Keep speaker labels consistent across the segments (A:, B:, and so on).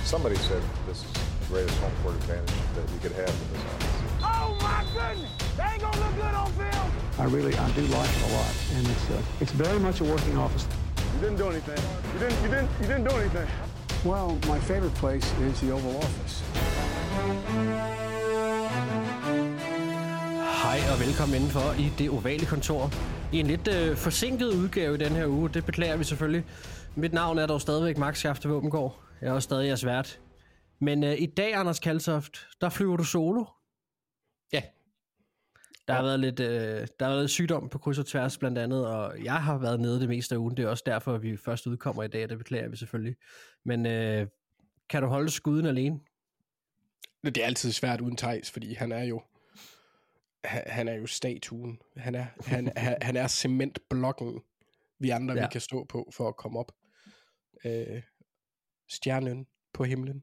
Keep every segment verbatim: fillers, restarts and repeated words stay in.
A: Somebody said this is the greatest home court advantage that we could have in this offense.
B: Oh my goodness! They ain't gonna look good on film.
C: I really, I do like it a lot, and it's uh, it's very much a working office.
D: You didn't do anything. You didn't. You didn't. You didn't do anything.
C: Well, my favorite place is the Oval Office.
E: Hej og velkommen indenfor i det ovale kontor. I en lidt øh, forsinket udgave i den her uge, det beklager vi selvfølgelig. Mit navn er dog stadigvæk Max Schafte Våbengård. Jeg er også stadig jeres vært. Men øh, i dag, Anders Kaltoft, der flyver du solo.
F: Ja.
E: Der har været lidt, øh, der har været lidt sygdom på kryds og tværs blandt andet, og jeg har været nede det meste af ugen. Det er også derfor, at vi først udkommer i dag, det beklager vi selvfølgelig. Men øh, kan du holde skuden alene?
F: Det er altid svært uden Theis, fordi han er jo han er jo statuen. Han er, han, han er cementblokken, vi andre ja. vi kan stå på for at komme op. Øh, stjernen på himlen.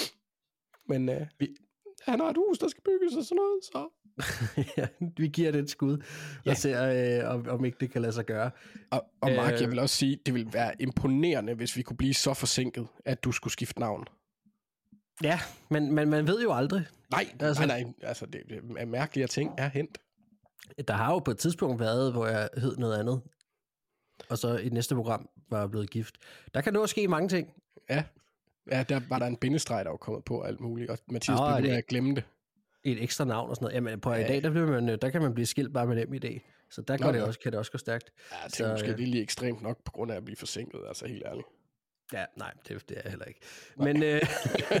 F: Men øh, vi, han har et hus, der skal bygges og sådan noget, så...
E: ja, vi giver det et skud
F: ja.
E: og ser, øh, om, om ikke det kan lade sig gøre.
F: Og, og Mark, øh, jeg vil også sige, det ville være imponerende, hvis vi kunne blive så forsinket, at du skulle skifte navn.
E: Ja, men, men man ved jo aldrig.
F: Nej, altså, nej, nej altså det, det er mærkelige ting er hent.
E: Der har jo på et tidspunkt været, hvor jeg hed noget andet, og så i næste program var jeg blevet gift. Der kan nå at ske mange ting.
F: Ja, ja der var der en bindestreg, der var kommet på alt muligt, og Mathias blev ved at glemme det.
E: Et ekstra navn og sådan noget. Jamen på ja. i dag, der, bliver man, der kan man blive skilt bare med dem i dag. Så der går det også, kan det også gå stærkt.
F: Ja, det er
E: så,
F: måske øh, lige ekstremt nok på grund af at blive forsinket, altså helt ærligt.
E: Ja, nej, det, det er jeg heller ikke. Nej. Men øh,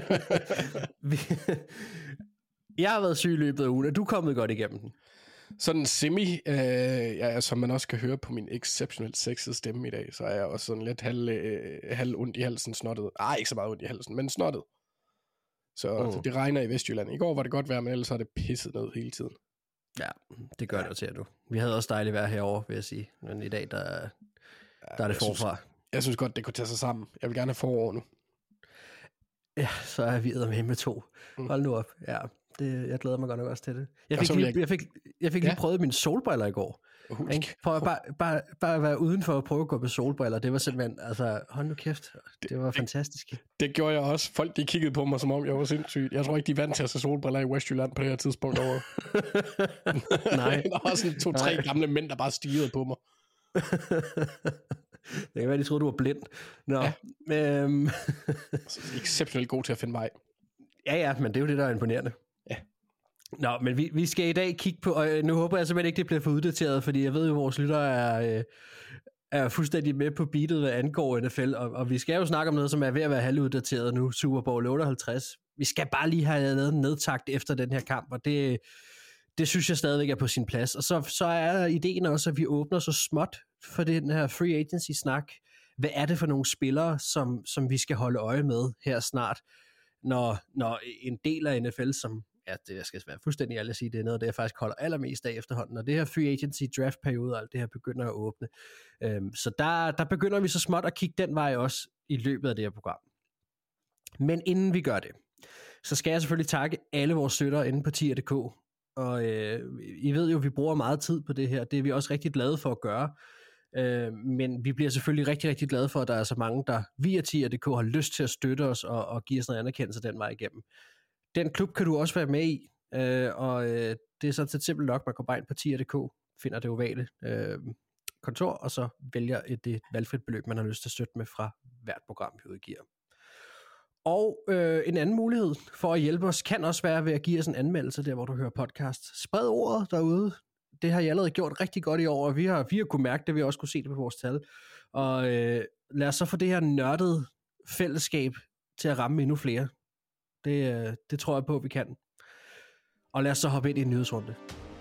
E: vi, jeg har været syg i løbet af ugen, og du er kommet godt igennem den.
F: Sådan semi, øh, ja, som man også kan høre på min exceptionelt sexede stemme i dag, så er jeg også sådan lidt halv, øh, halv ondt i halsen, snottet. Ej, ikke så meget ondt i halsen, men snottet. Så, mm. så det regner i Vestjylland. I går var det godt vejr, men ellers har det pisset ned hele tiden.
E: Ja, det gør ja. det jo til, at du. Vi havde også dejligt vejr herovre, vil jeg sige. Men i dag, der, der ja, er det forfra.
F: Synes, jeg synes godt, det kunne tage sig sammen. Jeg vil gerne have forår nu.
E: Ja, så er vi med med to. Mm. Hold nu op. Ja, det, jeg glæder mig godt nok også til det. Jeg fik, lige, jeg... Jeg fik, jeg fik ja. lige prøvet mine solbriller i går. Uh, Prøv at bare, bare, bare være udenfor at prøve at gå med solbriller. Det var simpelthen, altså, hold nu kæft. Det, det var fantastisk.
F: Det, det gjorde jeg også. Folk, de kiggede på mig, som om jeg var sindssyg. Jeg tror ikke, de er vant til at se solbriller i Westjylland på det her tidspunkt over. Nej. Der var sådan to-tre gamle mænd, der bare stirrede på mig.
E: Det kan være, de troede, du var blind. Nå. Ja. Øhm.
F: Exceptionelt god til at finde vej.
E: Ja, ja, men det er jo det, der er imponerende.
F: Ja.
E: Nå, men vi, vi skal i dag kigge på, og nu håber jeg simpelthen ikke, det bliver for uddateret, fordi jeg ved jo, at vores lyttere er, er fuldstændig med på beatet, hvad angår N F L, og, og vi skal jo snakke om noget, som er ved at være halvuddateret nu, Super Bowl otteoghalvtreds. Vi skal bare lige have lavet en nedtakt efter den her kamp, og det, det synes jeg stadigvæk er på sin plads. Og så, så er ideen også, at vi åbner så småt for den her free agency-snak. Hvad er det for nogle spillere, som, som vi skal holde øje med her snart, når, når en del af N F L, som ja, det jeg skal være fuldstændig ærlig at sige, det er noget af det, jeg faktisk holder allermest af efterhånden, når det her free agency draft-periode og alt det her begynder at åbne. Øhm, så der, der begynder vi så småt at kigge den vej også i løbet af det her program. Men inden vi gør det, så skal jeg selvfølgelig takke alle vores støttere inde på tier punktum d k. Og øh, I ved jo, at vi bruger meget tid på det her. Det er vi også rigtig glade for at gøre. Øh, men vi bliver selvfølgelig rigtig, rigtig glade for, at der er så mange, der via tier punktum d k har lyst til at støtte os og, og give os noget anerkendelse den vej igennem. Den klub kan du også være med i, øh, og øh, det er sådan set simpelt nok, man går bare ind på tier punktum d k, finder det ovale øh, kontor, og så vælger et det valgfrit beløb, man har lyst til at støtte med fra hvert program, vi udgiver. Og øh, en anden mulighed for at hjælpe os, kan også være ved at give os en anmeldelse, der hvor du hører podcast. Spred ordet derude. Det har jeg allerede gjort rigtig godt i år, og vi har, vi har kunne mærke det, vi har også kunne se det på vores tal. Og øh, lad os så få det her nørdede fællesskab til at ramme endnu flere. Det, øh, det tror jeg på, at vi kan. Og lad os så hoppe ind i en nyhedsrunde.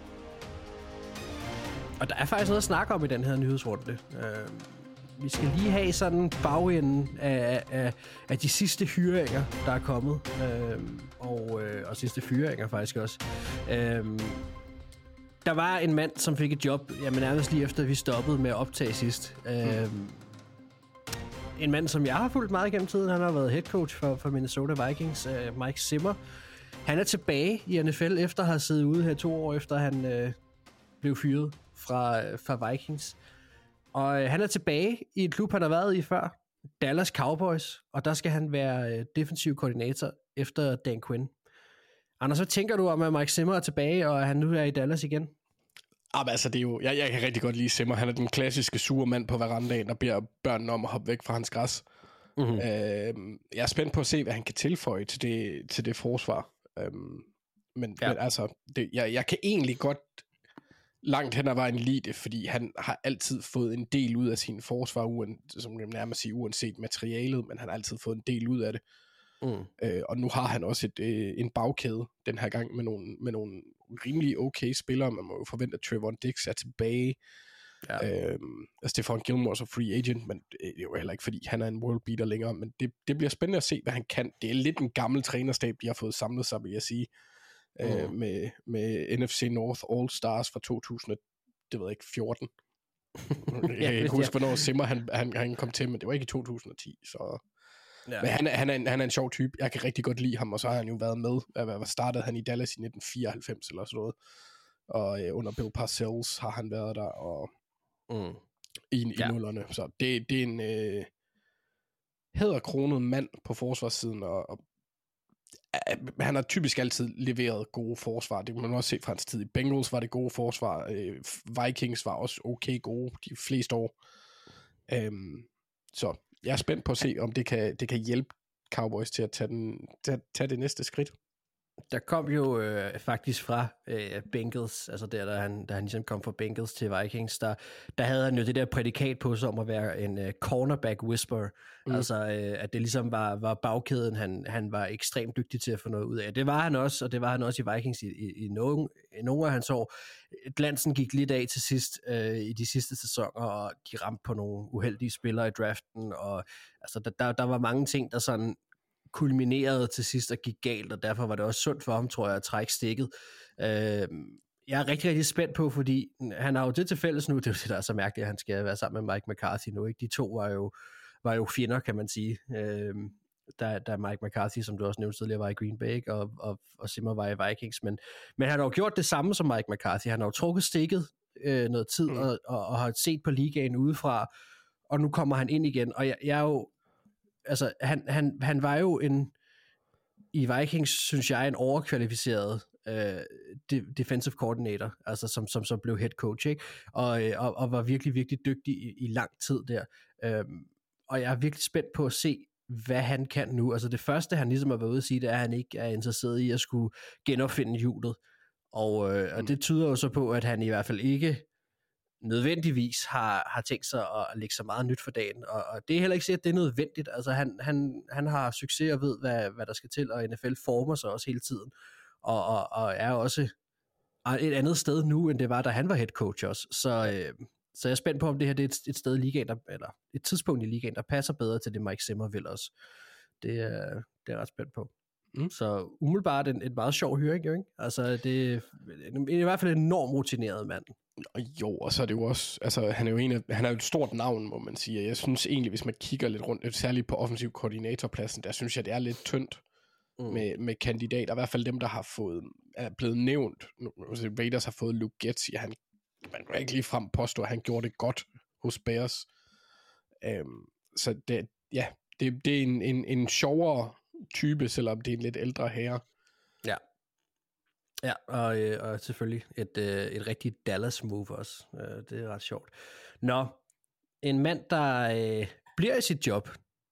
E: Og der er faktisk noget at snakke om i den her nyhedsrunde. Øh, vi skal lige have sådan bagenden af, af, af de sidste hyringer, der er kommet. Øh, og, øh, og sidste fyringer faktisk også. Øh, der var en mand, som fik et job, jamen nærmest lige efter, vi stoppede med at optage sidst. Mm. Øh, en mand, som jeg har fulgt meget igennem tiden. Han har været head coach for, for Minnesota Vikings, øh, Mike Zimmer. Han er tilbage i N F L, efter at have siddet ude her to år, efter han øh, blev fyret fra, fra Vikings. Og øh, han er tilbage i en klub, han har været i før. Dallas Cowboys, og der skal han være øh, defensiv koordinator efter Dan Quinn. Anders, hvad tænker du om, at Mike Zimmer er tilbage, og han nu er i Dallas igen?
F: Ah, altså, det er jo, jeg, jeg kan rigtig godt lide Zimmer. Han er den klassiske sure mand på verandaen, der beder børnene om at hoppe væk fra hans græs. Mm-hmm. Øh, jeg er spændt på at se, hvad han kan tilføje til det, til det forsvar. Øh, men, ja. men altså, det, jeg, jeg kan egentlig godt langt hen ad vejen lide det, fordi han har altid fået en del ud af sin forsvar, uen, som jeg nærmest siger, uanset materialet, men han har altid fået en del ud af det. Mm. Øh, og nu har han også et, øh, en bagkæde den her gang med nogle, med nogle rimelig okay spillere. Man må jo forvente, at Trevon Diggs er tilbage. Ja. Øh, Stephon Gilmore er så free agent, men det er jo heller ikke, fordi han er en world beater længere. Men det, det bliver spændende at se, hvad han kan. Det er lidt en gammel trænerstab, de har fået samlet sig, vil jeg sige. Mm. Øh, med, med N F C North All-Stars fra to tusind, det ved jeg ikke, fjorten. Jeg kan ikke huske, hvornår Zimmer han, han, han kom til, men det var ikke i to tusind og ti, så... Ja. Men han er, han, er en, han er en sjov type. Jeg kan rigtig godt lide ham, og så har han jo været med. Hvad startede han i Dallas i nitten fireoghalvfems eller sådan noget. Og øh, under Bill Parcells har han været der, og mm. i, i ja. nullerne. Så det, det er en øh, hæderkronet mand på forsvarssiden, og, og øh, han har typisk altid leveret gode forsvar. Det kan man også se fra hans tid i Bengals var det gode forsvar. Øh, Vikings var også okay gode de fleste år. Øhm, så jeg er spændt på at se, om det kan, det kan hjælpe Cowboys til at tage, den, tage, tage det næste skridt.
E: Der kom jo øh, faktisk fra øh, Bengals, altså der, da han, da han ligesom kom fra Bengals til Vikings, der, der havde han jo det der prædikat på sig om at være en øh, cornerback whisperer. Mm. Altså, øh, at det ligesom var, var bagkæden, han, han var ekstremt dygtig til at få noget ud af. Det var han også, og det var han også i Vikings i, i, i, nogle, i nogle af hans år. Glansen gik lidt af til sidst øh, i de sidste sæsoner, og de ramte på nogle uheldige spillere i draften, og altså, der, der, der var mange ting, der sådan kulminerede til sidst og gik galt, og derfor var det også sundt for ham, tror jeg, at trække stikket. Øh, jeg er rigtig, rigtig spændt på, fordi han har jo det til fælles nu, det er jo det, der er så mærkeligt, at han skal være sammen med Mike McCarthy nu, ikke? De to var jo, var jo fjender, kan man sige. Øh, da, da Mike McCarthy, som du også nævnte tidligere, var i Green Bay, og, og, og Zimmer var i Vikings, men, men han har jo gjort det samme som Mike McCarthy. Han har jo trukket stikket øh, noget tid, mm. og, og, og har set på ligaen udefra, og nu kommer han ind igen, og jeg, jeg er jo altså, han, han, han var jo en, i Vikings, synes jeg, en overkvalificeret øh, defensive coordinator, altså som, som så blev head coach, ikke? Og, og, og var virkelig, virkelig dygtig i, i lang tid der. Øhm, og jeg er virkelig spændt på at se, hvad han kan nu. Altså det første, han ligesom har været ude at sige, det er, at han ikke er interesseret i at skulle genopfinde hjulet. Og, øh, og det tyder jo så på, at han i hvert fald ikke nødvendigvis har, har tænkt sig at lægge så meget nyt for dagen, og, og det er heller ikke sikkert, at det er nødvendigt. Altså han, han, han har succes og ved, hvad, hvad der skal til, og N F L former sig også hele tiden, og, og, og er også et andet sted nu, end det var, da han var head coach også. Så, øh, så jeg er spændt på, om det her det er et, et sted i ligaen, der, eller et tidspunkt i ligaen, der passer bedre til det, Mike Zimmer vil også. Det er, det er jeg ret spændt på. Mm. Så umiddelbart en, et meget sjov hyring, jo, ikke? Altså det er i hvert fald en enormt rutineret mand.
F: Jo, og så er det jo også, altså han er jo en af, han er jo et stort navn, må man sige. Jeg synes egentlig, hvis man kigger lidt rundt, særligt på offensiv koordinatorpladsen, der synes jeg, det er lidt tyndt mm. med, med kandidater. I hvert fald dem, der har fået, er blevet nævnt. Raiders har fået Luke Getzi, han, man kan ikke lige frem påstå, at han gjorde det godt hos Bears. Um, så det, ja, det, det er en, en, en sjovere type, selvom det er en lidt ældre herre.
E: Ja. Ja, og, øh, og selvfølgelig et, øh, et rigtigt Dallas move også. Øh, det er ret sjovt. Nå, en mand, der øh, bliver i sit job,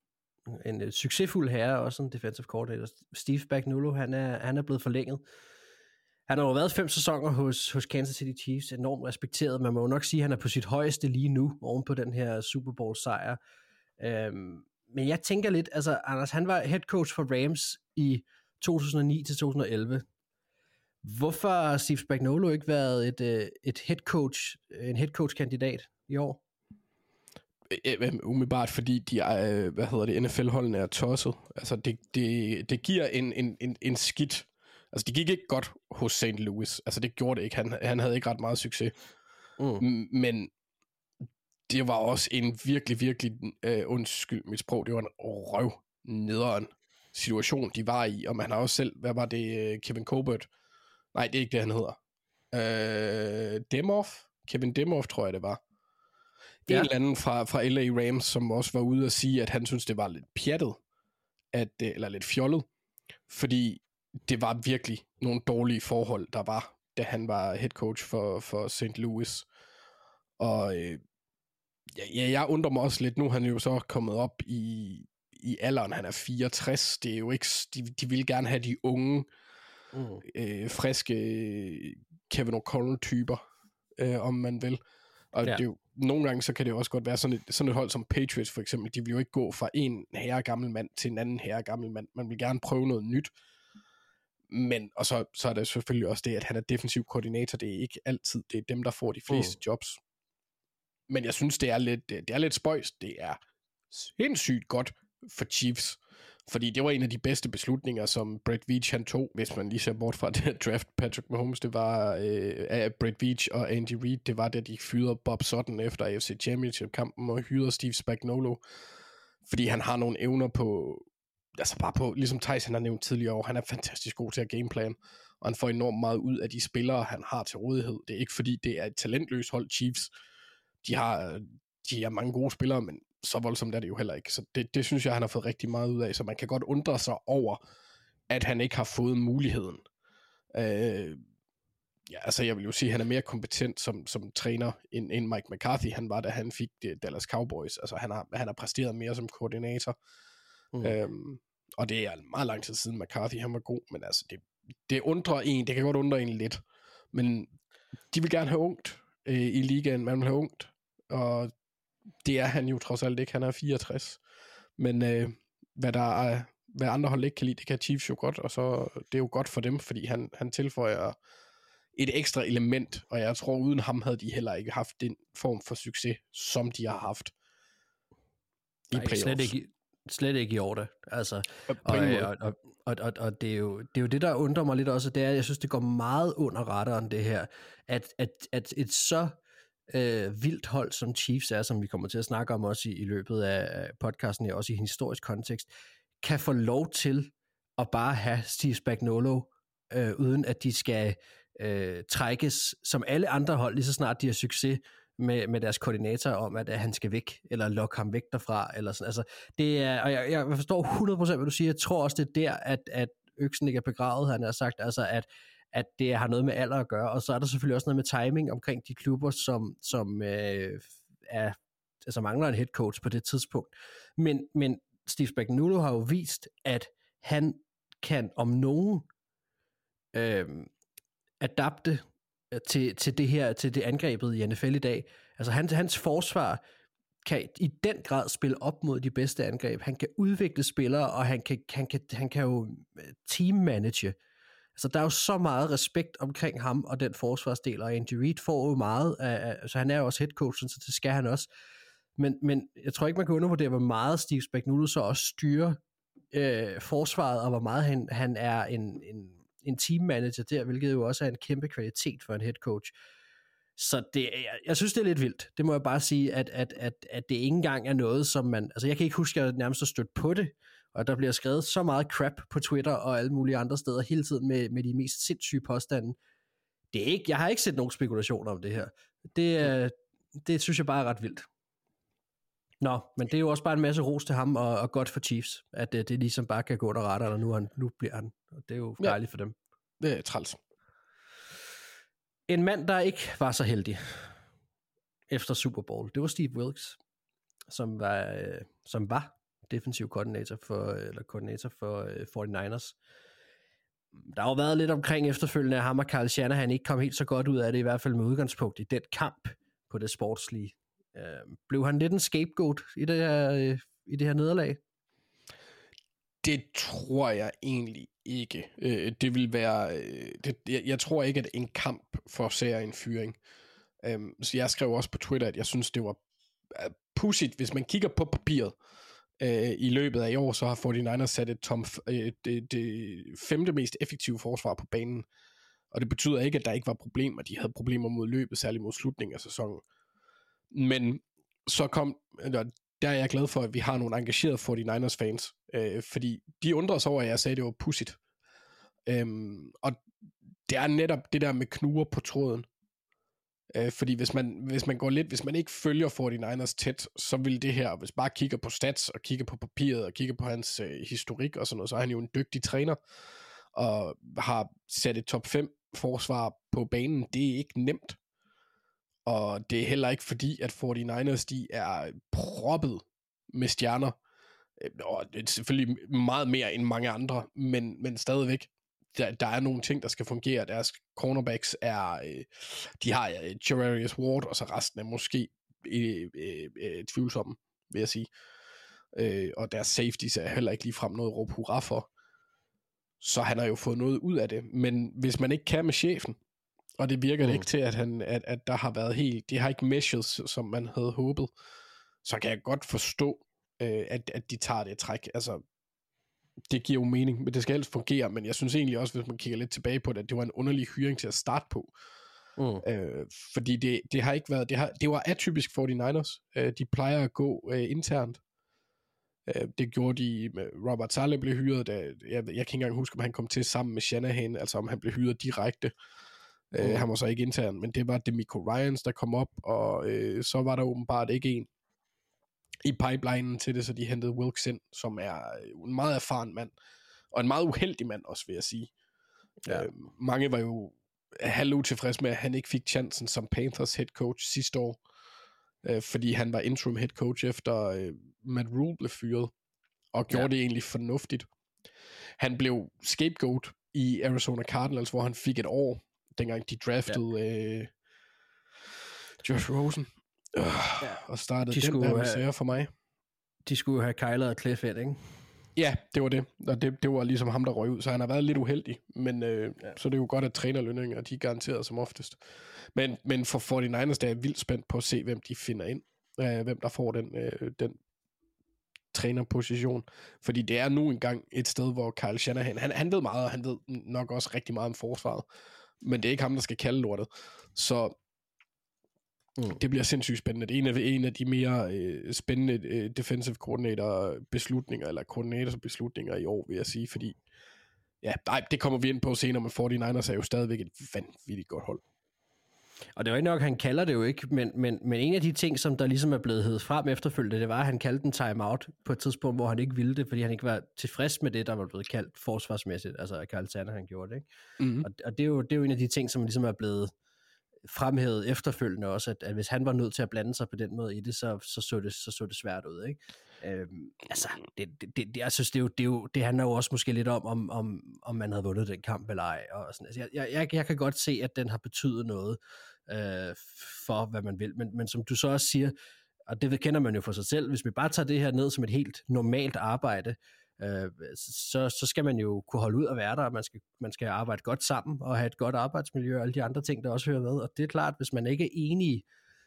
E: en øh, succesfuld herre, også en defensive coordinator, Steve Spagnuolo, han er, han er blevet forlænget. Han har jo været fem sæsoner hos, hos Kansas City Chiefs, enormt respekteret. Man må jo nok sige, at han er på sit højeste lige nu, oven på den her Super Bowl sejr. Øhm, men jeg tænker lidt, altså Anders, han var head coach for Rams i to tusind og ni til to tusind og elleve. Hvorfor har Steve Spagnuolo ikke været et, et head coach, en head coach kandidat i år?
F: Umiddelbart, fordi de er, hvad hedder det, N F L-holdene er tosset. Altså det, det, det giver en, en, en, en skidt. Altså det gik ikke godt hos Saint Louis. Altså det gjorde det ikke. Han, han havde ikke ret meget succes. Mm. Men det var også en virkelig, virkelig, uh, undskyld mit sprog, det var en røv nederen situation, de var i. Og man har også selv, hvad var det, Kevin Colbert? Nej, det er ikke det, han hedder. Øh, Demoff? Kevin Demoff, tror jeg, det var. ja. en eller anden fra, fra L A Rams, som også var ude og sige, at han synes, det var lidt pjattet, at, eller lidt fjollet, fordi det var virkelig nogle dårlige forhold, der var, da han var head coach for, for Saint Louis. Og øh, ja, jeg undrer mig også lidt, nu han er jo så kommet op i, i alderen, han er fireogtres, det er jo ikke, de, de vil gerne have de unge, mm. øh, friske Kevin O'Connell-typer, øh, om man vil. Og ja. det er jo, nogle gange så kan det jo også godt være sådan et, sådan et hold som Patriots for eksempel, de vil jo ikke gå fra en herre gammel mand til en anden herre gammel mand. Man vil gerne prøve noget nyt. Men, og så, så er det selvfølgelig også det, at han er defensiv koordinator. Det er ikke altid, det er dem, der får de fleste mm. jobs. Men jeg synes, det er lidt, det er lidt spøjs. Det er sindssygt godt for Chiefs. Fordi det var en af de bedste beslutninger, som Brett Veach han tog, hvis man lige ser bort fra det draft Patrick Mahomes, det var øh, af Brett Veach og Andy Reid, det var da de fyrede Bob Sutton efter A F C Championship-kampen og hyrede Steve Spagnuolo, fordi han har nogle evner på, altså bare på, ligesom Theis han har nævnt tidligere år, han er fantastisk god til at gameplan, og han får enormt meget ud af de spillere, han har til rådighed. Det er ikke fordi, det er et talentløst hold, Chiefs. De har, de har mange gode spillere, men så voldsomt er det jo heller ikke. Så det, det synes jeg, han har fået rigtig meget ud af. Så man kan godt undre sig over, at han ikke har fået muligheden. Øh, ja, altså jeg vil jo sige, at han er mere kompetent som, som træner, end, end Mike McCarthy. Han var, da han fik det, Dallas Cowboys. Altså han har, han har præsteret mere som koordinator. Mm. Øhm, og det er meget lang tid siden McCarthy, han var god. Men altså, det, det undrer en, det kan godt undre en lidt. Men de vil gerne have ungt øh, i ligaen. Man vil have ungt. Og det er han jo trods alt ikke, han er fireogtres. Men øh, hvad der er, hvad andre hold ikke kan lide, det kan Chiefs jo godt, og så det er jo godt for dem, fordi han, han tilføjer et ekstra element, og jeg tror, uden ham havde de heller ikke haft den form for succes, som de har haft i
E: playoffs. Slet ikke, slet ikke i år da. Altså, og, og, og, og, og, og det, er jo, det er jo det, der undrer mig lidt også, det er, jeg synes, det går meget under radaren, det her, at, at, at et så Øh, vildt hold som Chiefs er, som vi kommer til at snakke om også i, i løbet af podcasten, også i en historisk kontekst, kan få lov til at bare have Steve Spagnuolo, øh, uden at de skal øh, trækkes som alle andre hold, lige så snart de har succes med, med deres koordinator om, at, at han skal væk, eller lokke ham væk derfra, eller sådan. Altså, det er, og jeg, jeg forstår hundrede procent, hvad du siger. Jeg tror også, det er der, at, at øksen ikke er begravet, han har sagt, altså at at det har noget med alder at gøre, og så er der selvfølgelig også noget med timing omkring de klubber, som, som øh, er, altså mangler en head coach på det tidspunkt. Men, men Steve Spagnuolo har jo vist, at han kan om nogen øh, adapte til, til det her, til det angrebet i N F L i dag. Altså hans, hans forsvar kan i den grad spille op mod de bedste angreb. Han kan udvikle spillere, og han kan, han kan, han kan jo teammanage. Altså, der er jo så meget respekt omkring ham og den forsvarsdel, og Andy Reid får jo meget, af, altså han er jo også headcoach, så det skal han også. Men, men jeg tror ikke, man kan undervurdere, hvor meget Steve Spagnuolo så også styrer øh, forsvaret, og hvor meget han, han er en, en, en teammanager der, hvilket jo også er en kæmpe kvalitet for en headcoach. Så det, jeg, jeg synes, det er lidt vildt. Det må jeg bare sige, at, at, at, at det ikke engang er noget, som man... Altså, jeg kan ikke huske, at jeg nærmest har stødt på det, og der bliver skrevet så meget crap på Twitter og alle mulige andre steder hele tiden med, med de mest sindssyge påstande. Det er ikke, jeg har ikke set nogen spekulationer om det her. Det, det synes jeg bare er ret vildt. Nå, men det er jo også bare en masse ros til ham, og, og godt for Chiefs, at det, det ligesom bare kan gå under radaren, og nu, han, nu bliver han. Og det er jo dejligt ja, for dem.
F: Det er træls.
E: En mand, der ikke var så heldig efter Super Bowl, det var Steve Wilkes, som var, øh, som var defensiv koordinator for, eller koordinator for øh, forty-niners. Der har jo været lidt omkring efterfølgende, at ham og Kyle Shanahan ikke kom helt så godt ud af det, i hvert fald med udgangspunkt i den kamp på det sportslige. Øh, blev han lidt en scapegoat i det her, øh, i det her nederlag?
F: Det tror jeg egentlig ikke. Øh, det vil være... Øh, det, jeg, jeg tror ikke, at en kamp forårsager en fyring. Øh, så jeg skrev også på Twitter, at jeg synes, det var uh, pudsigt. Hvis man kigger på papiret øh, i løbet af i år, så har forty-niners sat et tom, øh, det, det femte mest effektive forsvar på banen. Og det betyder ikke, at der ikke var problemer. De havde problemer mod løbet, særligt mod slutningen af sæsonen. Men så kom... Eller, der er jeg glad for, at vi har nogle engagerede forty-niners fans, øh, fordi de undrer sig over, at jeg sagde, at det var pudsigt. Øhm, og det er netop det der med knuger på tråden. Øh, fordi hvis man, hvis man går lidt, hvis man ikke følger forty-niners tæt, så vil det her, hvis bare kigger på stats, og kigger på papiret, og kigger på hans øh, historik og sådan noget, så er han jo en dygtig træner, og har sat et top fem forsvar på banen. Det er ikke nemt. Og det er heller ikke fordi, at forty-niners, de er proppet med stjerner. Og det er selvfølgelig meget mere end mange andre, men, men stadigvæk, der, der er nogle ting, der skal fungere. Deres cornerbacks er, øh, de har øh, Javarius Ward, og så resten er måske øh, øh, øh, tvivlsomme, vil jeg sige. Øh, og deres safeties er heller ikke ligefrem noget råb hurra for. Så han har jo fået noget ud af det. Men hvis man ikke kan med chefen, og det virker mm. det ikke til, at, han, at, at der har været helt, det har ikke meshes, som man havde håbet, så kan jeg godt forstå, øh, at, at de tager det træk. Altså, det giver jo mening, men det skal helst fungere, men jeg synes egentlig også, hvis man kigger lidt tilbage på det, at det var en underlig hyring til at starte på. Mm. Øh, fordi det, det har ikke været, det, har, det var atypisk forty-niners. Øh, de plejer at gå øh, internt. Øh, det gjorde de med Robert Saleh blev hyret, da, jeg, jeg kan ikke engang huske, om han kom til sammen med Shanahan, altså om han blev hyret direkte. Mm. Øh, han var så ikke intern, men det var DeMeco Ryans, der kom op, og øh, så var der åbenbart ikke en i pipelinen til det, så de hentede Wilkes ind, som er en meget erfaren mand, og en meget uheldig mand også, vil jeg sige. Ja. Øh, mange var jo halv utilfredse med, at han ikke fik chancen som Panthers head coach sidste år, øh, fordi han var interim head coach efter øh, Matt Rule blev fyret, og gjorde ja. det egentlig fornuftigt. Han blev scapegoat i Arizona Cardinals, hvor han fik et år, dengang de draftede ja. øh, Josh Rosen. Øh, ja. Og startede de den der misære for mig.
E: De skulle have Kyler og Cliff ind, ikke?
F: Ja, det var det. Og det, det var ligesom ham, der røg ud. Så han har været lidt uheldig. Men øh, ja. så det er jo godt, at trænerlønninger, de er garanteret som oftest. Men, men for forty-niners, der er jeg vildt spændt på at se, hvem de finder ind. Øh, hvem der får den, øh, den trænerposition. Fordi det er nu engang et sted, hvor Kyle Shanahan, han, han ved meget, og han ved nok også rigtig meget om forsvaret. Men det er ikke ham, der skal kalde lortet. Så mm. det bliver sindssygt spændende. Det er en af, en af de mere øh, spændende øh, defensive coordinator beslutninger, eller coordinator beslutninger i år, vil jeg sige, fordi ja, nej, det kommer vi ind på senere, men forty-niners er jo stadigvæk et vanvittigt godt hold.
E: Og det var ikke nok, han kalder det jo ikke, men, men, men en af de ting, som der ligesom er blevet heddet frem efterfølgende, det var, at han kaldte en timeout på et tidspunkt, hvor han ikke ville det, fordi han ikke var tilfreds med det, der var blevet kaldt forsvarsmæssigt, altså at Kyle Shanahan gjorde det, ikke? Mm-hmm. Og, og det, er jo, det er jo en af de ting, som ligesom er blevet fremhævet efterfølgende også, at, at hvis han var nødt til at blande sig på den måde i det, så så, så, det, så, så det svært ud, ikke? Øhm, altså, det, det, det, jeg synes, det, er jo, det, er jo, det handler jo også måske lidt om, om, om, om man havde vundet den kamp eller ej. Og sådan. Altså, jeg, jeg, jeg kan godt se, at den har betydet noget øh, for, hvad man vil. Men, men som du så også siger, og det kender man jo for sig selv, hvis vi bare tager det her ned som et helt normalt arbejde, øh, så, så skal man jo kunne holde ud og være der, og man skal, man skal arbejde godt sammen, og have et godt arbejdsmiljø, og alle de andre ting, der også hører med. Og det er klart, hvis man ikke er enige,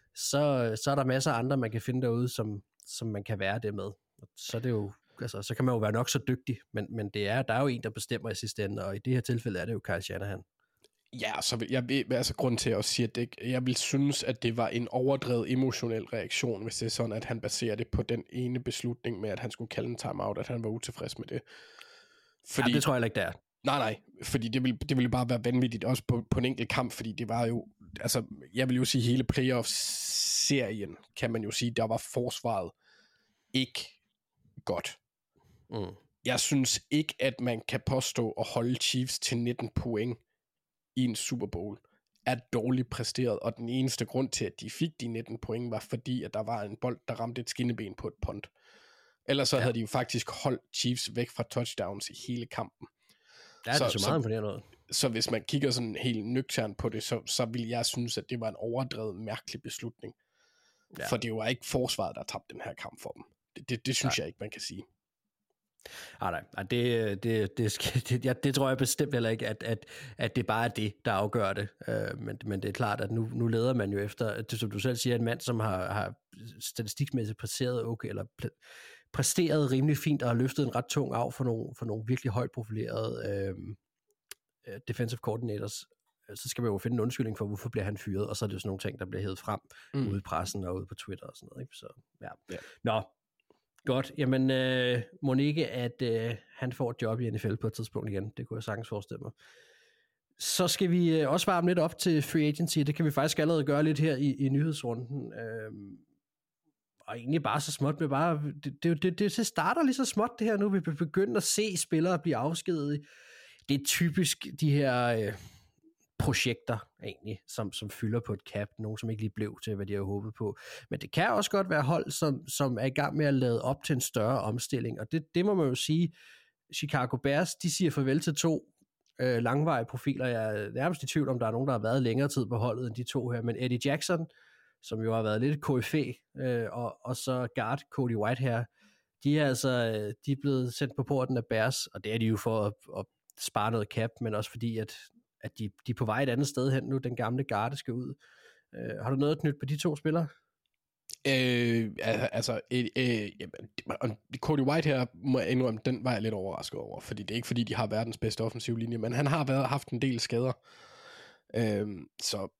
E: så, så er der masser af andre, man kan finde derude, som som man kan være det med. Så er det jo, altså, så kan man jo være nok så dygtig, men, men det er, der er jo en, der bestemmer i sidste ende, og i det her tilfælde er det jo Kyle Shanahan.
F: Ja, så vil jeg vil altså grund til at sige, at det, jeg vil synes, at det var en overdrevet emotionel reaktion, hvis det er sådan, at han baserer det på den ene beslutning med, at han skulle kalde en timeout, at han var utilfreds med det.
E: Fordi, ja, det tror jeg ikke, det er.
F: Nej, nej, fordi det ville, det ville bare være vanvittigt, også på, på en enkelt kamp, fordi det var jo, altså, jeg vil jo sige, hele playoff-serien, kan man jo sige, der var forsvaret ikke godt. Mm. Jeg synes ikke, at man kan påstå at holde Chiefs til nitten point i en Super Bowl er dårligt præsteret, og den eneste grund til, at de fik de nitten point, var fordi, at der var en bold, der ramte et skinneben på et punt. Ellers så ja. havde de jo faktisk holdt Chiefs væk fra touchdowns i hele kampen.
E: Ja, det er så, så meget på det noget.
F: Så hvis man kigger sådan helt nøgternt på det, så, så vil jeg synes, at det var en overdrevet mærkelig beslutning. Ja. For det var ikke forsvaret, der tabte den her kamp for dem. Det, det, det synes nej. jeg ikke, man kan sige.
E: Ah, nej, nej, det, det, det, skal, det, ja, det tror jeg bestemt heller ikke, at, at, at det bare er det, der afgør det. Uh, men, men det er klart, at nu, nu leder man jo efter, det, som du selv siger, en mand, som har, har statistikmæssigt præsteret okay, eller præsteret rimelig fint, og har løftet en ret tung af for nogle, for nogle virkelig højt profilerede uh, defensive coordinators. Så skal man jo finde en undskyldning for, hvorfor bliver han fyret, og så er det jo sådan nogle ting, der bliver hævet frem mm. ude i pressen og ude på Twitter og sådan noget. Ikke? Så, ja. Ja. Nå, godt. Jamen, øh, Monique, at øh, han får et job i N F L på et tidspunkt igen. Det kunne jeg sagtens forestille mig. Så skal vi også varme lidt op til free agency. Det kan vi faktisk allerede gøre lidt her i, i nyhedsrunden. Øhm, og egentlig bare så småt med bare... Det, det, det, det starter lige så småt det her nu. Vi begynder at se spillere blive afskediget. Det er typisk de her øh, projekter egentlig, som, som fylder på et cap. Nogle, som ikke lige blev til, hvad de har håbet på. Men det kan også godt være hold, som, som er i gang med at lade op til en større omstilling. Og det, det må man jo sige. Chicago Bears, de siger farvel til to øh, langvarige profiler. Jeg er nærmest i tvivl om, der er nogen, der har været længere tid på holdet end de to her. Men Eddie Jackson, som jo har været lidt K F A, øh, og, og så guard Cody Whitehair, de er altså de er blevet sendt på porten af Bears, og det er de jo for at, at spare noget cap, men også fordi, at, at de, de er på vej et andet sted hen nu. Den gamle garde skal ud. Øh, har du noget at knytte på de to spillere?
F: Øh, altså, øh, øh, Cody White her, må jeg indrømme, den var jeg lidt overrasket over, fordi det er ikke fordi, de har verdens bedste offensive linje, men han har været, haft en del skader. Øh, så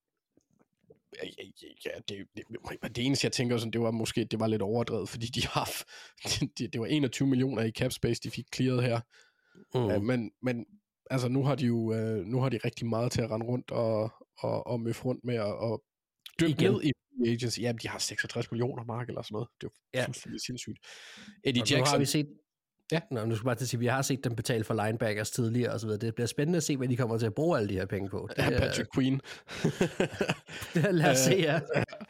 F: ja, det, det, det eneste, jeg tænker, sådan, det var måske, det var lidt overdrevet, fordi de har, det, det var enogtyve millioner i cap space, de fik clearet her. Mm. Øh, men, men altså, nu har de jo, øh, nu har de rigtig meget til at rende rundt og, og, og møffe rundt med og, og dykke ned i agency. Jamen, de har seksogtres millioner mark eller sådan noget. Det er jo ja. fuldstændig sindssygt. Eddie
E: og
F: Jackson.
E: Nu har vi set, ja, nå, nu skal bare til at sige, vi har set dem betale for linebackers tidligere og så videre. Det bliver spændende at se, hvad de kommer til at bruge alle de her penge på. Det,
F: ja, Patrick Queen.
E: Lad os se, ja.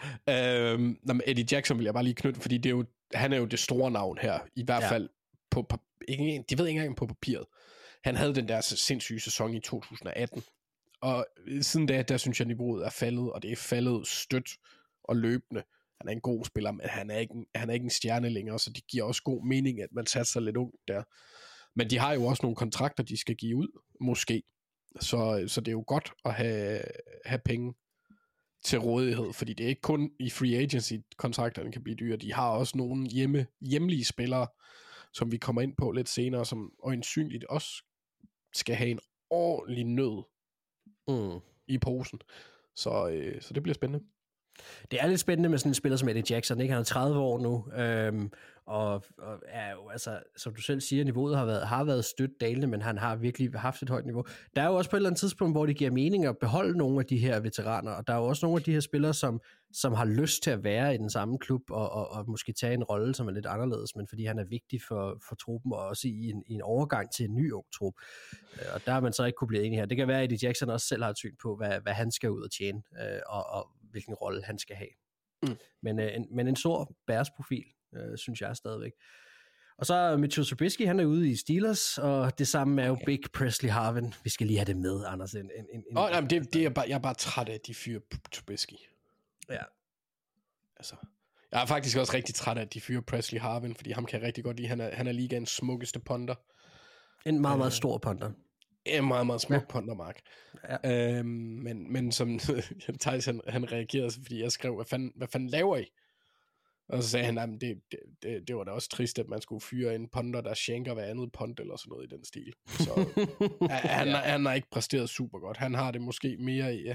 F: øhm, nå, Eddie Jackson vil jeg bare lige knytte, fordi det er jo, han er jo det store navn her, i hvert ja. fald på, ikke, de ved ikke engang på papiret. Han havde den der sindssyge sæson i to tusind atten, og siden da, der synes jeg, niveauet er faldet, og det er faldet stødt og løbende. Han er en god spiller, men han er ikke, han er ikke en stjerne længere, så det giver også god mening, at man satser lidt ung der. Men de har jo også nogle kontrakter, de skal give ud, måske. Så, så det er jo godt at have, have penge til rådighed, fordi det er ikke kun i free agency, kontrakterne kan blive dyre. De har også nogle hjemme, hjemlige spillere, som vi kommer ind på lidt senere, som øjensynligt også skal have en ordentlig nød mm. i posen. Så, øh, så det bliver spændende.
E: Det er lidt spændende med sådan en spiller som Eddie Jackson, ikke? Han er tredive år nu, øhm, og, og er jo, altså, som du selv siger, niveauet har været, har været stødt dalende, men han har virkelig haft et højt niveau. Der er jo også på et eller andet tidspunkt, hvor det giver mening at beholde nogle af de her veteraner, og der er jo også nogle af de her spillere, som, som har lyst til at være i den samme klub, og, og, og måske tage en rolle, som er lidt anderledes, men fordi han er vigtig for, for truppen, og også i en, i en overgang til en ny ung trup. Og der har man så ikke kunne blive enig her. Det kan være, at Eddie Jackson også selv har et syn på, hvad, hvad han skal ud og tjene, og, og hvilken rolle han skal have. Mm. Men, øh, en, men en stor Bears-profil, øh, synes jeg stadigvæk. Og så Mitchell Trubisky, han er ude i Steelers, og det samme er jo Big Presley Harvin. Vi skal lige have det med, Anders. En, en, en,
F: oh, nej, men det, det er bare, jeg er bare træt af, at de fyrer Trubisky.
E: Ja.
F: Altså, jeg er faktisk også rigtig træt af, at de fyrer Presley Harvin, fordi ham kan jeg rigtig godt lide. Han er, han er ligaens smukkeste punter.
E: En meget, meget stor punter.
F: En meget, meget smuk ja. punter, Mark. Ja. Øhm, men, men som Thijs, han, han reagerede, fordi jeg skrev, hvad fanden, hvad fanden laver I? Og så sagde han, at det, det, det, det var da også trist, at man skulle fyre en punter, der shanker hver andet punt, eller sådan noget i den stil. Så han, ja. han har ikke præsteret super godt. Han har det måske mere i,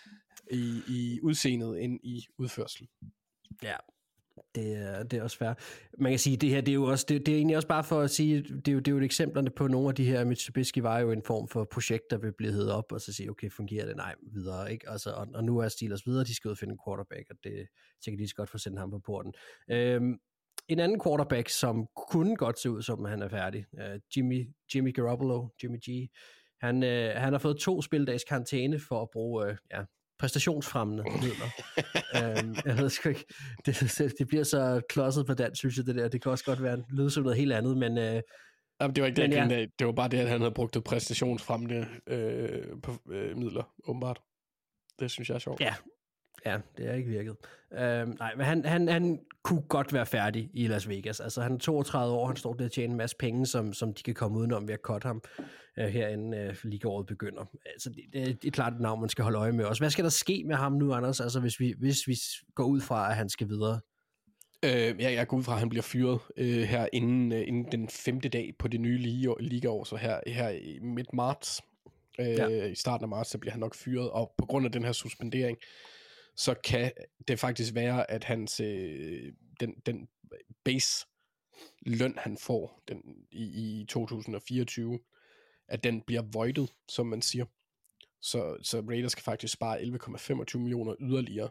F: i, i udseendet, end i udførsel.
E: Ja. Det er, det er også fair. Man kan sige, det her, det er jo også, det, det er egentlig også bare for at sige, det er jo, det er jo et eksemplerne på nogle af de her, Mitsubishi var jo en form for projekt, der vil blive heddet op, og så sige, okay, fungerer det? Nej, videre, ikke? Altså, og, og nu er Steelers videre, de skal ud og finde en quarterback, og det så kan de så godt få sendt ham på porten. Øhm, en anden quarterback, som kunne godt se ud, som han er færdig, uh, Jimmy, Jimmy Garoppolo, Jimmy G, han, uh, han har fået to spildags karantæne for at bruge, uh, ja, præstationsfremmende midler. øhm, jeg ved sgu ikke, det, det bliver så klodset på dansk, synes jeg, det der. Det kan også godt være lyde som noget helt andet, men... Øh,
F: Jamen, det var ikke det, ja. det, det var bare det, at han havde brugt et præstationsfremmende øh, på, øh, midler, åbenbart. Det synes jeg er sjovt.
E: Ja, ja det er ikke virket. Øhm, nej, men han, han, han kunne godt være færdig i Las Vegas. Altså, han er toogtredive år, han står der og tjener en masse penge, som, som de kan komme udenom ved at cutte ham øh, herinde øh, ligaåret begynder. Altså, det, det, det er klart et navn, man skal holde øje med også. Hvad skal der ske med ham nu, Anders? Altså, hvis vi, hvis vi går ud fra, at han skal videre?
F: Øh, ja, jeg går ud fra, at han bliver fyret øh, her inden, øh, inden den femte dag på det nye ligaår, så her, her i midt marts, øh, ja. i starten af marts, så bliver han nok fyret, og på grund af den her suspendering, så kan det faktisk være, at hans øh, den, den base løn, han får den, i, i to tusind fireogtyve, at den bliver voidet, som man siger. Så, så Raiders kan faktisk spare elleve komma femogtyve millioner yderligere.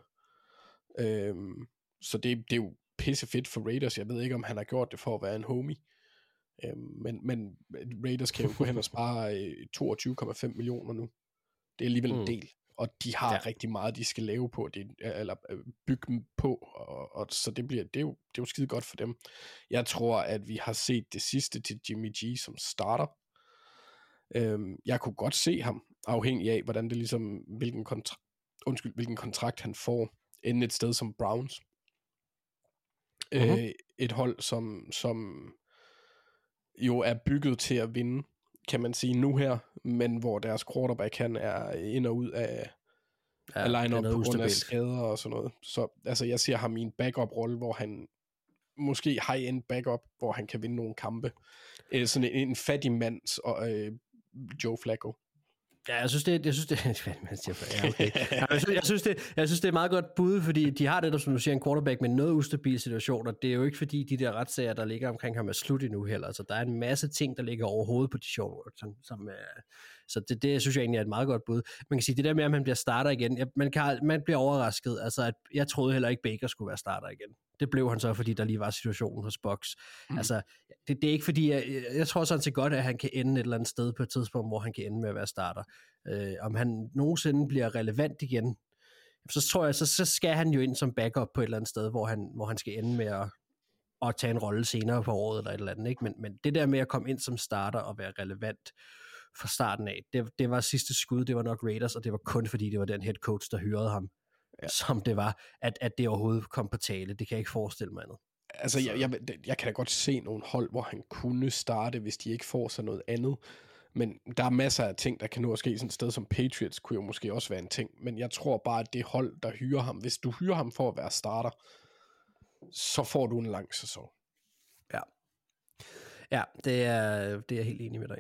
F: Øhm, så det, det er jo pissefedt for Raiders. Jeg ved ikke, om han har gjort det for at være en homie. Øhm, men, men Raiders kan jo gå hen og spare øh, toogtyve komma fem millioner nu. Det er alligevel en del. Og de har ja. rigtig meget, de skal lave på, det, eller bygge dem på, og, og så det bliver, det er, jo, det er jo skide godt for dem. Jeg tror, at vi har set det sidste til Jimmy G som starter. Øhm, jeg kunne godt se ham, afhængig af, hvordan det ligesom, hvilken, kontra- undskyld, hvilken kontrakt han får, inde et sted som Browns. Uh-huh. Øh, et hold, som, som jo er bygget til at vinde, kan man sige nu her, men hvor deres quarterback han er ind og ud af, ja, af line-up på grund af skader og sådan noget. Så altså, jeg ser ham i en backup-rolle, hvor han måske high-end backup, hvor han kan vinde nogle kampe. Øh, sådan en, en fattig mands og øh, Joe Flacco.
E: Ja, jeg synes det, jeg synes det, ja, okay. jeg, synes, jeg, synes det, jeg synes det er meget godt bud, fordi de har det, der, som du siger, en quarterback med noget ustabil situation, og det er jo ikke fordi de der retssager, der ligger omkring ham er slut endnu heller, altså der er en masse ting, der ligger overhovedet på de show, som, som uh, så det, det synes jeg egentlig er et meget godt bud. Man kan sige, det der med, at man bliver starter igen, jeg, man, kan, man bliver overrasket, altså at jeg troede heller ikke, Baker skulle være starter igen. Det blev han så, fordi der lige var situationen hos Bucks. Mm. Altså, det, det er ikke fordi, jeg, jeg tror sådan set godt, at han kan ende et eller andet sted på et tidspunkt, hvor han kan ende med at være starter. Øh, om han nogensinde bliver relevant igen, så tror jeg, så, så skal han jo ind som backup på et eller andet sted, hvor han, hvor han skal ende med at, at tage en rolle senere på året eller et eller andet. Ikke? Men, men det der med at komme ind som starter og være relevant fra starten af, det, det var sidste skud, det var nok Raiders, og det var kun fordi, det var den head coach, der hyrede ham. Ja. Som det var, at, at det overhovedet kom på tale. Det kan jeg ikke forestille mig andet.
F: Altså, jeg, jeg, jeg kan da godt se nogle hold, hvor han kunne starte, hvis de ikke får sig noget andet. Men der er masser af ting, der kan nå at ske. Sådan et sted som Patriots kunne jo måske også være en ting. Men jeg tror bare, at det hold, der hyrer ham, hvis du hyrer ham for at være starter, så får du en lang sæson.
E: Ja. Ja, det er, det er jeg helt enig med dig.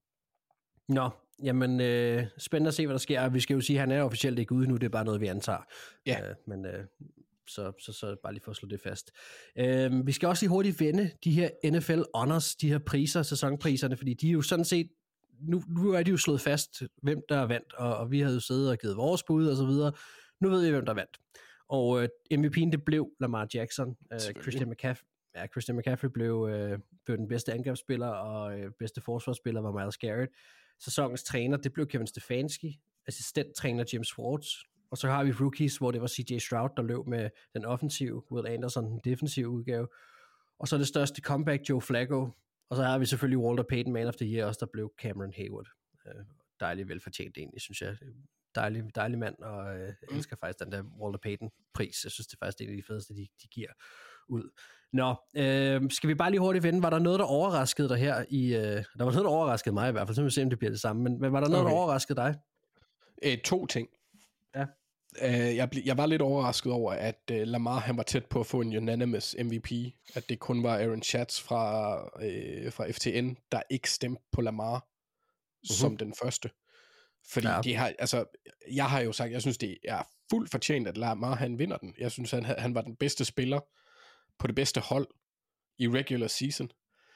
E: Nå, jamen, øh, spændende at se, hvad der sker. Vi skal jo sige, at han er officielt ikke ude nu, det er bare noget, vi antager.
F: Ja.
E: Øh, men øh, så, så, så bare lige for at slå det fast. Øh, vi skal også lige hurtigt vende de her N F L Honors, de her priser, sæsonpriserne, fordi de er jo sådan set, nu, nu er de jo slået fast, hvem der er vandt, og, og vi havde jo siddet og givet vores bud og så videre. Nu ved vi, hvem der vandt. Og øh, M V P'en, det blev Lamar Jackson. Øh, Christian McCaffrey. Ja, Christian McCaffrey blev, øh, blev den bedste angrebsspiller, og øh, bedste forsvarsspiller var Myles Garrett. Sæsonens træner, det blev Kevin Stefanski, assistenttræner Jim Schwartz, og så har vi rookies, hvor det var C J Stroud, der løb med den offensive, Will Anderson, den defensive udgave, og så det største comeback, Joe Flacco, og så har vi selvfølgelig Walter Payton, Man of the Year, også der blev Cameron Hayward. Øh, dejligt velfortjent egentlig, synes jeg. Dejlig, dejlig mand, og øh, jeg elsker faktisk den der Walter Payton-pris. Jeg synes, det er faktisk en af de fedeste, de, de giver ud. Nå, øh, skal vi bare lige hurtigt vende, var der noget, der overraskede dig her i, øh, der var noget, der overraskede mig i hvert fald, så må vi se, om det bliver det samme, men, men var der noget, okay. der overraskede dig?
F: Æ, to ting.
E: Ja.
F: Æ, jeg, ble, jeg var lidt overrasket over, at uh, Lamar, han var tæt på at få en unanimous M V P, at det kun var Aaron Schatz fra, øh, fra F T N, der ikke stemte på Lamar uh-huh. som den første. Fordi ja. det har, altså, jeg har jo sagt, jeg synes, det er fuldt fortjent, at Lamar, han vinder den. Jeg synes, han, han var den bedste spiller på det bedste hold i regular season.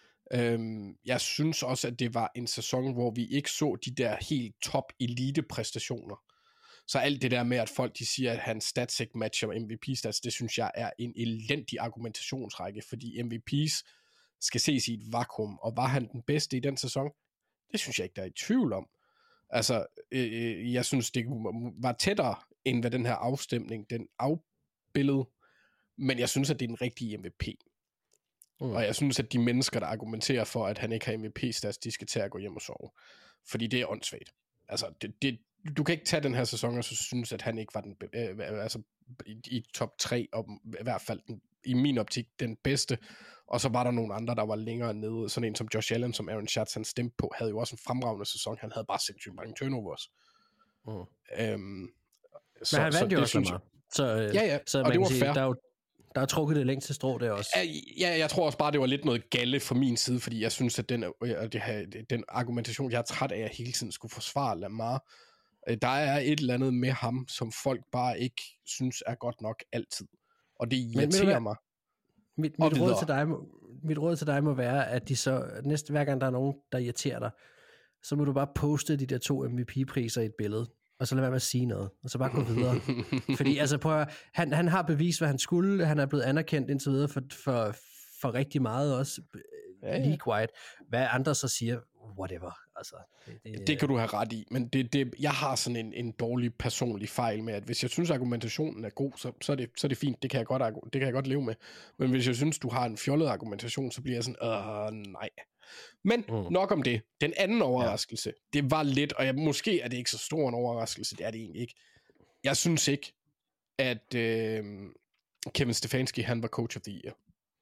F: Øhm, jeg synes også, at det var en sæson, hvor vi ikke så de der helt top elite præstationer. Så alt det der med, at folk de siger, at hans stats ikke matcher med M V P-stats, det synes jeg er en elendig argumentationsrække, fordi M V P's skal ses i et vakuum, og var han den bedste i den sæson? Det synes jeg ikke, der er i tvivl om. Altså, øh, jeg synes, det var tættere, end hvad den her afstemning, den afbillede, men jeg synes, at det er den rigtige M V P. Mm. Og jeg synes, at de mennesker, der argumenterer for, at han ikke har M V P-stats, de skal til at gå hjem og sove. Fordi det er åndssvagt. Altså, det, det, du kan ikke tage den her sæson, og så synes, at han ikke var den, øh, altså, i, i top tre, og i hvert fald den, i min optik den bedste. Og så var der nogle andre, der var længere nede. Sådan en som Josh Allen, som Aaron Schatz han stemte på, havde jo også en fremragende sæson. Han havde bare sindssygt mange turnovers. Mm. Øhm,
E: så, Men han vandt jo også meget. Så,
F: ja, ja,
E: så
F: og
E: man
F: det var
E: sige,
F: fair.
E: Der er jo Der er trukket det længst til strå, det også.
F: Ja, jeg tror også bare, det var lidt noget galle fra min side, fordi jeg synes, at den, det her, den argumentation, jeg er træt af, at jeg hele tiden skulle forsvare Lamar. Der er et eller andet med ham, som folk bare ikke synes er godt nok altid. Og det irriterer mig.
E: Mit, mit, råd til dig, mit råd til dig må være, at de så, næste hver gang der er nogen, der irriterer dig, så må du bare poste de der to M V P-priser i et billede. og så lad være med at sige noget, og så bare gå videre. Fordi altså, prøv at, han, han har bevist, hvad han skulle, han er blevet anerkendt indtil videre for, for, for rigtig meget også, ja, ja. League-wide. Hvad andre så siger, whatever. Altså, det, det,
F: det kan du have ret i, men det, det, jeg har sådan en, en dårlig personlig fejl med, at hvis jeg synes, argumentationen er god, så, så, er, det, så er det fint, det kan, jeg godt, det kan jeg godt leve med. Men hvis jeg synes, du har en fjollet argumentation, så bliver jeg sådan, åh nej. Men mm. nok om det. Den anden overraskelse, ja. det var lidt, og jeg, måske er det ikke så stor en overraskelse, det er det egentlig ikke. Jeg synes ikke, at øh, Kevin Stefanski, han var coach of the year.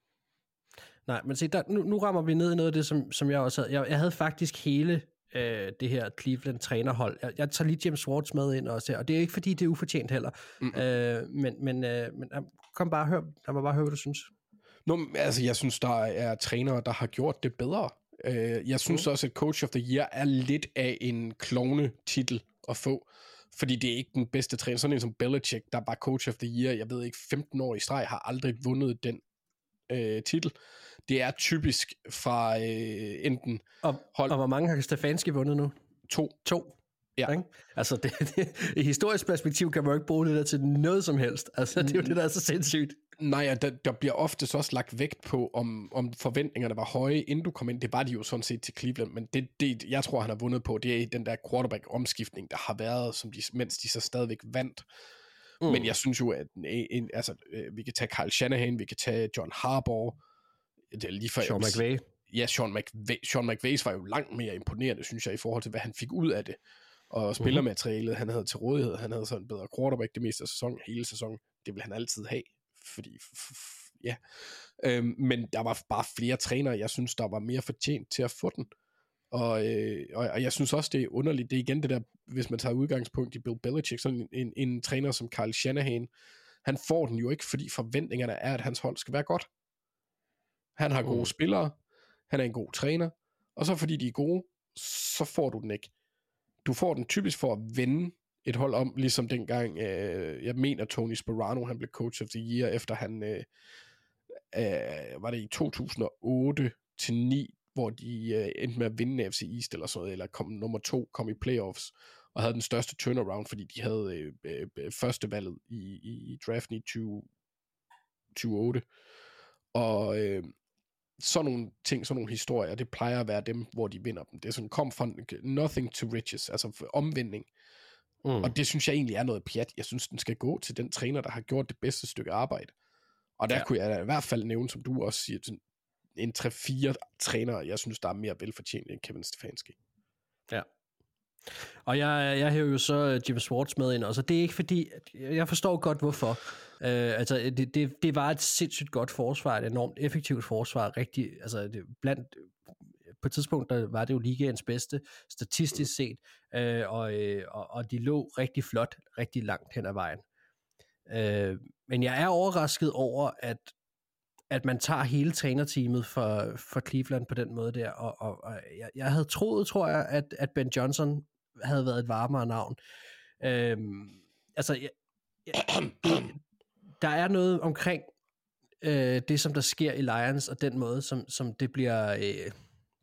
E: Nej, men se, der, nu, nu rammer vi ned i noget af det, som, som jeg også havde. Jeg, jeg havde faktisk hele øh, det her Cleveland-trænerhold. Jeg, jeg tager lige James Schwartz med ind også her, og det er ikke fordi, det er ufortjent heller. Mm-hmm. Øh, men men, øh, men kom bare og hør, lad mig bare høre, hvad du synes.
F: Nå, altså, jeg synes, der er trænere, der har gjort det bedre. Øh, jeg synes mm. også, at Coach of the Year er lidt af en klovne-titel at få, fordi det er ikke den bedste træner. Sådan en som Belichick, der var Coach of the Year, jeg ved ikke, femten år i streg, har aldrig vundet den øh, titel. Det er typisk fra øh, enten...
E: Og, hold... og hvor mange har Stefanski vundet nu?
F: To.
E: To?
F: Ja.
E: Ikke? Altså, det, det, i historisk perspektiv kan man jo ikke bruge det der til noget som helst. Altså, det er jo det, der er så sindssygt.
F: Nej, der, der bliver ofte også lagt vægt på, om, om forventningerne var høje, inden du kom ind. Det var de jo sådan set til Cleveland, men det, det jeg tror, han har vundet på, det er den der quarterback-omskiftning, der har været, som de, mens de så stadigvæk vandt. Mm. Men jeg synes jo, at en, altså, vi kan tage Kyle Shanahan, vi kan tage John Harbaugh, det er lige for,
E: Sean McVay.
F: Ja, Sean McVay. Sean McVays var jo langt mere imponerende, synes jeg, i forhold til, hvad han fik ud af det. Og spillermaterialet, han havde til rådighed, han havde sådan en bedre quarterback det meste af sæsonen, hele sæsonen. Det vil han altid have, fordi, f- f- ja. Øhm, men der var bare flere trænere, jeg synes, der var mere fortjent til at få den. Og, øh, og, og jeg synes også, det er underligt. Det er igen det der, hvis man tager udgangspunkt i Bill Belichick, sådan en, en, en træner som Kyle Shanahan, han får den jo ikke, fordi forventningerne er, at hans hold skal være godt. Han har gode mm. spillere, han er en god træner, og så fordi de er gode, så får du den ikke. Du får den typisk for at vende et hold om, ligesom dengang, øh, jeg mener Tony Sparano, han blev coach of the year, efter han, øh, øh, var det i to tusind og otte til ni, hvor de øh, endte med at vinde F C East eller sådan noget, eller kom nummer to, kom i playoffs, og havde den største turnaround, fordi de havde øh, øh, førstevalget i, i draften i tyve otte. Og øh, sådan nogle ting, sådan nogle historier, det plejer at være dem, hvor de vinder dem. Det er sådan, kom fra nothing to riches, altså omvending. Mm. Og det synes jeg egentlig er noget pjat. Jeg synes, den skal gå til den træner, der har gjort det bedste stykke arbejde. Og der ja. kunne jeg i hvert fald nævne, som du også siger, sådan en tre fire trænere, jeg synes, der er mere velfortjent end Kevin Stefanski.
E: Ja. Og jeg, jeg hæver jo så Jim Schwartz med ind, og så det er ikke fordi, jeg forstår godt hvorfor. Uh, altså det, det, det var et sindssygt godt forsvar, et enormt effektivt forsvar, rigtig, altså det, blandt, på et tidspunkt der var det jo ligaens bedste, statistisk set, uh, og, og, og de lå rigtig flot, rigtig langt hen ad vejen. Uh, men jeg er overrasket over, at at man tager hele trænerteamet for, for Cleveland på den måde der, og, og, og jeg, jeg havde troet, tror jeg, at, at Ben Johnson havde været et varmere navn. Øhm, altså, jeg, jeg, det, der er noget omkring øh, det, som der sker i Lions, og den måde, som, som det bliver... Øh,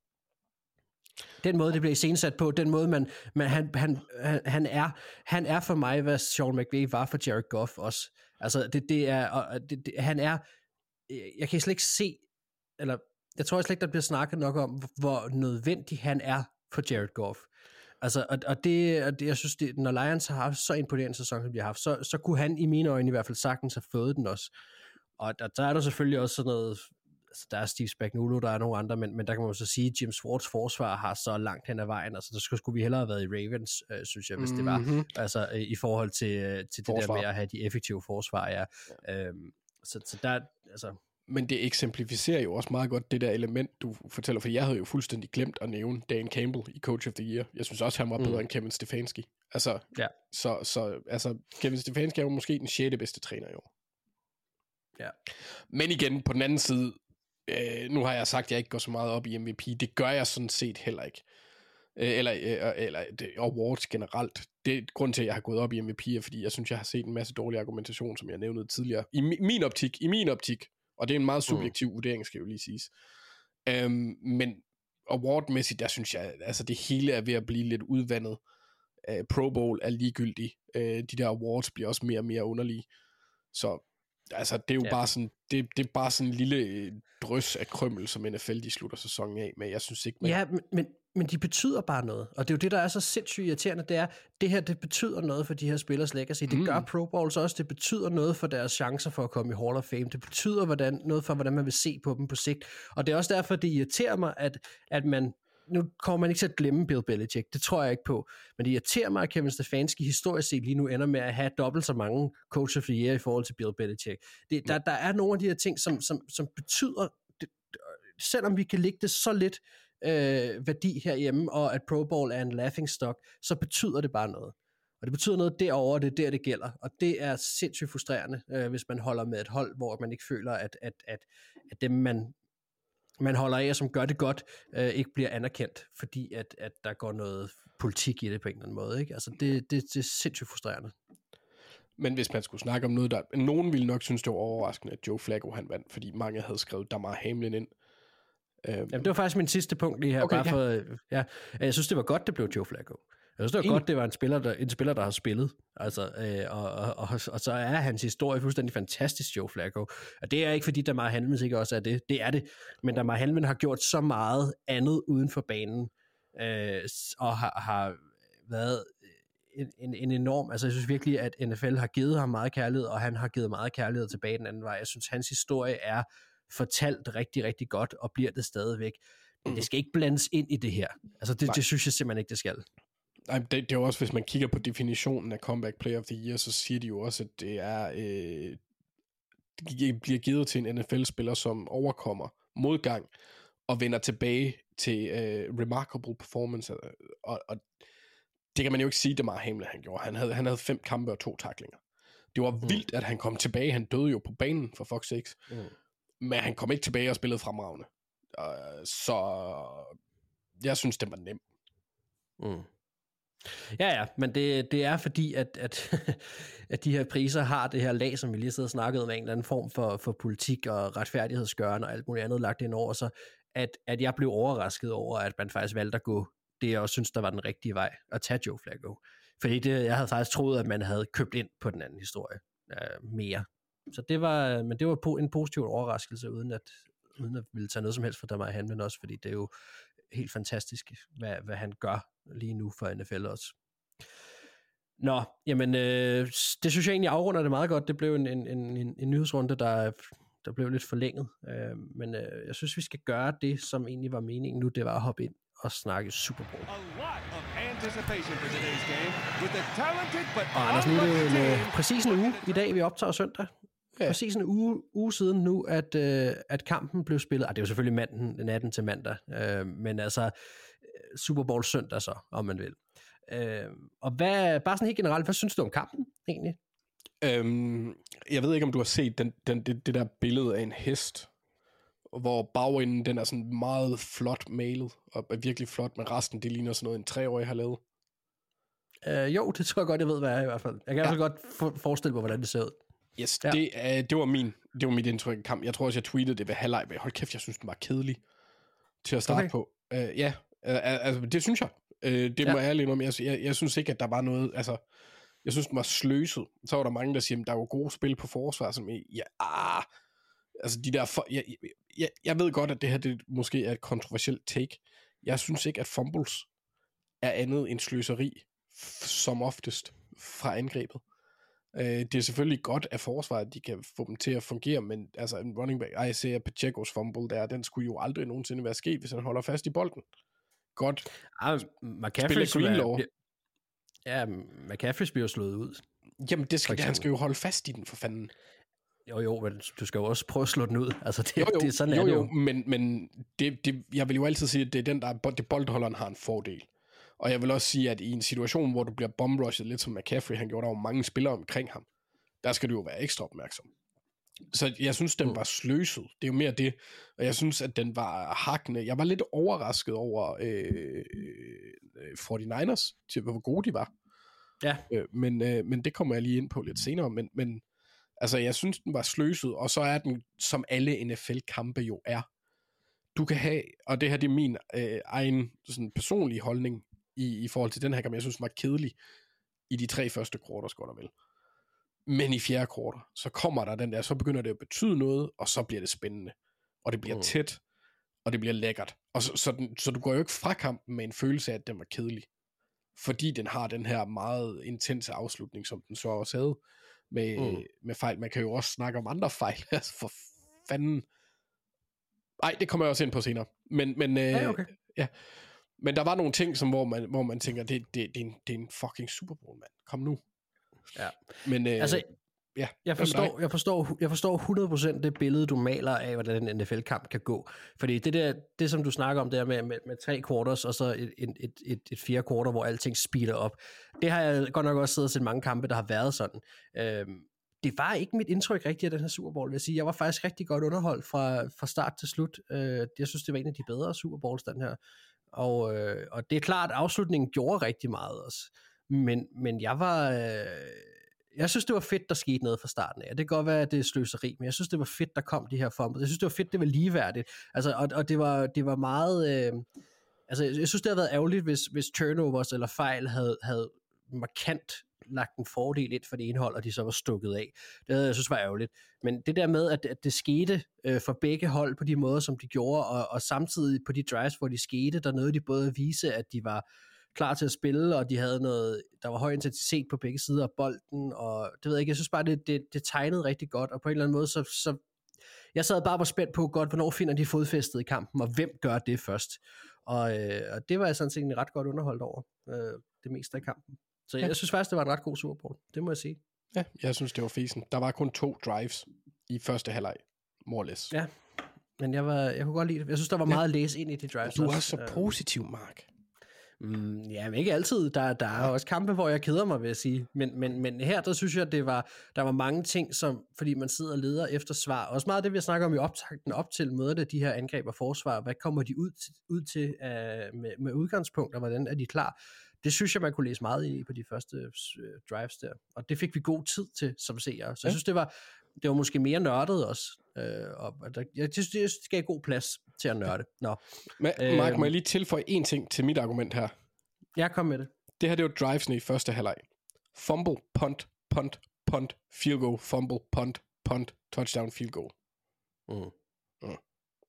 E: den måde, det bliver iscenesat på, den måde, man, man han, han, han, er, han er for mig, hvad Sean McVay var for Jared Goff også. Altså, det, det er... Og det, det, han er... Jeg kan slet ikke se, eller jeg tror slet ikke, der bliver snakket nok om, hvor nødvendig han er for Jared Goff. Altså, og, og, det, og det, jeg synes, det, når Lions har haft så imponerende sæson, som de har haft, så, så kunne han i mine øjne i hvert fald sagtens have fået den også. Og der, der er der selvfølgelig også sådan noget, altså der er Steve Spagnuolo, der er nogle andre, men, men der kan man jo så sige, at Jim Schwartz forsvar har så langt hen ad vejen, altså der skulle, skulle vi hellere have været i Ravens, øh, synes jeg, hvis mm-hmm. det var, altså øh, i forhold til, øh, til det der med at have de effektive forsvar, ja. ja. Øhm, så, så der, altså...
F: Men det eksemplificerer jo også meget godt det der element, du fortæller, for jeg havde jo fuldstændig glemt at nævne Dan Campbell i Coach of the Year. Jeg synes også, han var bedre mm. end Kevin Stefanski. Altså, ja. så, så altså, Kevin Stefanski er jo måske den sjette bedste træner i år.
E: Ja.
F: Men igen, på den anden side, øh, nu har jeg sagt, at jeg ikke går så meget op i M V P. Det gør jeg sådan set heller ikke. Øh, eller øh, eller det, awards generelt. Det er grund til, at jeg har gået op i M V P, er, fordi jeg synes, jeg har set en masse dårlig argumentation, som jeg nævnte tidligere. I mi- min optik, i min optik, og det er en meget subjektiv mm. vurdering, skal jo lige siges. Øhm, men awardmæssigt, der synes jeg, altså det hele er ved at blive lidt udvandet. uh, Pro Bowl er ligegyldig. Uh, de der awards bliver også mere og mere underlige. Så altså, det er jo ja. bare sådan, det, det er bare sådan en lille drøs af krømmel, som N F L de slutter sæsonen af med. Jeg synes ikke, man...
E: Ja, men, men de betyder bare noget. Og det er jo det, der er så sindssygt irriterende, det er, det her, det betyder noget for de her spillers legacy. Det mm. gør Pro Bowls også. Det betyder noget for deres chancer for at komme i Hall of Fame. Det betyder hvordan, noget for, hvordan man vil se på dem på sigt. Og det er også derfor, det irriterer mig, at, at man... Nu kommer man ikke til at glemme Bill Belichick, det tror jeg ikke på, men det irriterer mig, at Kevin Stefanski historisk set lige nu ender med at have dobbelt så mange coach of the year i forhold til Bill Belichick. Det, der, der er nogle af de her ting, som, som, som betyder, det, selvom vi kan lægge det så lidt øh, værdi herhjemme, og at Pro Bowl er en laughingstock, så betyder det bare noget. Og det betyder noget derovre, det er der, det gælder. Og det er sindssygt frustrerende, øh, hvis man holder med et hold, hvor man ikke føler, at, at, at, at dem, man... man holder af, som gør det godt, øh, ikke bliver anerkendt, fordi at, at der går noget politik i det på en eller anden måde. Ikke? Altså det, det, det er sindssygt frustrerende.
F: Men hvis man skulle snakke om noget, der... Nogen ville nok synes, det var overraskende, at Joe Flacco han vandt, fordi mange havde skrevet Damar Hamlin ind.
E: Øhm. Jamen, det var faktisk min sidste punkt lige her.
F: Okay,
E: bare
F: ja.
E: for, ja. Jeg synes, det var godt, det blev Joe Flacco. Jeg synes, det var godt, det var en spiller, der, en spiller, der har spillet. Altså, øh, og, og, og, og så er hans historie fuldstændig fantastisk, Joe Flacco. Og det er ikke, fordi Damar Hamlin ikke også er det. Det er det. Men Damar Hamlin har gjort så meget andet uden for banen, øh, og har, har været en, en, en enorm... Altså, jeg synes virkelig, at N F L har givet ham meget kærlighed, og han har givet meget kærlighed tilbage den anden vej. Jeg synes, hans historie er fortalt rigtig, rigtig godt, og bliver det stadigvæk. Men det skal ikke blandes ind i det her. Altså, det, det synes jeg simpelthen ikke, det skal.
F: Nej, det, det er jo også, hvis man kigger på definitionen af Comeback Player of the Year, så siger de jo også, at det er øh, det bliver givet til en N F L-spiller, som overkommer modgang og vender tilbage til øh, remarkable performance. Og, og det kan man jo ikke sige, det meget Hamlin han gjorde. Han havde, han havde fem kampe og to tacklinger. Det var mm. vildt, at han kom tilbage. Han døde jo på banen for Fox seks. Mm. Men han kom ikke tilbage og spillede fremragende. Uh, så jeg synes, det var nemt.
E: Mm. Ja, ja, men det, det er fordi, at, at, at de her priser har det her lag, som vi lige sidder og snakket om, en eller anden form for, for politik og retfærdighedsgøren og alt muligt andet lagt ind over sig, at, at jeg blev overrasket over, at man faktisk valgte at gå det, jeg også synes, der var den rigtige vej, at tage Joe Flacco. Fordi det, jeg havde faktisk troet, at man havde købt ind på den anden historie øh, mere. Så det var, men det var på en positiv overraskelse, uden at, uden at ville tage noget som helst for Damar Hamlin også, fordi det er jo helt fantastisk, hvad, hvad han gør lige nu for N F L også. Nå, jamen, øh, det synes jeg egentlig afrunder det meget godt. Det blev en, en, en, en nyhedsrunde, der, der blev lidt forlænget. Øh, men øh, jeg synes, vi skal gøre det, som egentlig var meningen nu, det var at hoppe ind og snakke Super Bowl. Og Anders, nu er det jo en, præcis en uge i dag, vi optager søndag. Ja. Præcis en uge, uge siden nu, at, øh, at kampen blev spillet. Ah, det er jo selvfølgelig mandagen, natten til mandag, øh, men altså Super Bowl søndag så, om man vil. Øh, og hvad, bare sådan helt generelt, hvad synes du om kampen egentlig?
F: Øhm, jeg ved ikke, om du har set den, den, det, det der billede af en hest, hvor bagenden, den er sådan meget flot malet, og er virkelig flot, men resten, det ligner sådan noget, en treårig har lavet.
E: Øh, jo, det tror jeg godt, jeg ved, hvad er i hvert fald. Jeg kan ja. i hvert fald godt for, forestille mig, hvordan det ser ud.
F: Yes, ja. det, uh, det var min, det var mit indtryk af kamp. Jeg tror også, jeg tweetede det ved halvleg. Hold kæft, jeg synes, den var kedelig til at starte okay. på. Uh, ja, uh, altså, det synes jeg. Uh, det ja. må jeg ærligt om. Jeg, jeg, jeg synes ikke, at der var noget, altså, jeg synes, den var sløset. Så var der mange, der siger, at der var gode spil på forsvar, som ja, ah, altså de der, for, jeg, jeg, jeg ved godt, at det her, det måske er et kontroversielt take. Jeg synes ikke, at fumbles er andet end sløseri, som oftest, fra angrebet. Det er selvfølgelig godt af forsvaret, at de kan få dem til at fungere, men altså en running back, jeg ser Pachecos fumble der, den skulle jo aldrig nogensinde være sket, hvis han holder fast i bolden. Godt.
E: Ah, McCaffrey
F: Greenlaw.
E: Ja, McCaffrey bliver slået ud.
F: Jamen, det skal, han skal jo holde fast i den, for fanden.
E: Jo, jo, men du skal jo også prøve at slå den ud. Altså, det,
F: jo, jo,
E: det er sådan,
F: jo,
E: er det
F: jo,
E: jo.
F: men, men det, det, jeg vil jo altid sige, at det er den, der det boldholderen har en fordel. Og jeg vil også sige, at i en situation, hvor du bliver bombrushet lidt som McCaffrey, han gjorde der jo mange spillere omkring ham, der skal du jo være ekstra opmærksom. Så jeg synes, den var sløset. Det er jo mere det. Og jeg synes, at den var hakkende. Jeg var lidt overrasket over øh, forty-niners, til hvor gode de var.
E: Ja.
F: Øh, men, øh, men det kommer jeg lige ind på lidt senere. Men, men altså, jeg synes, den var sløset. Og så er den, som alle N F L-kampe jo er. Du kan have, og det her det er min øh, egen sådan personlige holdning, i, i forhold til den her kamp. Jeg synes, den var kedelig i de tre første quarters, godt og vel. Men i fjerde quarter, så kommer der den der, så begynder det at betyde noget, og så bliver det spændende. Og det bliver mm. tæt, og det bliver lækkert. Og så, så, den, så du går jo ikke fra kampen med en følelse af, at den var kedelig. Fordi den har den her meget intense afslutning, som den så også havde med, mm. med fejl. Man kan jo også snakke om andre fejl. Altså for fanden. Ej, det kommer jeg også ind på senere. Men, men,
E: ja, okay.
F: øh, ja. Men der var nogle ting, som, hvor, man, hvor man tænker, det, det, det, er en, det er en fucking Super Bowl, mand. Kom nu.
E: Ja.
F: Men, øh,
E: altså,
F: ja.
E: jeg, forstår, jeg, forstår, jeg forstår hundrede procent det billede, du maler af, hvordan en N F L-kamp kan gå. Fordi det der, det som du snakker om der med, med, med tre quarters, og så et, et, et, et, et fjerde quarter, hvor alting speeder op, det har jeg godt nok også siddet og set mange kampe, der har været sådan. Øhm, det var ikke mit indtryk rigtigt af den her Super Bowl, vil jeg sige. Jeg var faktisk rigtig godt underholdt fra, fra start til slut. Øh, jeg synes, det var en af de bedre Super Bowls, den her. Og, øh, og det er klart, at afslutningen gjorde rigtig meget også. Men, men jeg var... Øh, jeg synes, det var fedt, der skete noget fra starten af. Det kan godt være, at det er sløseri, men jeg synes, det var fedt, der kom de her fumbles. Jeg synes, det var fedt, det var ligeværdigt. Altså, og, og det, var, det var meget... Øh, altså, jeg synes, det havde været ærgerligt, hvis, hvis turnovers eller fejl havde, havde markant lagt en fordel ind for det ene hold, og de så var stukket af. Det havde jeg synes var ærgerligt. Men det der med, at, at det skete øh, for begge hold på de måder, som de gjorde, og, og samtidig på de drives, hvor de skete, der nåede de både at vise, at de var klar til at spille, og de havde noget, der var høj intensitet på begge sider af bolden, og det ved jeg ikke, jeg synes bare, det, det, det tegnede rigtig godt, og på en eller anden måde, så, så jeg sad bare og spændt på godt, hvornår finder de fodfæstet i kampen, og hvem gør det først? Og, øh, og det var jeg sådan set ret godt underholdt over, øh, det meste af kampen. Så jeg, jeg synes faktisk, det var en ret god Super Bowl, det må jeg sige.
F: Ja, jeg synes, det var fesen. Der var kun to drives i første halvleg, more or less.
E: Ja, men jeg, var, jeg kunne godt lide det. Jeg synes, der var meget ja. at læse ind i de drives.
F: Du er også så positiv, Mark.
E: Mm, ja, men ikke altid. Der, der er også kampe, hvor jeg keder mig, vil jeg sige. Men, men, men her, der synes jeg, at det var, der var mange ting, som, fordi man sidder og leder efter svar. Også meget af det, vi snakker om i optakten op til mødet af de her angreb og forsvar. Hvad kommer de ud til, ud til uh, med, med udgangspunkt, og hvordan er de klar? Det synes jeg, man kunne læse meget i på de første uh, drives der. Og det fik vi god tid til, som seere. Så jeg synes, det var, det var måske mere nørdet også. Uh, og der, jeg synes, det skal have god plads til at nørde. Nå.
F: Men, Mark, må jeg lige tilføje en ting til mit argument her?
E: Jeg kom med det.
F: Det her, det var drivesne i første halvleg. Fumble, punt, punt, punt, field goal, fumble, punt, punt, touchdown, field goal.
E: Mm.
F: Mm.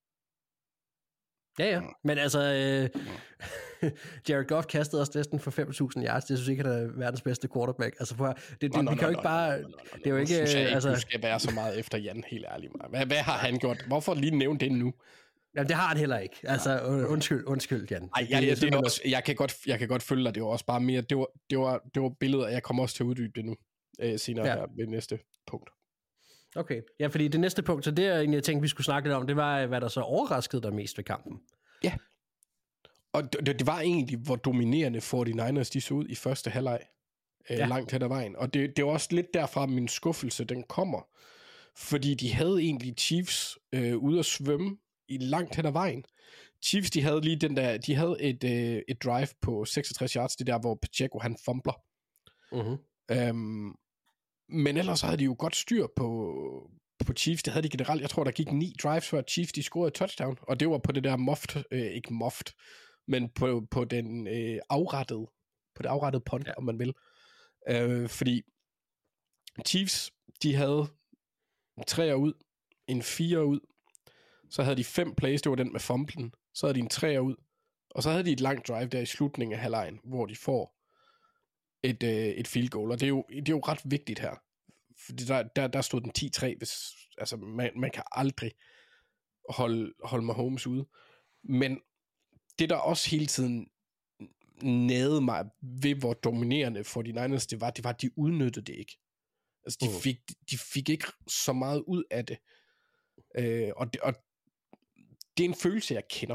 E: Ja, ja. Men altså, øh, Jared Goff kastede også næsten for fem tusind yards. Det synes ikke, han er verdens bedste quarterback. Altså, for, det, det, nå, vi kan jo ikke bare... Det er jo ikke...
F: Jeg synes ikke,
E: altså,
F: du skal være så meget efter Jan, helt ærligt. Hvad, hvad har han gjort? Hvorfor lige nævne det nu?
E: Jamen, det har han heller ikke. Altså, undskyld, undskyld, Jan.
F: Ej, jeg, det, det er også, jeg, kan godt, jeg kan godt følge dig. Det var også bare mere... Det var, det var, det var billeder. Jeg kommer også til at uddybe det nu. Øh, senere ja. her ved næste punkt.
E: Okay. Ja, fordi det næste punkt, så det er egentlig, jeg tænkte, vi skulle snakke lidt om, det var, hvad der så overraskede dig mest ved kampen.
F: Ja. Og det, det var egentlig, hvor dominerende forty-niners de så ud i første halvleg. Øh, ja. Langt hen ad vejen. Og det, det var også lidt derfra, min skuffelse, den kommer. Fordi de havde egentlig Chiefs øh, ude at svømme i langt hen ad vejen. Chiefs, de havde lige den der, de havde et, øh, et drive på seksogtres yards, det der, hvor Pacheco, han fumbler. Uh-huh. Øhm, men ellers havde de jo godt styr på, på Chiefs. Det havde de generelt. Jeg tror, der gik ni drives, før Chiefs, de scorede et touchdown. Og det var på det der muffed, øh, ikke muffed, men på, på den øh, afrettede, på det afrettede punt, ja. Om man vil. Øh, fordi Chiefs, de havde en treer ud, en fire ud, så havde de fem plays, det var den med fumblen, så havde de en treer ud, og så havde de et langt drive der i slutningen af halvlejen, hvor de får et, øh, et field goal, og det er, jo, det er jo ret vigtigt her, fordi der, der, der stod den ti tre, hvis, altså man, man kan aldrig holde, holde Mahomes ude, men det der også hele tiden nede mig ved, hvor dominerende forty-niners det var, det var, at de udnyttede det ikke. Altså, de fik, de fik ikke så meget ud af det. Øh, og, det og det er en følelse, jeg kender.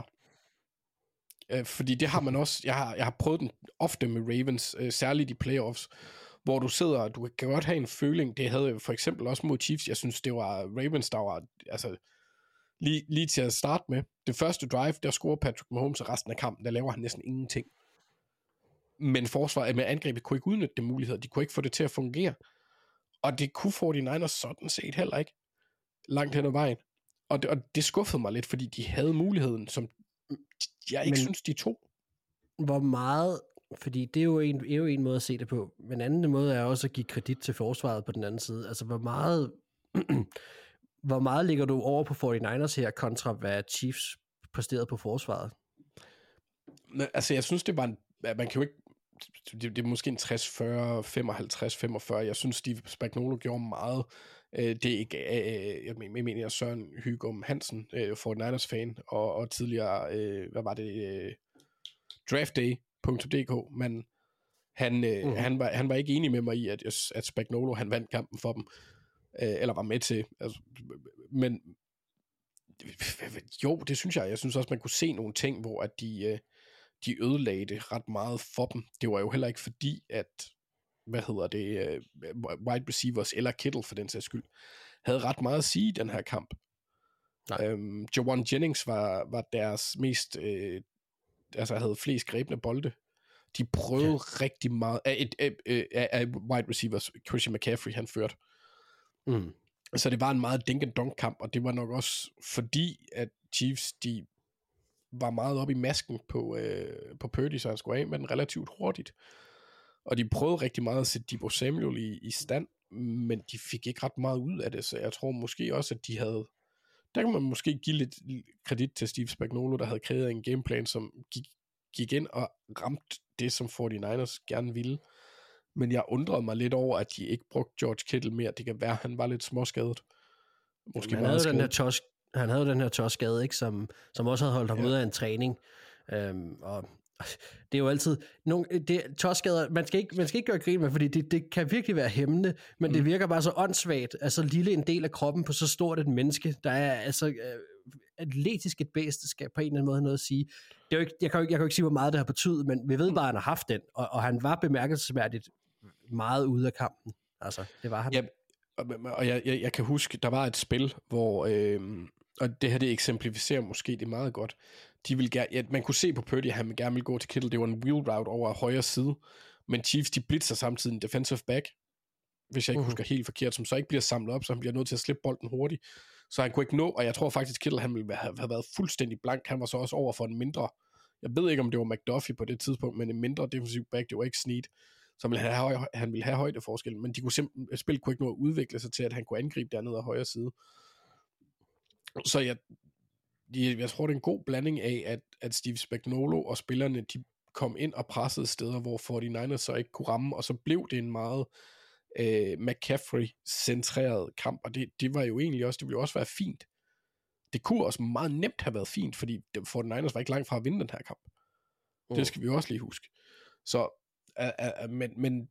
F: Øh, fordi det har man også, jeg har, jeg har prøvet den ofte med Ravens, øh, særligt i playoffs, hvor du sidder, og du kan godt have en føling, det havde for eksempel også mod Chiefs, jeg synes, det var Ravens, der var, altså, lige, lige til at starte med, det første drive, der scorer Patrick Mahomes, og resten af kampen, der laver han næsten ingenting. Men forsvaret med angrebet kunne ikke udnytte det muligheder, de kunne ikke få det til at fungere. Og det kunne forty-niners sådan set heller ikke. Langt hen ad vejen. Og det, og det skuffede mig lidt, fordi de havde muligheden, som jeg ikke Men, synes, de tog.
E: Hvor meget, Fordi det er jo, en, er jo en måde at se det på. Men en anden måde er også at give kredit til forsvaret på den anden side. Altså, hvor meget, hvor meget ligger du over på forty-niners her, kontra hvad Chiefs præsterede på forsvaret?
F: Altså, jeg synes, det var en... Man kan jo ikke... Det, det er måske en tres fyrre, femoghalvtreds femogfyrre. Jeg synes, Steve Spagnuolo gjorde meget. Det er ikke... Jeg mener, jeg Søren Hygum Hansen, forty-niners-fan, og, og tidligere... Hvad var det? draftday punktum d k, men han, uh-huh. han, var, han var ikke enig med mig i, at, at Spagnuolo, han vandt kampen for dem, eller var med til. Altså, men jo, det synes jeg. Jeg synes også, man kunne se nogle ting, hvor at de, de ødelagde det ret meget for dem. Det var jo heller ikke fordi, at hvad hedder det, wide receivers, eller Kittle for den sags skyld, havde ret meget at sige i den her kamp. Øhm, Jawan Jennings var, var deres mest... Øh, altså havde flest grebne bolde. De prøvede ja. rigtig meget af, af, af, af wide receivers. Christian McCaffrey, han førte. Mm. Så det var en meget dink-and-dunk kamp, og det var nok også fordi, at Chiefs, de var meget oppe i masken på, øh, på Purdy, så han skulle af med den relativt hurtigt. Og de prøvede rigtig meget at sætte Deebo Samuel i, i stand, men de fik ikke ret meget ud af det, så jeg tror måske også, at de havde... Der kan man måske give lidt kredit til Steve Spagnuolo, der havde kreeret en gameplan, som gik, gik ind og ramte det, som forty-niners gerne ville. Men jeg undrede mig lidt over, at de ikke brugte George Kittle mere. Det kan være, at han var lidt småskadet.
E: Måske han, havde den her tos, han havde den her tosskade, ikke, som, som også havde holdt ham ja. ud af en træning. Øhm, og det er jo altid nogle, det, tosskader, man skal ikke man skal ikke gøre grin med, fordi det, det kan virkelig være hæmmende, men mm. det virker bare så åndssvagt, altså lille en del af kroppen på så stort et menneske, der er altså øh, atletisk et bedste, skal på en eller anden måde have noget at sige. Det er jo ikke, jeg, kan jo ikke, jeg kan jo ikke sige, hvor meget det har betydet, men vi ved bare, at han har haft den, og, og han var bemærkelsesværdigt meget ude af kampen. Altså, det var han.
F: Ja, og, og jeg, jeg, jeg kan huske, der var et spil, hvor øh, og det her, det eksemplificerer måske det meget godt. De vil gerne, ja, man kunne se på Purdy, at han gerne ville gå til Kittle. Det var en wheel route over højre side. Men Chiefs, de blitzer samtidig en defensive back, hvis jeg ikke uh-huh. husker helt forkert, som så ikke bliver samlet op, så han bliver nødt til at slippe bolden hurtigt. Så han kunne ikke nå, og jeg tror faktisk, Kittle han ville have, have været fuldstændig blank. Han var så også over for en mindre, jeg ved ikke, om det var McDuffie på det tidspunkt, men en mindre defensive back, det var ikke Snead. Så han ville have, høj, han ville have højdeforskel, men de kunne simpelthen, spillet kunne ikke nå at udvikle sig til, at han kunne angribe dernede af højre side. Så jeg, jeg, jeg tror, det er en god blanding af, at, at Steve Spagnuolo og spillerne, de kom ind og pressede steder, hvor forty-niners så ikke kunne ramme, og så blev det en meget øh, McCaffrey-centreret kamp, og det, det var jo egentlig også, det ville jo også være fint. Det kunne også meget nemt have været fint, fordi forty-niners var ikke langt fra at vinde den her kamp. Mm. Det skal vi jo også lige huske. Så, uh, uh, men, men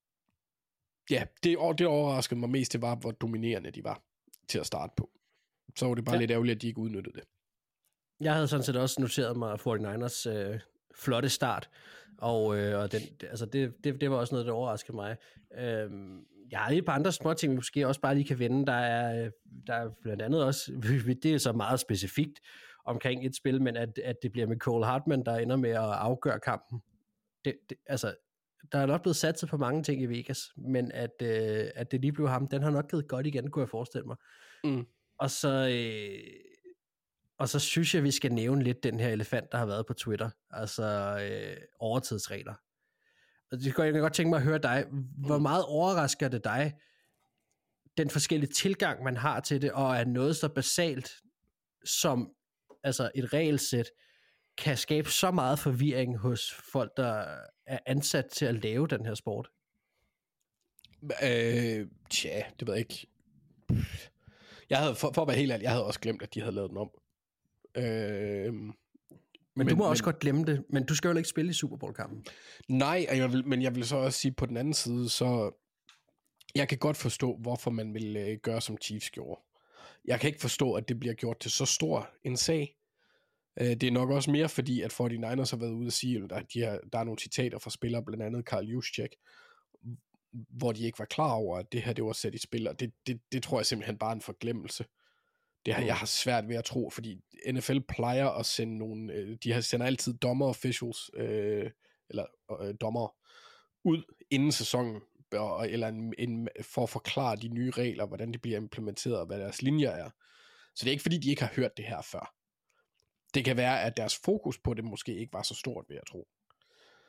F: ja, det, det overraskede mig mest, det var, hvor dominerende de var til at starte på. Så var det bare ja. lidt ærgerligt, at de ikke udnyttede det. Jeg
E: havde sådan set også noteret mig forty-niners øh, flotte start, og, øh, og den, altså det, det, det var også noget, der overraskede mig. Øh, jeg har lige et par andre små ting, vi måske også bare lige kan vende. Der er, der er blandt andet også, det er så meget specifikt omkring et spil, men at, at det bliver med Cole Hartman, der ender med at afgøre kampen. Det, det, altså, der er nok blevet satset på mange ting i Vegas, men at, øh, at det lige blev ham, den har nok givet godt igen, kunne jeg forestille mig. Mm. Og så, øh, og så synes jeg, vi skal nævne lidt den her elefant, der har været på Twitter. Altså øh, overtidsregler. Og det kan jeg godt tænke mig at høre dig. Hvor meget overrasker det dig, den forskellige tilgang, man har til det, og er noget så basalt som altså et regelsæt, kan skabe så meget forvirring hos folk, der er ansat til at lave den her sport?
F: Øh, tja, det ved jeg ikke. Jeg havde, for, for at være helt ærlig, jeg havde også glemt, at de havde lavet den om. Øh,
E: men, men du må men, også godt glemme det, men du skal jo ikke spille i Super Bowl-kampen.
F: Nej, jeg vil, men jeg vil så også sige på den anden side, så jeg kan godt forstå, hvorfor man vil øh, gøre, som Chiefs gjorde. Jeg kan ikke forstå, at det bliver gjort til så stor en sag. Øh, det er nok også mere fordi, at forty-niners har været ude at sige, at de har, der er nogle citater fra spillere, blandt andet Karl Juszczyk, hvor de ikke var klar over, at det her det var sat i spil, og det, det, det tror jeg simpelthen bare er en forglemmelse. Det har, jeg har svært ved at tro, fordi N F L plejer at sende nogle, øh, de har sender altid dommer officials, øh, eller øh, dommer ud inden sæsonen, og, eller en, en, for at forklare de nye regler, hvordan de bliver implementeret, og hvad deres linjer er. Så det er ikke fordi, de ikke har hørt det her før. Det kan være, at deres fokus på det måske ikke var så stort, vil jeg tro.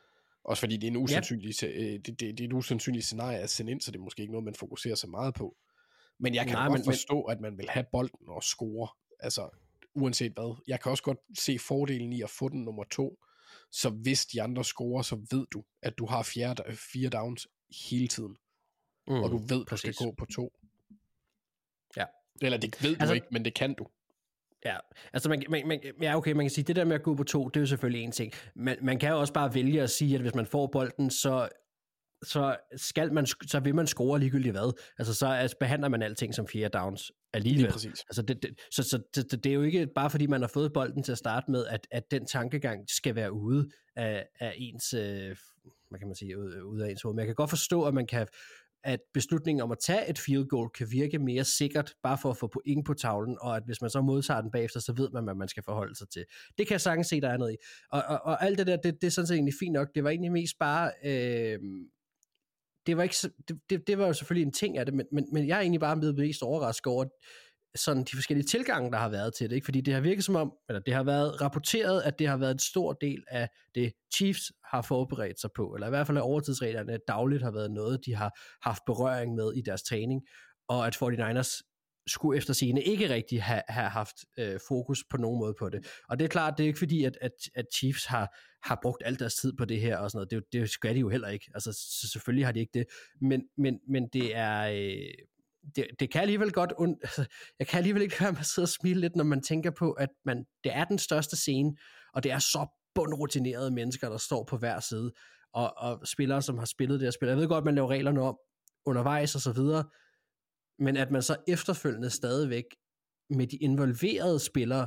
F: Også fordi det er en usandsynlig, ja. det, det, det er et usandsynligt scenarie at sende ind, så det er måske ikke noget, man fokuserer så meget på. Men jeg kan Nej, godt men, forstå, at man vil have bolden og score. Altså, uanset hvad. Jeg kan også godt se fordelen i at få den nummer to. Så hvis de andre scorer, så ved du, at du har fjerde, fire downs hele tiden. Mm, og du ved, at du skal gå på to.
E: Ja.
F: Eller det ved altså, du ikke, men det kan du.
E: Ja, altså man, man, man, ja, okay, man kan sige, det der med at gå på to, det er jo selvfølgelig en ting. Man, man kan jo også bare vælge at sige, at hvis man får bolden, så, så, skal man, så vil man score ligegyldigt hvad. Altså så altså, behandler man alting som fjerde downs alligevel. Altså, det, det, så så det, det er jo ikke bare fordi, man har fået bolden til at starte med, at, at den tankegang skal være ude af, af ens, øh, hvad kan man sige, ude, ude af ens hoved. Men jeg kan godt forstå, at man kan at beslutningen om at tage et field goal kan virke mere sikkert, bare for at få point på tavlen, og at hvis man så modtager den bagefter, så ved man, hvad man skal forholde sig til. Det kan jeg sagtens se, der er noget i. Og, og, og alt det der, det, det er sådan set egentlig fint nok. Det var egentlig mest bare, øh, det var ikke, det, det, det var jo selvfølgelig en ting af det, men, men, men jeg er egentlig bare blevet mest overrasket over sådan de forskellige tilgange, der har været til det, ikke? Fordi det har virket som om, eller det har været rapporteret, at det har været en stor del af det, Chiefs har forberedt sig på, eller i hvert fald af overtidsreglerne dagligt har været noget, de har haft berøring med i deres træning, og at forty-niners skulle efter sigende ikke rigtig have, have haft øh, fokus på nogen måde på det. Og det er klart, det er ikke fordi, at, at, at Chiefs har, har brugt al deres tid på det her og sådan noget. Det, det skal de jo heller ikke. Altså, så selvfølgelig har de ikke det. Men, men, men det er... Øh, Det, det kan alligevel godt und- jeg kan alligevel ikke høre mig sidde og smile lidt, når man tænker på, at man, det er den største scene, og det er så bundrutinerede mennesker, der står på hver side, og, og spillere, som har spillet det her spil. Jeg ved godt, man laver reglerne om undervejs og så videre, men at man så efterfølgende stadigvæk med de involverede spillere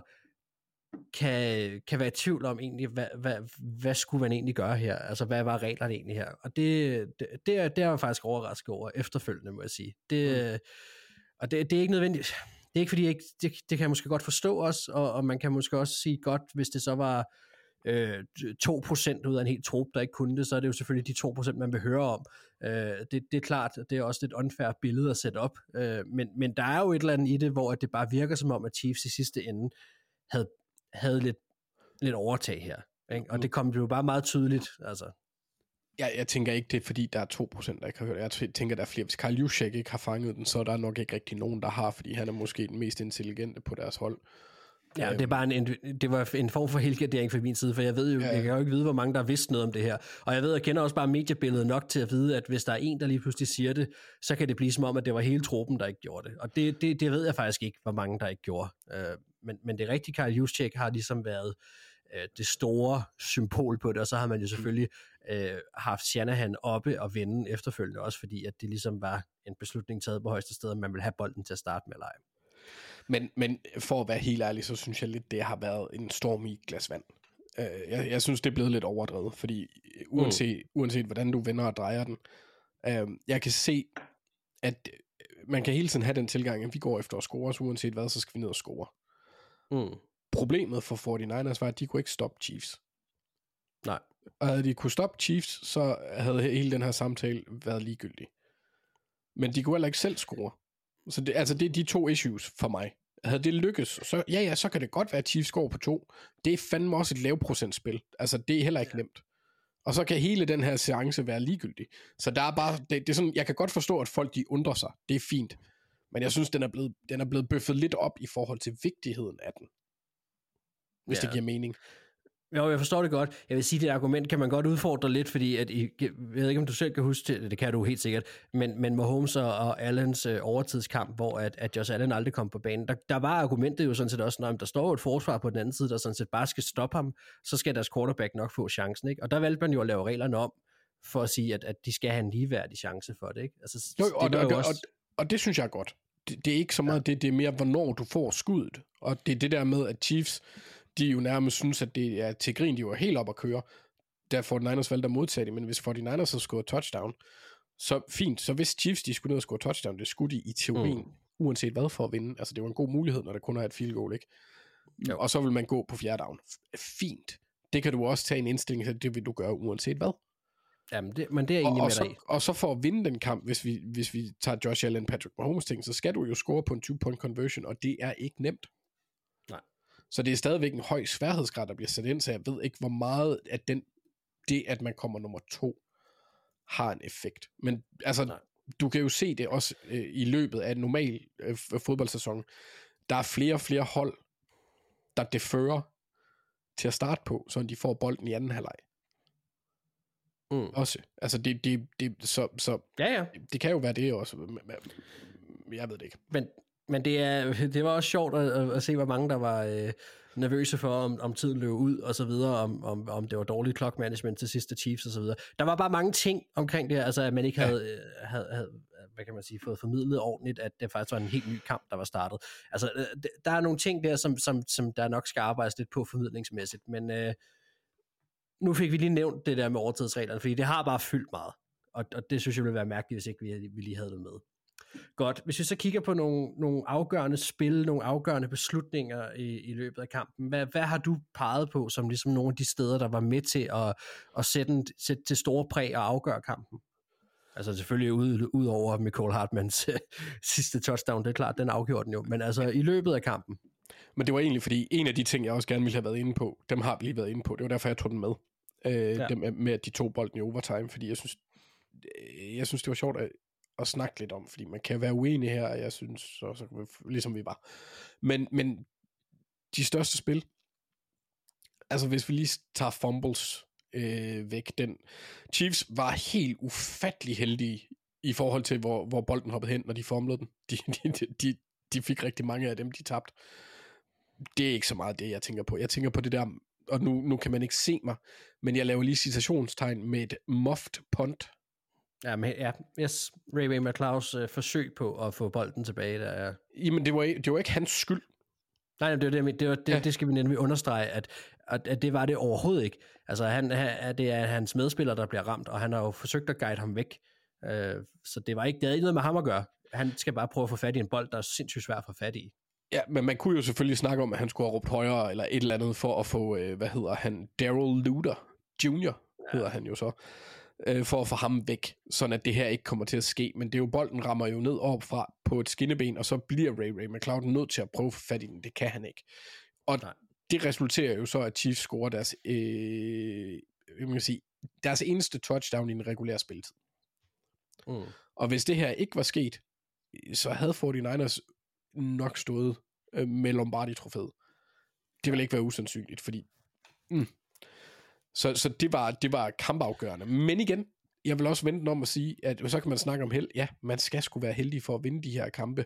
E: kan, kan være i tvivl om egentlig, hvad, hvad, hvad skulle man egentlig gøre her? Altså, hvad var reglerne egentlig her? Og det, det, det, er, det er jeg faktisk overrasket over efterfølgende, må jeg sige. Det, mm. Og det, det er ikke nødvendigt. Det er ikke fordi, jeg ikke, det, det kan jeg måske godt forstå også, og, og man kan måske også sige godt, hvis det så var øh, to procent ud af en helt trup, der ikke kunne det, så er det jo selvfølgelig de to procent, man vil høre om. Øh, det, det er klart, det er også et unfair billede at sætte op, øh, men, men der er jo et eller andet i det, hvor det bare virker som om, at Chiefs i sidste ende havde havde lidt, lidt overtag her. Ikke? Og det kom jo bare meget tydeligt. Altså.
F: Jeg, jeg tænker ikke, det er fordi, der er to procent, der ikke har hørt det. Jeg tænker, der er flere. Hvis Karl Juszczyk ikke har fanget den, så er der nok ikke rigtig nogen, der har, fordi han er måske den mest intelligente på deres hold.
E: Ja, det, er bare en, det var en form for helgardering fra min side, for jeg ved jo, ja. jeg kan jo ikke vide, hvor mange der har vidst noget om det her. Og jeg ved, jeg kender også bare mediebilledet nok til at vide, at hvis der er en, der lige pludselig siger det, så kan det blive som om, at det var hele truppen, der ikke gjorde det. Og det, det, det ved jeg faktisk ikke, hvor mange der ikke gjorde. Men, men det er rigtigt, Karl Juszczyk har ligesom været det store symbol på det, og så har man jo selvfølgelig øh, haft Shanahan oppe og vende efterfølgende også, fordi at det ligesom var en beslutning taget på højeste sted, at man vil have bolden til at starte med at lege.
F: Men, men for at være helt ærlig, så synes jeg lidt, det har været en storm i et glas vand. Uh, jeg, jeg synes, det er blevet lidt overdrevet, fordi uanset, mm. uanset hvordan du vender og drejer den, uh, jeg kan se, at man kan hele tiden have den tilgang, at vi går efter at score, så uanset hvad, så skal vi ned og score. Mm. Problemet for forty-niners var, at de kunne ikke stoppe Chiefs.
E: Nej.
F: Og havde de kunne stoppe Chiefs, så havde hele den her samtale været ligegyldig. Men de kunne heller ikke selv score. Så det, altså det er de to issues for mig. Havde det lykkes, så ja, ja, så kan det godt være, at Chiefs går på to. Det er fandme også et lavprocentspil. Altså det er heller ikke nemt. Og så kan hele den her seance være ligegyldig. Så der er bare, det, det er sådan, jeg kan godt forstå, at folk de undrer sig. Det er fint. Men jeg synes, den er blevet, den er blevet bøffet lidt op i forhold til vigtigheden af den. Hvis ja. det giver mening.
E: Jo, jeg forstår det godt. Jeg vil sige, at det argument kan man godt udfordre lidt, fordi at I, jeg ved ikke, om du selv kan huske det, det kan du helt sikkert, men, men Mahomes og Allens øh, overtidskamp, hvor at, at Josh Allen aldrig kom på banen, der, der var argumentet jo sådan set også, når der står et forsvar på den anden side, der sådan set bare skal stoppe ham, så skal deres quarterback nok få chancen, ikke? Og der valgte man jo at lave reglerne om, for at sige, at, at de skal have en ligeværdig chance for det, ikke? Altså,
F: jo, og,
E: det
F: og,
E: jo også...
F: og, og det synes jeg er godt. Det, det er ikke så meget ja. det, det er mere, hvornår du får skuddet, og det er det der med, at Chiefs de jo nærmest synes, at det er til grin, de var helt op at køre, da forty-niners valgte at modtage det, men hvis forty-niners havde scoret touchdown, så fint, så hvis Chiefs de skulle ned og score touchdown, det skulle de i teorien, mm. uanset hvad for at vinde, altså det var en god mulighed, når der kun er et field goal, ikke? Jo. Og så vil man gå på fjerde down. Fint. Det kan du også tage en indstilling til, det vil du gøre uanset hvad.
E: Jamen, det, men det er egentlig
F: og,
E: med
F: og så,
E: dig.
F: Og så for at vinde den kamp, hvis vi, hvis vi tager Josh Allen, Patrick Mahomes ting, så skal du jo score på en two-point conversion, og det er ikke nemt.
E: Nej.
F: Så det er stadigvæk en høj sværhedsgrad, der bliver sat ind, så jeg ved ikke, hvor meget af den det, at man kommer nummer to, har en effekt. Men altså, Nej. du kan jo se det også øh, i løbet af en normal øh, fodboldsæson. Der er flere og flere hold, der deferer til at starte på, så de får bolden i anden halvleg. Mm. Også. Altså, det, det, det, så, så
E: ja, ja.
F: det kan jo være det også. Jeg ved det ikke.
E: Men, men det, er, det var også sjovt at, at se, hvor mange der var øh, nervøse for, om, om tiden løb ud, og så videre, om, om, om det var dårligt clock management til sidste Chiefs, og så videre. Der var bare mange ting omkring det her, altså at man ikke havde, ja. havde, havde hvad kan man sige, fået formidlet ordentligt, at det faktisk var en helt ny kamp, der var startet. Altså, der er nogle ting der, som, som, som der nok skal arbejdes lidt på formidlingsmæssigt, men øh, nu fik vi lige nævnt det der med overtidsreglerne, fordi det har bare fyldt meget, og, og det synes jeg ville være mærkeligt, hvis ikke vi, vi lige havde det med. Godt, hvis vi så kigger på nogle, nogle afgørende spil, nogle afgørende beslutninger i, i løbet af kampen, hvad, hvad har du peget på som ligesom nogle af de steder, der var med til at, at sætte, en, sætte til store præg og afgøre kampen? Altså selvfølgelig ud, ud over Mecole Hardmans sidste touchdown, det er klart, den afgjorde den jo, men altså i løbet af kampen.
F: Men det var egentlig, fordi en af de ting, jeg også gerne ville have været inde på, dem har vi lige været inde på, det var derfor, jeg tog den med. Øh, ja. Dem med, at de to bolden i overtime, fordi jeg synes, jeg synes det var sjovt at, at snakke lidt om, fordi man kan være uenig her, og jeg synes, så, så ligesom vi var. Men, men de største spil, altså hvis vi lige tager fumbles øh, væk, den Chiefs var helt ufattelig heldige i forhold til, hvor, hvor bolden hoppede hen, når de fumblede den. De, de, de, de fik rigtig mange af dem, de tabte. Det er ikke så meget det, jeg tænker på. Jeg tænker på det der, og nu, nu kan man ikke se mig, men jeg laver lige citationstegn med et muffed punt.
E: Ja, men ja, yes, Ray Ray McClouds øh, forsøg på at få bolden tilbage, der er...
F: Jamen, det var, det var ikke hans skyld.
E: Nej, det, var det, det, var, det, ja. det skal vi nemlig understrege, at, at, at det var det overhovedet ikke. Altså, han, han, det er hans medspiller, der bliver ramt, og han har jo forsøgt at guide ham væk. Øh, så det var ikke, det havde ikke noget med ham at gøre. Han skal bare prøve at få fat i en bold, der er sindssygt svært at få fat i.
F: Ja, men man kunne jo selvfølgelig snakke om, at han skulle have råbt højere, eller et eller andet, for at få, øh, hvad hedder han, Darrell Luter junior hedder ja. han jo så, øh, for at få ham væk, sådan at det her ikke kommer til at ske. Men det er jo, bolden rammer jo ned opfra på et skinneben, og så bliver Ray Ray McCloud nødt til at prøve at få fat i den. Det kan han ikke. Og Nej. det resulterer jo så, at Chiefs scorer deres, øh, jeg kan sige, deres eneste touchdown i en regulær spilletid. Mm. Og hvis det her ikke var sket, så havde forty-niners nok stået øh, med Lombardi-trofæet. Det ville ikke være usandsynligt, fordi mm. så, så det var, det var kampafgørende. Men igen, jeg vil også vente den om at sige, at så kan man snakke om held. Ja, man skal sgu være heldig for at vinde de her kampe.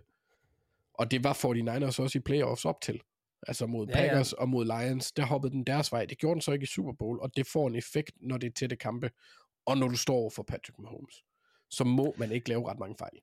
F: Og det var forty-niners også i playoffs op til. Altså mod ja, Packers ja. og mod Lions, der hoppede den deres vej. Det gjorde den så ikke i Super Bowl, og det får en effekt, når det er tætte kampe, og når du står over for Patrick Mahomes. Så må man ikke lave ret mange fejl.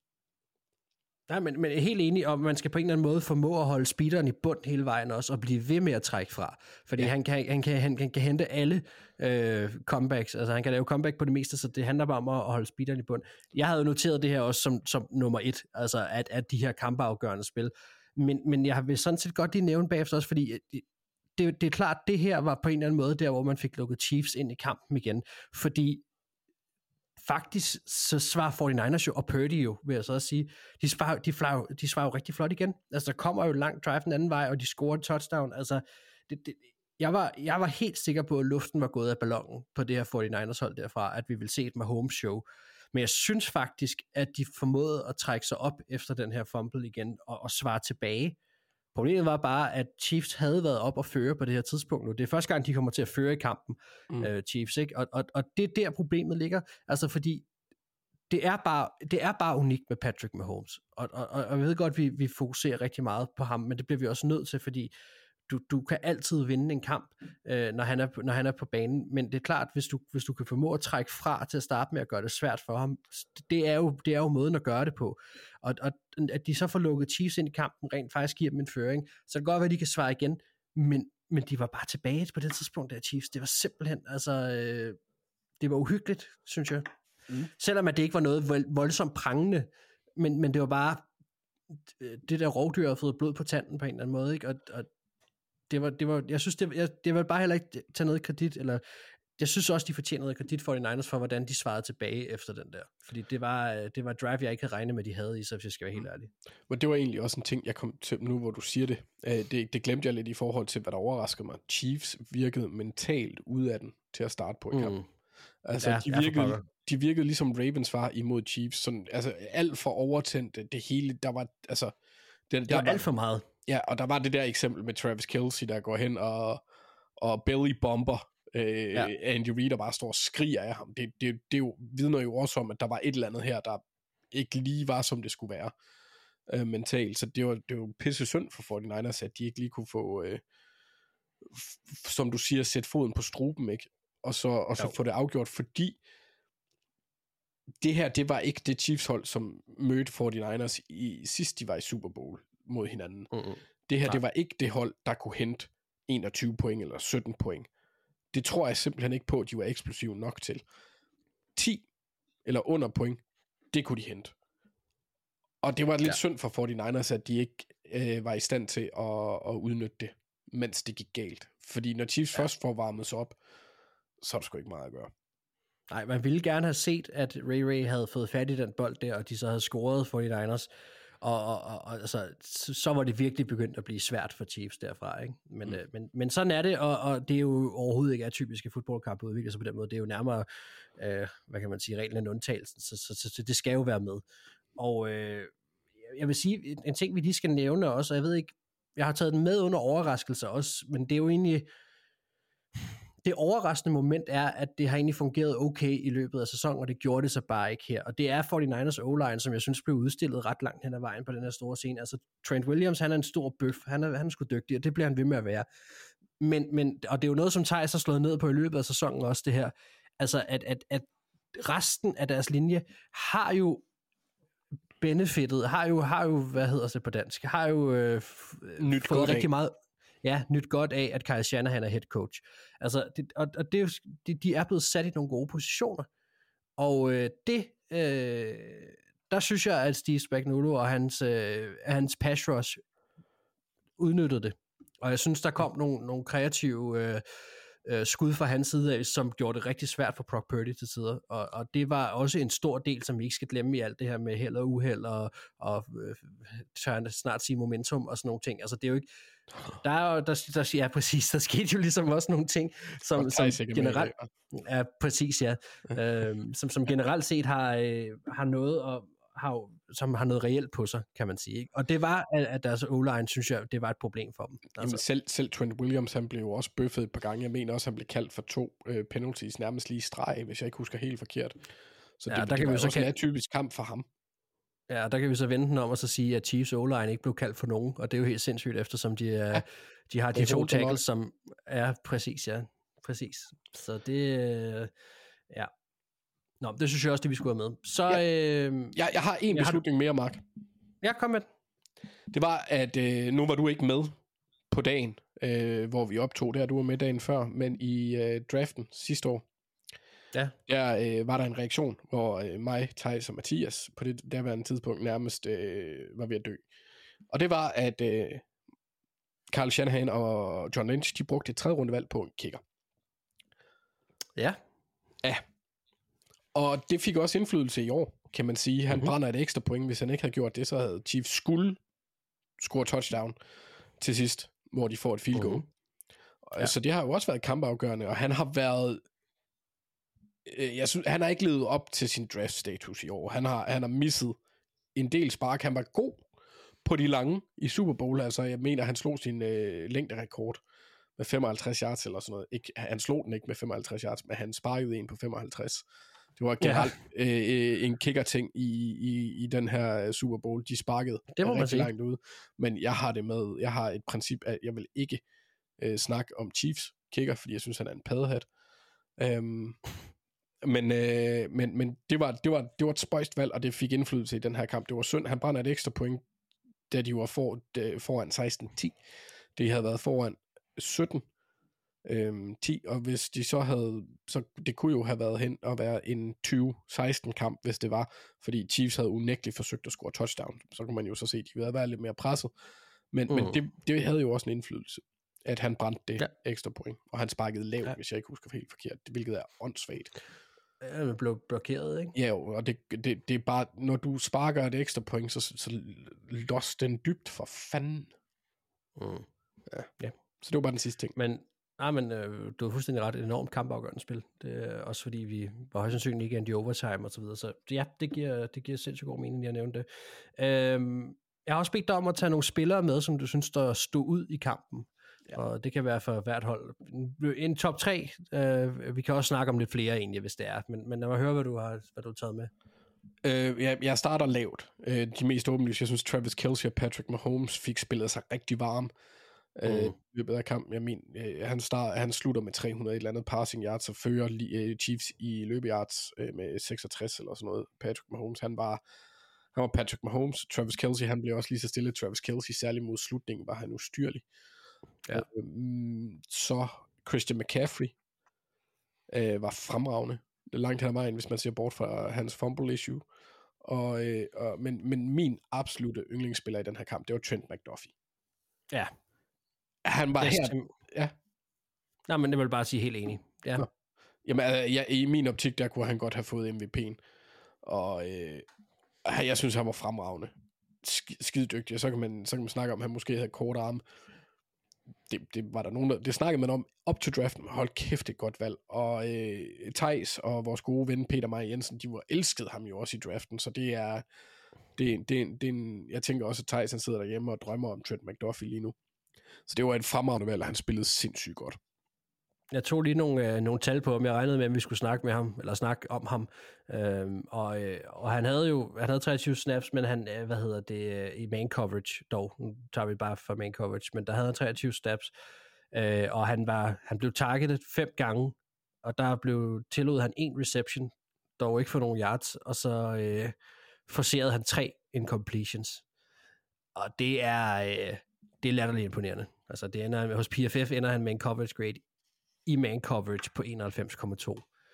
E: Nej, men, men helt enig om, man skal på en eller anden måde formå at holde speederen i bund hele vejen også, og blive ved med at trække fra. Fordi ja. han, kan, han, kan, han, han kan hente alle øh, comebacks, altså han kan lave comeback på det meste, så det handler bare om at holde speederen i bund. Jeg havde jo noteret det her også som, som nummer et, altså at, at de her kampeafgørende spil. Men, men jeg vil sådan set godt lige nævne bagefter også, fordi det, det er klart, det her var på en eller anden måde der, hvor man fik lukket Chiefs ind i kampen igen, fordi faktisk så svarer forty-niners jo, og Purdy jo, vil jeg så også sige, de svarer, de, flag, de svarer jo rigtig flot igen. Altså, der kommer jo langt drive den anden vej, og de scorer en touchdown. Altså, det, det, jeg, var, jeg var helt sikker på, at luften var gået af ballonen på det her forty-niners hold derfra, at vi ville se et Mahomes show. Men jeg synes faktisk, at de formåede at trække sig op efter den her fumble igen, og, og svare tilbage. Problemet var bare, at Chiefs havde været op og føre på det her tidspunkt nu. Det er første gang, de kommer til at føre i kampen, mm. uh, Chiefs, ikke? Og, og, og det er der, problemet ligger. Altså, fordi det er bare, det er bare unikt med Patrick Mahomes. Og, og, og jeg ved godt, at vi, vi fokuserer rigtig meget på ham, men det bliver vi også nødt til, fordi du, du kan altid vinde en kamp, øh, når, han er, når han er på banen. Men det er klart, hvis du, hvis du kan formå at trække fra til at starte med at gøre det svært for ham, det er jo, det er jo måden at gøre det på. Og, og at de så får lukket Chiefs ind i kampen, rent faktisk giver dem en føring, så det kan godt være, at de kan svare igen, men, men de var bare tilbage på det tidspunkt der, Chiefs. Det var simpelthen, altså, øh, det var uhyggeligt, synes jeg. Mm. Selvom at det ikke var noget vold, voldsomt prangende, men, men det var bare, det der rovdyr havde fået blod på tanden på en eller anden måde, ikke? Og, og det var, det var, jeg synes, det, jeg, det var bare heller ikke tage noget kredit, eller jeg synes også, de fortjener noget kredit for forty-niners for, hvordan de svarede tilbage efter den der. Fordi det var, det var et drive, jeg ikke havde regnet med, de havde i sig, hvis jeg skal være helt ærlig.
F: Men det var egentlig også en ting, jeg kom til nu, hvor du siger det. Det, det glemte jeg lidt i forhold til, hvad der overraskede mig. Chiefs virkede mentalt ude af den til at starte på i kampen. Mm. Altså, ja, de, virkede, de virkede ligesom Ravens var imod Chiefs. Sådan, altså, alt for overtændt det hele. Der var, altså... Det,
E: det
F: der
E: var,
F: var
E: alt for meget.
F: Ja, og der var det der eksempel med Travis Kelce, der går hen og, og belly bomber øh, ja. Andy Reid, der bare står og skriger af ham. Det, det, det jo, vidner jo også om, at der var et eller andet her, der ikke lige var, som det skulle være øh, mentalt. Så det var, det var pisse synd for forty-niners, at de ikke lige kunne få, øh, f- som du siger, sætte foden på struben, ikke? Og så, og så få det afgjort, fordi det her, det var ikke det Chiefs-hold, som mødte forty-niners i sidst de var i Super Bowl mod hinanden. Mm-hmm. Det her, Nej. det var ikke det hold, der kunne hente enogtyve point eller sytten point. Det tror jeg simpelthen ikke på, at de var eksplosive nok til. ti eller under point, det kunne de hente. Og det var lidt ja. synd for forty-niners, at de ikke øh, var i stand til at, at udnytte det, mens det gik galt. Fordi når Chiefs ja. først får varmet sig op, så er der sgu ikke meget at gøre.
E: Nej, man ville gerne have set, at Ray Ray havde fået fat i den bold der, og de så havde scoret forty-niners, og, og, og, og altså, så var det virkelig begyndt at blive svært for Chiefs derfra, ikke? Men, mm. øh, men, men sådan er det, og, og det er jo overhovedet ikke atypiske fodboldkampe udvikler sig på den måde. Det er jo nærmere, øh, hvad kan man sige, reglen end undtagelsen, så, så, så, så det skal jo være med. Og øh, jeg vil sige, en ting vi lige skal nævne også, og jeg ved ikke, jeg har taget den med under overraskelser også, men det er jo egentlig... Det overraskende moment er, at det har egentlig fungeret okay i løbet af sæsonen, og det gjorde det så bare ikke her. Og det er forty-niners O-line, som jeg synes blev udstillet ret langt hen ad vejen på den her store scene. Altså Trent Williams, han er en stor bøf, han er, han er sgu dygtig, og det bliver han ved med at være. Men, men, og det er jo noget, som Theis har slået ned på i løbet af sæsonen også, det her. Altså at, at, at resten af deres linje har jo benefitet, har jo, har jo hvad hedder det på dansk, har jo øh,
F: Nyt
E: fået rigtig meget... Ja, nyt godt af, at Kyle Shanahan er head coach. Altså, det, og, og det er jo, de, de er blevet sat i nogle gode positioner. Og øh, det, øh, der synes jeg, at Steve Spagnuolo og hans, øh, hans pass rush udnyttede det. Og jeg synes, der kom nogle, nogle kreative øh, øh, skud fra hans side af, som gjorde det rigtig svært for Brock Purdy til tider. Og, og det var også en stor del, som vi ikke skal glemme i alt det her med held og uheld, og, og øh, tør snart sige momentum og sådan nogle ting. Altså, det er jo ikke... Der er jo, der, der, ja, præcis, der skete jo ligesom også nogle ting, som, som generelt, ja, præcis, ja, øhm, som, som generelt set har, øh, har noget, og har, som har noget reelt på sig, kan man sige, ikke? Og det var, at, at deres O-line, synes jeg, det var et problem for dem. Altså.
F: Jamen selv, selv Trent Williams, han blev jo også bøffet et par gange. Jeg mener også, han blev kaldt for to øh, penalties, nærmest lige streg, hvis jeg ikke husker helt forkert. Så
E: ja,
F: det,
E: der
F: det
E: kan
F: var
E: vi så
F: også
E: kan...
F: en typisk kamp for ham.
E: Ja, der kan vi så vente den om og så sige, at Chiefs O-line ikke blev kaldt for nogen, og det er jo helt sindssygt, eftersom de, er, ja, de har de to tackles, som er præcis, ja, præcis. Så det, ja. Nå, det synes jeg også, det vi skulle have med. Så,
F: ja.
E: øh,
F: jeg, jeg har en jeg beslutning har... mere, Mark.
E: Ja, kom med.
F: Det var, at øh, nu var du ikke med på dagen, øh, hvor vi optog det her, du var med dagen før, men i øh, draften sidste år,
E: ja.
F: der øh, var der en reaktion, hvor øh, mig, Theis og Mathias på det derværende tidspunkt nærmest øh, var ved at dø. Og det var, at øh, Kyle Shanahan og John Lynch, de brugte et tredje rundevalg på en kicker.
E: Ja.
F: Ja. Og det fik også indflydelse i år, kan man sige. Han mm-hmm. brænder et ekstra point. Hvis han ikke havde gjort det, så havde Chiefs skulle score touchdown til sidst, hvor de får et field goal. Mm-hmm. Ja. Så det har jo også været kampafgørende, og han har været... Jeg synes, han har ikke levet op til sin draft-status i år. Han har, han har misset en del spark. Han var god på de lange i Super Bowl. Altså, jeg mener, han slog sin øh, længderekord med femoghalvtreds yards eller sådan noget. Ikke, han slog den ikke med femoghalvtreds yards, men han sparkede en på femoghalvtreds. Det var generelt ja. øh, en kicker-ting i, i, i den her Super Bowl. De sparkede
E: det må
F: rigtig langt ud. Men jeg har det med, jeg har et princip, at jeg vil ikke øh, snakke om Chiefs kicker, fordi jeg synes, han er en paddehat. Øhm, men øh, men, men det, var, det, var, det var et spøjst valg, og det fik indflydelse i den her kamp. Det var synd, han brænder et ekstra point, da de var for, de, foran seksten ti. Det havde været foran sytten ti, og hvis de så havde, så det kunne jo have været hen og være en tyve seksten kamp, hvis det var, fordi Chiefs havde unægteligt forsøgt at score touchdown, så kunne man jo så se, at de ville have været lidt mere presset, men, mm. men det, det havde jo også en indflydelse. at han brændte det
E: ja.
F: ekstra point, og han sparkede lavt, ja. hvis jeg ikke husker helt forkert, hvilket er åndssvagt.
E: Ja, man blev blokeret, ikke?
F: Ja, og det, det, det er bare, når du sparker et ekstra point, så, så los den dybt for fanden.
E: Mm.
F: Ja. ja, så det var bare den sidste ting.
E: Men, nej, men øh, du har fuldstændig ret, et enormt kampafgørende spil. Det er også fordi, vi var højst sandsynligt ikke endte i overtime og så videre, så ja, det giver, det giver sindssygt god mening, jeg nævnte det. Øhm, jeg har også bedt dig om at tage nogle spillere med, som du synes, der stod ud i kampen. Ja. Og det kan være for hvert hold. En top tre, øh, vi kan også snakke om lidt flere egentlig, hvis det er. Men, men lad mig høre, hvad du har, hvad du har taget med.
F: Øh, jeg, jeg starter lavt. Øh, de mest åbenlyse, jeg synes, Travis Kelce og Patrick Mahomes fik spillet sig rigtig varm øh, i mm. løbet af kampen. Jeg mener, øh, han, start, han slutter med tre hundrede et eller andet passing yards, og fører øh, Chiefs i løbeyards øh, med seksogtres eller sådan noget. Patrick Mahomes, han var, han var Patrick Mahomes. Travis Kelce, han blev også lige så stille. Travis Kelce, særligt mod slutningen, var han ustyrlig. Ja. Øh, så Christian McCaffrey øh, var fremragende langt hen ad vejen, hvis man ser bort fra hans fumble issue. Og, øh, og, men, men min absolute yndlingsspiller i den her kamp, det var Trent McDuffie.
E: Ja.
F: Han var
E: yes.
F: her. Ja.
E: Nej, men det vil bare sige helt enig. Ja.
F: Nå. Jamen, altså, jeg, i min optik, der kunne han godt have fået M V P'en. Og øh, jeg synes, han var fremragende. Skide dygtig. Og så kan man, så kan man snakke om, at han måske havde kort arme. Det, det var der nogen, der, det snakkede man om op til draften. Hold kæft, et godt valg. Og øh, Thijs og vores gode ven Peter Meier Jensen, de var elskede ham jo også i draften, så det er, det, det, det er en, jeg tænker også, at Thijs han sidder derhjemme og drømmer om Trent McDuffie lige nu. Så det var et fremragende valg, og han spillede sindssygt godt.
E: Jeg tog lige nogle, øh, nogle tal på ham. Jeg regnede med, at vi skulle snakke med ham, eller snakke om ham. Øhm, og, øh, og han havde jo han havde treogtyve snaps, men han, øh, hvad hedder det, øh, i man coverage dog. Nu tager vi bare for man coverage, men der havde han treogtyve snaps. Øh, og han, var, han blev targetet fem gange, og der blev tillod han en reception, dog ikke for nogle yards, og så øh, forcerede han tre incompletions. Og det er, øh, det er latterligt imponerende. Altså, det ender, hos P F F ender han med en coverage grade i man coverage på enoghalvfems komma to.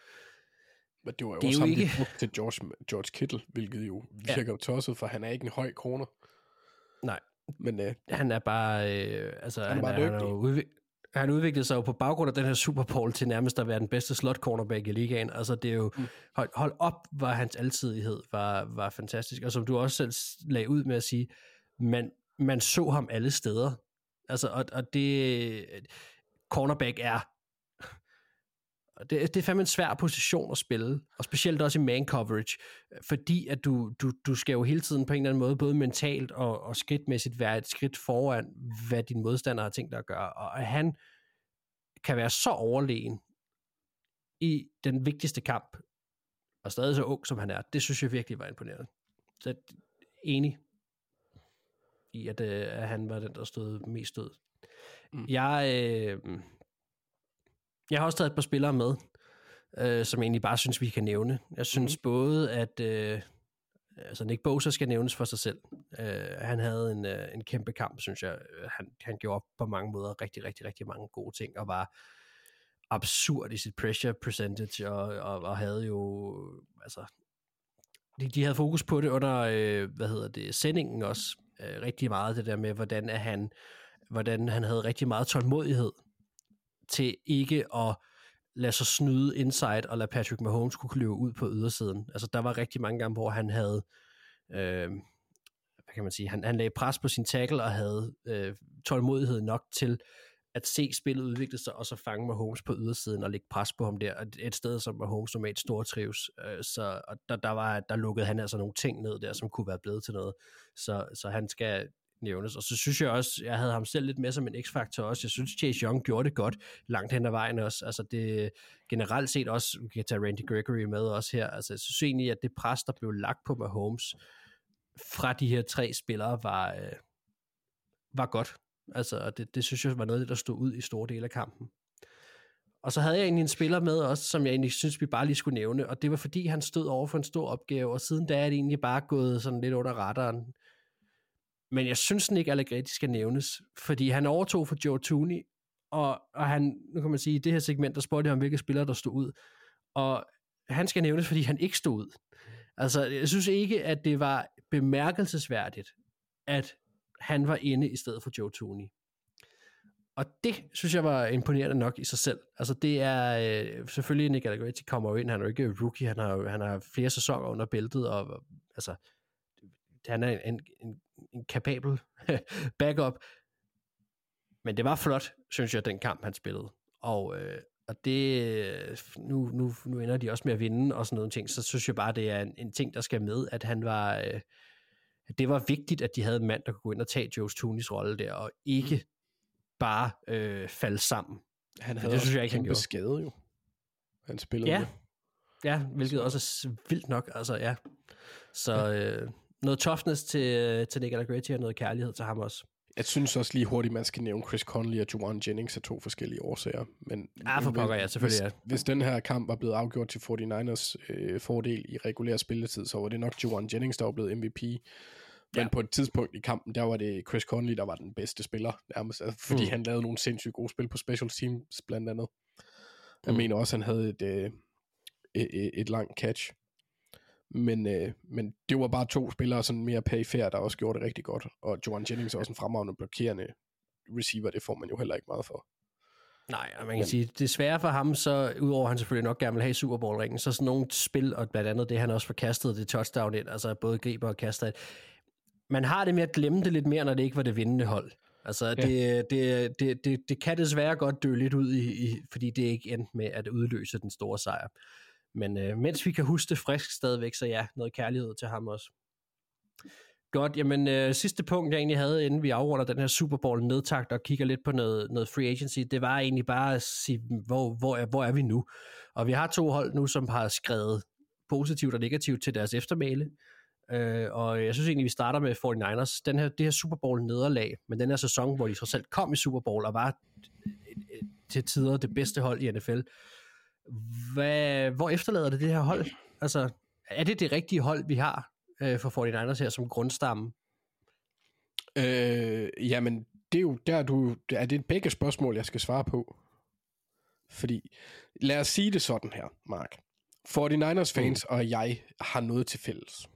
F: Men det var jo
E: det
F: også
E: jo
F: ham,
E: ikke...
F: de brugte til George, George Kittle, hvilket jo virker jo tosset, for han er ikke en høj corner.
E: Nej.
F: Men øh,
E: han er bare... Øh, altså,
F: han er
E: han,
F: bare
E: er, han, er udvik- han udviklede sig jo på baggrund af den her Super Bowl til nærmest at være den bedste slot cornerback i ligaen. Altså, det er jo... Mm. Hold, hold op, var hans alsidighed var, var fantastisk. Og som du også selv lagde ud med at sige, man, man så ham alle steder. Altså, og, og det... Cornerback er... Det, det er fandme en svær position at spille, og specielt også i man coverage, fordi at du, du, du skal jo hele tiden på en eller anden måde, både mentalt og, og skridtmæssigt være et skridt foran, hvad din modstander har tænkt dig at gøre, og at han kan være så overlegen i den vigtigste kamp, og stadig så ung som han er, det synes jeg virkelig var imponerende. Så jeg er enig i, at, at han var den, der stod mest stød. Mm. Jeg... Øh, Jeg har også taget et par spillere med, øh, som jeg egentlig bare synes, vi kan nævne. Jeg synes mm. både, at øh, altså Nick Bosa skal nævnes for sig selv. Øh, han havde en, øh, en kæmpe kamp, synes jeg. Han, han gjorde på mange måder rigtig, rigtig, rigtig mange gode ting, og var absurd i sit pressure percentage, og, og, og havde jo, altså, de, de havde fokus på det under, øh, hvad hedder det, sendingen også. Øh, rigtig meget det der med, hvordan, er han, hvordan han havde rigtig meget tålmodighed til ikke at lade sig snyde inside og lade Patrick Mahomes kunne løbe ud på ydersiden. Altså, der var rigtig mange gange, hvor han havde, øh, hvad kan man sige, han, han lagde pres på sin tackle og havde øh, tålmodighed nok til at se spillet udvikle sig, og så fange Mahomes på ydersiden og lægge pres på ham der. Et sted, som Mahomes normalt stortrives. Øh, så og der, der, var, der lukkede han altså nogle ting ned der, som kunne være blevet til noget. Så, så han skal nævnes. Og så synes jeg også, jeg havde ham selv lidt med som en x-faktor også. Jeg synes, Chase Young gjorde det godt langt hen ad vejen også. Altså det generelt set også, vi kan tage Randy Gregory med også her. Altså jeg synes egentlig, at det pres, der blev lagt på Mahomes fra de her tre spillere, var, øh, var godt. Altså det, det synes jeg var noget, der stod ud i store dele af kampen. Og så havde jeg egentlig en spiller med også, som jeg egentlig synes, vi bare lige skulle nævne, og det var fordi, han stod over for en stor opgave, og siden da er det egentlig bare gået sådan lidt under radaren. Men jeg synes ikke, Allegretti skal nævnes, fordi han overtog for Joe Thuney, og, og han, nu kan man sige, i det her segment, der spurgte jeg om, hvilke spillere, der stod ud. Og han skal nævnes, fordi han ikke stod ud. Altså, jeg synes ikke, at det var bemærkelsesværdigt, at han var inde i stedet for Joe Thuney. Og det synes jeg var imponerende nok i sig selv. Altså det er øh, selvfølgelig Nick Allegretti kommer jo ind, han er jo ikke rookie, han har, han har flere sæsoner under bæltet, og, og altså han er en, en, en kapabel backup. Men det var flot, synes jeg, den kamp han spillede. Og, øh, og det nu, nu, nu ender de også med at vinde og sådan nogle ting, så synes jeg bare, det er en, en ting, der skal med, at han var øh, det var vigtigt, at de havde en mand, der kunne gå ind og tage Joe Thuney's rolle der, og ikke bare øh, falde sammen.
F: Han havde
E: det synes
F: også
E: jeg ikke, han gjorde.
F: Skade jo. Han spillede
E: ja.
F: med.
E: Ja, hvilket også er vildt nok. Altså, ja. Så øh, noget toughness til, til Nick Allegretti og noget kærlighed til ham også.
F: Jeg synes også lige hurtigt, man skal nævne Chris Conley og Juwan Jennings af to forskellige årsager. Men,
E: ja, for pokker, ja, selvfølgelig.
F: Hvis,
E: ja.
F: hvis den her kamp var blevet afgjort til forty-niners øh, fordel i regulær spilletid, så var det nok Juwan Jennings, der var blevet M V P. Men ja. På et tidspunkt i kampen, der var det Chris Conley, der var den bedste spiller, nærmest, altså, fordi mm. han lavede nogle sindssygt gode spil på special teams, blandt andet. Jeg mm. mener også, han havde et, øh, et, et langt catch. Men, øh, men det var bare to spillere, sådan mere perifære, der også gjorde det rigtig godt. Og Juwan Jennings er også en fremragende blokerende receiver, det får man jo heller ikke meget for.
E: Nej, og man kan men, sige, det er svære for ham, så udover han selvfølgelig nok gerne vil have Super Bowl-ringen, så sådan nogle spil, og blandt andet det, han også forkastede det touchdown ind, altså både griber og kaster. Man har det med at glemme det lidt mere, når det ikke var det vindende hold. Altså, ja. det, det, det, det, det kan desværre godt dø lidt ud, i, i, fordi det ikke endte med at udløse den store sejr. Men øh, mens vi kan huske det frisk stadigvæk, så ja, noget kærlighed til ham også. Godt, jamen øh, sidste punkt, jeg egentlig havde, inden vi afrunder den her Super Bowl nedtakt og kigger lidt på noget, noget free agency, det var egentlig bare at sige, hvor, hvor, er, hvor er vi nu? Og vi har to hold nu, som har skrevet positivt og negativt til deres eftermæle. Øh, og jeg synes egentlig, vi starter med forty-niners. Den her, det her Super Bowl nederlag, men den her sæson, hvor de trods alt kom i Super Bowl og var til tider det bedste hold i N F L. Hvad, hvor efterlader det det her hold? Altså, er det det rigtige hold, vi har øh, for forty-niners her som grundstamme?
F: Øh, jamen, det er jo der, du... Er det begge spørgsmål, jeg skal svare på? Fordi, lad os sige det sådan her, Mark. forty-niners fans mm. og jeg har noget til fælles.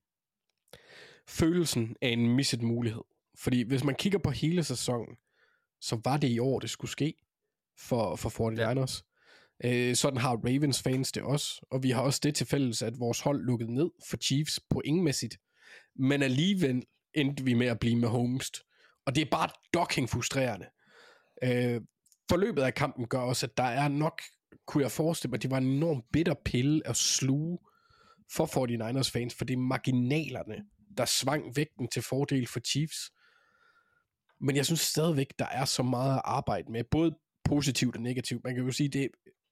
F: Følelsen af en misset mulighed. Fordi hvis man kigger på hele sæsonen, så var det i år, det skulle ske for, for forty-niners. Ja. Øh, sådan har Ravens fans det også, og vi har også det til fælles, at vores hold lukkede ned for Chiefs pointmæssigt, men alligevel endte vi med at blive med Mahomes. Og det er bare docking frustrerende. Øh, forløbet af kampen gør også, at der er nok, kunne jeg forestille mig, at det var en enorm bitter pille at sluge for forty-niners fans, for det er marginalerne, der svang vægten til fordel for Chiefs. Men jeg synes stadigvæk, der er så meget at arbejde med, både positivt og negativt. Man kan jo sige, det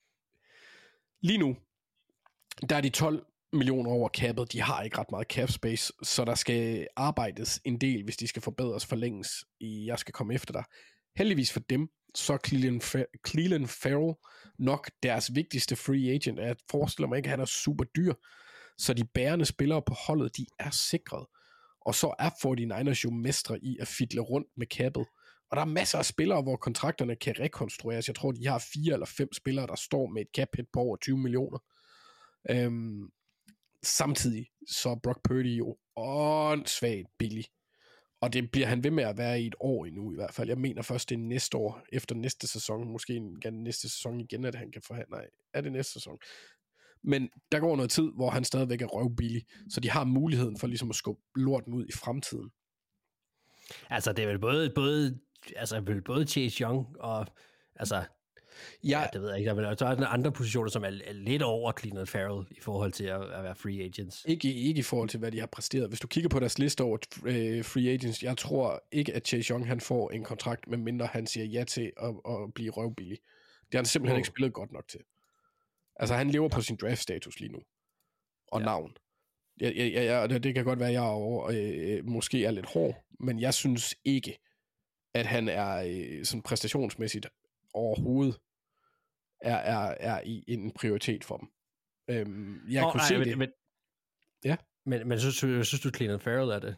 F: lige nu, der er de tolv millioner over cappet, de har ikke ret meget cap space, så der skal arbejdes en del, hvis de skal forbedres forlænges i Jeg skal komme efter dig. Heldigvis for dem, så er Cleveland, Fer- Cleveland Farrell nok deres vigtigste free agent. Jeg forestiller mig ikke, at han er super dyr, så de bærende spillere på holdet, de er sikret. Og så er forty-niners jo mestre i at fiddle rundt med cappet. Og der er masser af spillere, hvor kontrakterne kan rekonstrueres. Jeg tror, de har fire eller fem spillere, der står med et cap hit på over tyve millioner. Øhm, samtidig så er Brock Purdy jo åndssvagt billig. Og det bliver han ved med at være i et år endnu i hvert fald. Jeg mener først, det er næste år, efter næste sæson. Måske en næste sæson igen, at han kan forhandle. Nej, er det næste sæson? Men der går noget tid, hvor han stadigvæk er røvbillig, så de har muligheden for ligesom at skubbe lorten ud i fremtiden.
E: Altså, det er vel både, både, altså, vel både Chase Young og, altså, ja, ja det ved jeg ikke, der er, der er andre positioner, som er, er lidt over Cleveland Farrell i forhold til at, at være free agents.
F: Ikke, ikke i forhold til, hvad de har præsteret. Hvis du kigger på deres liste over øh, free agents, jeg tror ikke, at Chase Young han får en kontrakt, medmindre han siger ja til at, at blive røvbillig. Det har han simpelthen oh. ikke spillet godt nok til. Altså, han lever ja. på sin draft-status lige nu. Og ja. navn. Jeg, jeg, jeg, det kan godt være, at jeg er over, øh, måske er lidt hård, men jeg synes ikke, at han er øh, sådan præstationsmæssigt overhovedet er, er, er i en prioritet for dem. Øhm, jeg oh, kunne nej, se
E: men,
F: det.
E: Men, ja. men, men synes, synes du, Cleveland Farrell er det?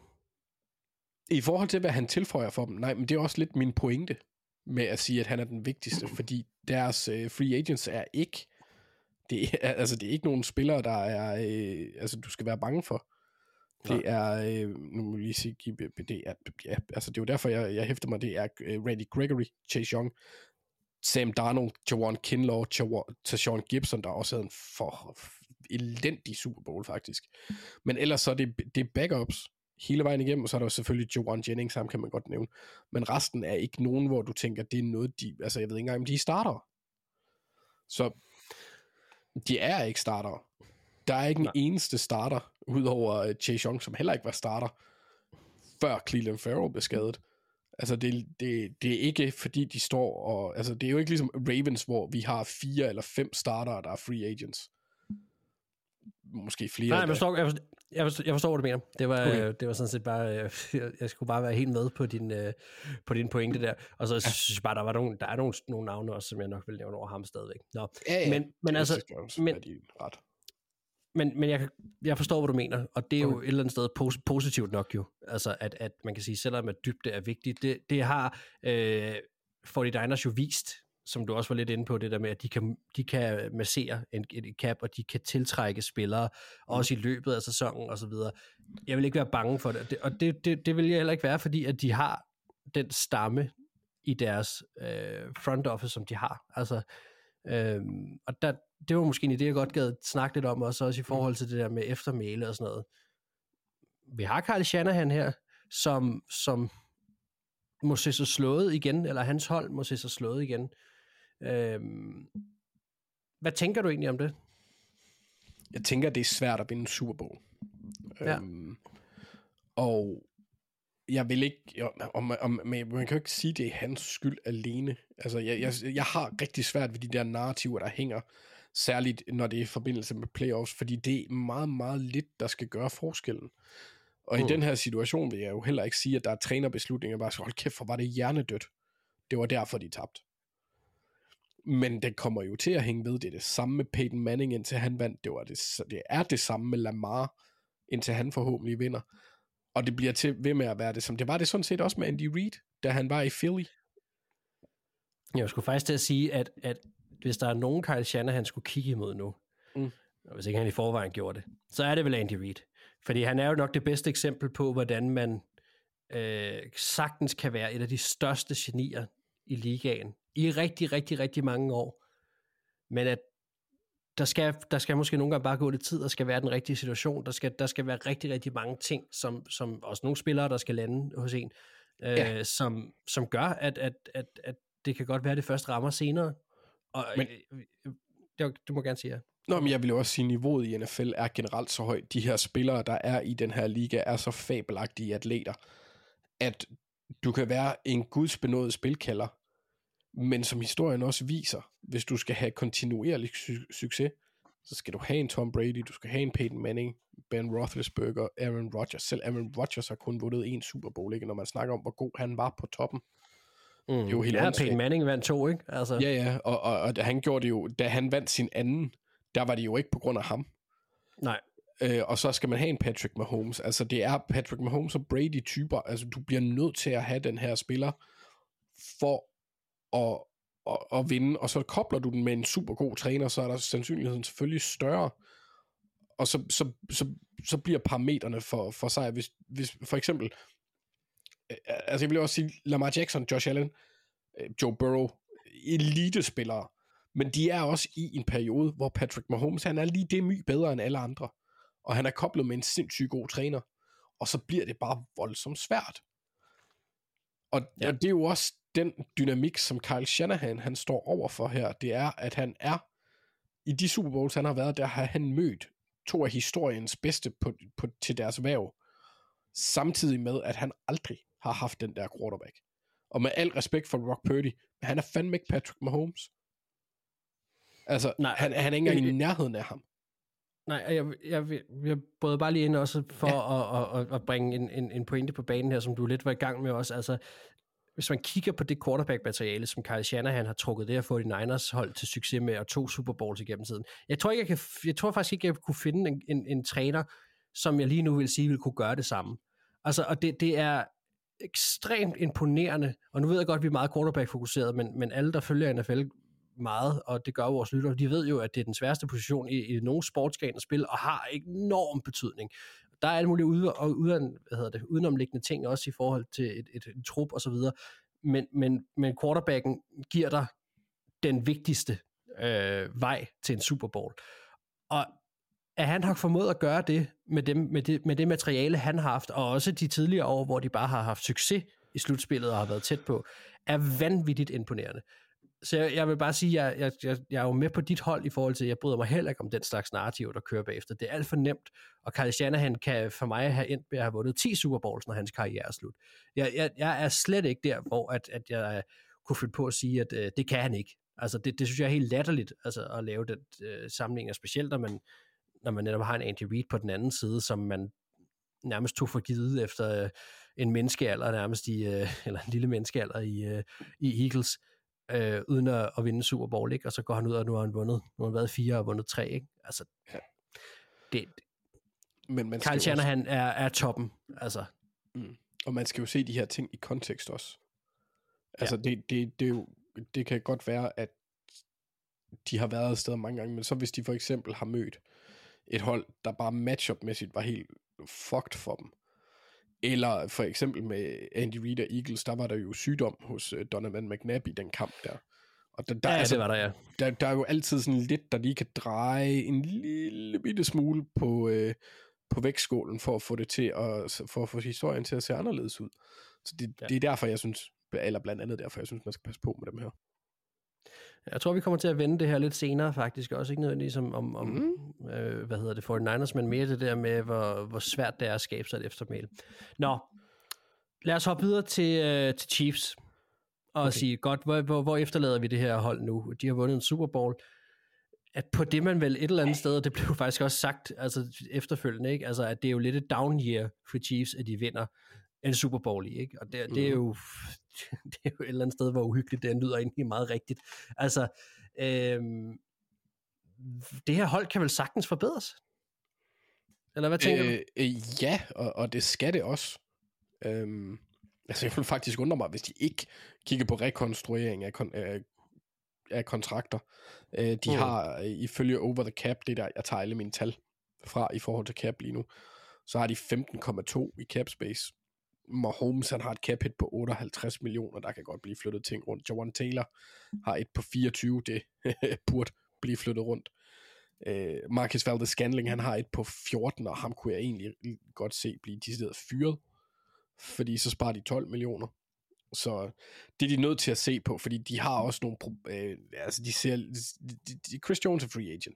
F: I forhold til, hvad han tilføjer for dem? Nej, men det er også lidt min pointe med at sige, at han er den vigtigste, fordi deres øh, free agents er ikke Det er, altså, det er ikke nogen spillere, der er, øh, altså, du skal være bange for. Det er, øh, nu må jeg lige sige, det er, ja, altså det er jo derfor, jeg, jeg hæfter mig, det er uh, Randy Gregory, Chase Young, Sam Darnold, Jawan Kinlaw, Tashawn Gibson, der også havde en for elendig Super Bowl faktisk. Men ellers så er det, det er backups hele vejen igennem, og så er der jo selvfølgelig Jawan Jennings, ham kan man godt nævne. Men resten er ikke nogen, hvor du tænker, det er noget, de, altså jeg ved ikke engang, om de er starter. Så de er ikke starter. Der er ikke Nej. en eneste starter, udover Chase Young, som heller ikke var starter, før Clelin Ferrell blev skadet. Altså, det, det, det er ikke, fordi de står og... Altså, det er jo ikke ligesom Ravens, hvor vi har fire eller fem startere, der er free agents. Måske flere.
E: Nej, jeg forstår, jeg forstår, jeg forstår, jeg forstår hvad du mener. Det var, okay. det var sådan set bare... Jeg, jeg skulle bare være helt med på din, på din pointe der. Og så ja. synes jeg bare, der, var nogle, der er nogle, nogle navne også, som jeg nok vil nævne over ham stadigvæk. Nå. Ja, ja. Men, men altså... Men, ret. Men, men jeg, jeg forstår, hvad du mener, og det er jo okay. et eller andet sted pos- positivt nok jo, altså at, at man kan sige, selvom at dybde er vigtigt, det, det har øh, forty-niners jo vist, som du også var lidt inde på, det der med, at de kan, de kan massere en, et cap, og de kan tiltrække spillere, også i løbet af sæsonen og så videre. Jeg vil ikke være bange for det, og det, det, det vil jeg heller ikke være, fordi at de har den stamme i deres øh, front office, som de har, altså Øhm, og der, det var måske en idé, jeg godt gad snakke lidt om, også, også i forhold til det der med eftermæle og sådan noget. Vi har Kyle Shanahan her, som, som må se sig slået igen, eller hans hold må se sig slået igen. Øhm, hvad tænker du egentlig om det?
F: Jeg tænker, det er svært at vinde en Super Bowl.
E: Ja.
F: Øhm, og jeg vil ikke, om, om, man kan jo ikke sige, det er hans skyld alene. Altså, jeg, jeg, jeg har rigtig svært ved de der narrativer, der hænger, særligt når det er i forbindelse med playoffs, fordi det er meget, meget lidt, der skal gøre forskellen. Og mm. i den her situation vil jeg jo heller ikke sige, at der er trænerbeslutninger, bare så hold kæft, for var det hjernedødt. Det var derfor, de tabte. Men det kommer jo til at hænge ved, det er det samme med Peyton Manning, indtil han vandt. Det, var det, det er det samme med Lamar, indtil han forhåbentlig vinder. Og det bliver til ved med at være det som det var det sådan set også med Andy Reid, da han var i Philly.
E: Jeg skulle faktisk til at sige, at, at hvis der er nogen Kyle Shanahan skulle kigge imod nu, mm. og hvis ikke han i forvejen gjorde det, så er det vel Andy Reid. Fordi han er jo nok det bedste eksempel på, hvordan man øh, sagtens kan være et af de største genier i ligaen i rigtig, rigtig, rigtig mange år. Men at Der skal, der skal måske nogle gange bare gå lidt tid, og skal være den rigtige situation. Der skal, der skal være rigtig, rigtig mange ting, som, som også nogle spillere, der skal lande hos en, øh, ja. som, som gør, at, at, at, at det kan godt være, at det først rammer senere. Og, men, øh, det, du må gerne sige ja.
F: Nå, men jeg vil jo også sige, at niveauet i N F L er generelt så højt. De her spillere, der er i den her liga, er så fabelagtige atleter, at du kan være en gudsbenådet spilkælder, men som historien også viser, hvis du skal have kontinuerlig su- succes, så skal du have en Tom Brady, du skal have en Peyton Manning, Ben Roethlisberger, Aaron Rodgers. Selv Aaron Rodgers har kun vundet en Super Bowl, ikke? Når man snakker om, hvor god han var på toppen.
E: Mm. Det er jo helt ja, Peyton Manning vandt to, ikke? Altså.
F: Ja, ja, og, og, og han gjorde det jo, da han vandt sin anden, der var det jo ikke på grund af ham.
E: Nej.
F: Øh, og så skal man have en Patrick Mahomes. Altså, det er Patrick Mahomes og Brady-typer. Altså, du bliver nødt til at have den her spiller for at, at, at vinde, og så kobler du den med en super god træner, så er der sandsynligheden selvfølgelig større, og så, så, så, så bliver parametrene for, for sig, hvis, hvis for eksempel, altså jeg vil også sige, Lamar Jackson, Josh Allen, Joe Burrow, elitespillere, men de er også i en periode, hvor Patrick Mahomes, han er lige det my bedre end alle andre, og han er koblet med en sindssygt god træner, og så bliver det bare voldsomt svært. Og, ja. og det er jo også den dynamik, som Kyle Shanahan, han står over for her, det er, at han er, i de Super Bowls, han har været, der har han mødt to af historiens bedste på, på, til deres værv, samtidig med, at han aldrig har haft den der quarterback. Og med al respekt for Brock Purdy, men han er fandme ikke Patrick Mahomes. Altså, Nej, han, han er ikke engang i nærheden af ham.
E: Nej, jeg, jeg, jeg, jeg både bare lige ind også for ja. at, at, at bringe en, en, en pointe på banen her, som du lidt var i gang med også. Altså, hvis man kigger på det quarterback-materiale, som Kyle Shanahan har trukket det her forty-niners hold til succes med, og to Super Bowls igennem tiden. Jeg tror, ikke, jeg, kan, jeg tror faktisk ikke, jeg kunne finde en, en, en træner, som jeg lige nu vil sige, vil kunne gøre det samme. Altså, og det, det er ekstremt imponerende, og nu ved jeg godt, at vi er meget quarterback-fokuseret, men, men alle, der følger N F L meget, og det gør vores lyttere, de ved jo, at det er den sværeste position i, i nogle sportsgren at spille, og har enorm betydning. der er alle mulige ude, og uden, hvad hedder det, udenomliggende ting også i forhold til et, et, et trup og så videre. Men, men, men quarterbacken giver dig den vigtigste øh, vej til en Super Bowl. Og at han har formået at gøre det med, dem, med, det med det materiale, han har haft, og også de tidligere år, hvor de bare har haft succes i slutspillet og har været tæt på, er vanvittigt imponerende. Så jeg, jeg vil bare sige, at jeg, jeg, jeg er jo med på dit hold i forhold til, at jeg bryder mig heller ikke om den slags narrativ, der kører bagefter. Det er alt for nemt, og Kyle Shanahan kan for mig have endt med at have vundet ti Super Bowls, når hans karriere er slut. Jeg, jeg, jeg er slet ikke der, hvor at, at jeg kunne finde på at sige, at øh, det kan han ikke. Altså det, det synes jeg er helt latterligt altså, at lave den øh, sammenligning, specielt når man, når man netop har en Andy Reid på den anden side, som man nærmest tog for givet efter øh, en menneskealder, nærmest i, øh, eller en lille menneskealder i, øh, i Eagles, øh, uden at, at vinde Super Bowl, ikke? Og så går han ud, og nu har han vundet, nu har han været fire og vundet tre, ikke? Altså,
F: ja.
E: det,
F: Men man
E: Kyle Shanahan også... er, er toppen, altså.
F: Mm. Og man skal jo se de her ting i kontekst også. Altså, ja. det, det, det, er jo, det kan godt være, at de har været et sted mange gange, men så hvis de for eksempel har mødt et hold, der bare matchup-mæssigt var helt fucked for dem, eller for eksempel med Andy Reid og Eagles, der var der jo sygdom hos Donovan McNabb i den kamp der. Og der, der,
E: ja,
F: altså,
E: det var der, ja.
F: Der, der er jo altid sådan lidt, der lige kan dreje en lille bitte smule på, øh, på vægtskålen for at få det til at, for at få historien til at se anderledes ud. Så det, ja. det er derfor, jeg synes, eller blandt andet derfor, jeg synes, man skal passe på med dem her.
E: Jeg tror, vi kommer til at vende det her lidt senere faktisk, også ikke nødvendigvis om, om, om mm. øh, hvad hedder det, forty-niners, men mere det der med, hvor, hvor svært det er at skabe sig et eftermæle. Nå, lad os hoppe videre til, øh, til Chiefs, og okay. sige, godt, hvor, hvor, hvor efterlader vi det her hold nu? De har vundet en Super Bowl. At på det man vel et eller andet sted, og det blev faktisk også sagt altså efterfølgende, ikke? Altså, at det er jo lidt et down year for Chiefs, at de vinder en Super Bowl i, ikke? Og det, mm. det er jo det er jo et eller andet sted, hvor uhyggeligt det lyder egentlig meget rigtigt. Altså, øhm, det her hold kan vel sagtens forbedres? Eller hvad tænker øh, du?
F: Øh, ja, og, og det skal det også. Øhm, altså, jeg vil faktisk undre mig, hvis de ikke kigger på rekonstruering af, kon- af, af kontrakter. Øh, de mm. har ifølge Over the Cap, det der, jeg tager alle mine tal fra i forhold til cap lige nu, så har de femten komma to i cap space. Mahomes, han har et cap hit på otteoghalvtreds millioner, der kan godt blive flyttet ting rundt. Jawan Taylor har et på fireogtyve, det burde blive flyttet rundt. Uh, Marcus Valdes-Scantling, han har et på fjorten, og ham kunne jeg egentlig godt se blive decideret fyret, fordi så sparer de tolv millioner. Så det er de nødt til at se på, fordi de har også nogle øh, altså de ser, de, de, de, Chris Jones er free agent.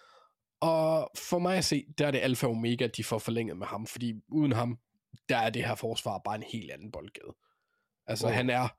F: Og for mig at se, der er det alfa og omega, at de får forlænget med ham, fordi uden ham, der er det her forsvar bare en helt anden boldgade. Altså, wow. han er...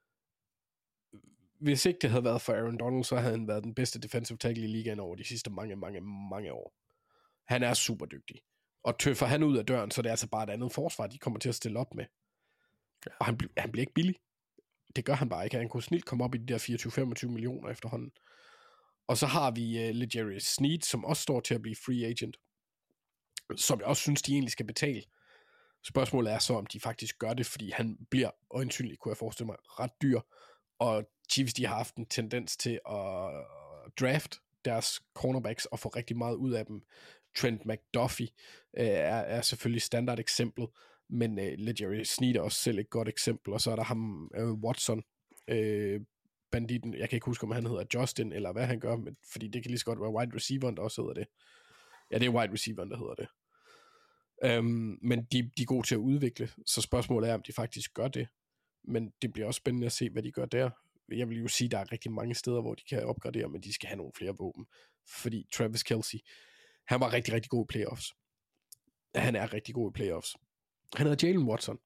F: Hvis ikke det havde været for Aaron Donald, så havde han været den bedste defensive tackle i ligaen over de sidste mange, mange, mange år. Han er super dygtig. Og tøffer han ud af døren, så det er altså bare et andet forsvar, de kommer til at stille op med. Og han, han bliver ikke billig. Det gør han bare ikke. Han kunne snilt komme op i de der fireogtyve til femogtyve millioner efterhånden. Og så har vi uh, L'Jarius Sneed, som også står til at blive free agent. Som jeg også synes, de egentlig skal betale. Spørgsmålet er så, om de faktisk gør det, fordi han bliver øjensynligt, kunne jeg forestille mig, ret dyr. Og Chiefs, de har haft en tendens til at draft deres cornerbacks og få rigtig meget ud af dem. Trent McDuffie øh, er, er selvfølgelig standard eksemplet, men øh, L'Jarius Sneed er også selv et godt eksempel, og så er der ham, øh, Watson, øh, banditten, jeg kan ikke huske, om han hedder Justin, eller hvad han gør, men, fordi det kan lige så godt være wide receiveren, der også hedder det. Ja, det er wide receiveren, der hedder det. Um, men de, de er gode til at udvikle, så spørgsmålet er, om de faktisk gør det. Men det bliver også spændende at se, hvad de gør der. Jeg vil jo sige, at der er rigtig mange steder, hvor de kan opgradere, men de skal have nogle flere våben. Fordi Travis Kelce, han var rigtig, rigtig god i playoffs. Han er rigtig god i playoffs. Han hedder Jalen Watson.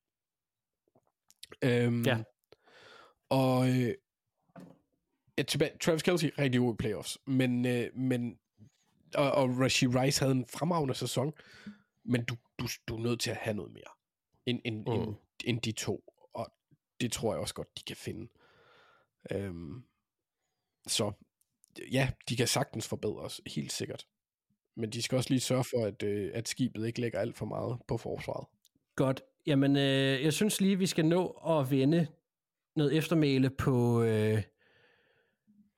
F: Um,
E: ja.
F: Og øh, Travis Kelce, rigtig god i playoffs. Men, øh, men og, og Rashee Rice havde en fremragende sæson. Men du, du, du er nødt til at have noget mere end, end, mm. end, end de to. Og det tror jeg også godt, de kan finde. Um, så ja, de kan sagtens forbedres, helt sikkert. Men de skal også lige sørge for, at, øh, at skibet ikke lægger alt for meget på forsvaret.
E: Godt. Jamen, øh, jeg synes lige, vi skal nå at vende noget eftermæle på, øh,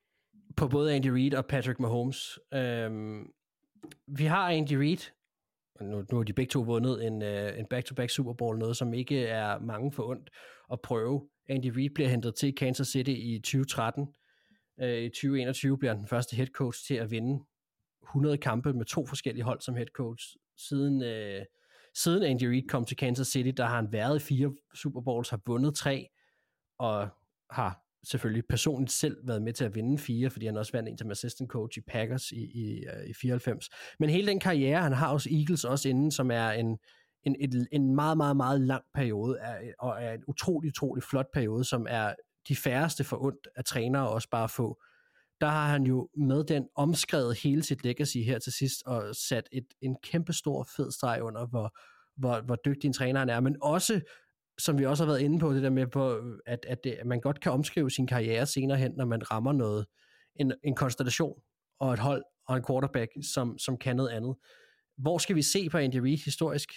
E: på både Andy Reid og Patrick Mahomes. Um, vi har Andy Reid, nu, nu har de begge to vundet en, uh, en back-to-back Super Bowl, noget som ikke er mange for ondt at prøve. Andy Reid bliver hentet til Kansas City i tyve tretten. Uh, I tyve enogtyve bliver han den første head coach til at vinde hundrede kampe med to forskellige hold som head coach. Siden, uh, siden Andy Reid kom til Kansas City, der har han været i fire Super Bowls, har vundet tre, og har selvfølgelig personligt selv været med til at vinde fire, fordi han også vandt en som assistant coach i Packers i, i, i fireoghalvfems. Men hele den karriere, han har hos Eagles også inden, som er en, en, en, en meget, meget, meget lang periode, er, og er en utrolig, utrolig flot periode, som er de færreste for ondt af trænere også bare få. Der har han jo med den omskrevet hele sit legacy her til sidst, og sat et, en kæmpe stor fed streg under, hvor, hvor, hvor dygtig en træner han er, men også som vi også har været inde på, det der med, på, at, at, det, at man godt kan omskrive sin karriere senere hen, når man rammer noget, en, en konstellation og et hold og en quarterback, som, som kan noget andet. Hvor skal vi se på Andy Reid historisk?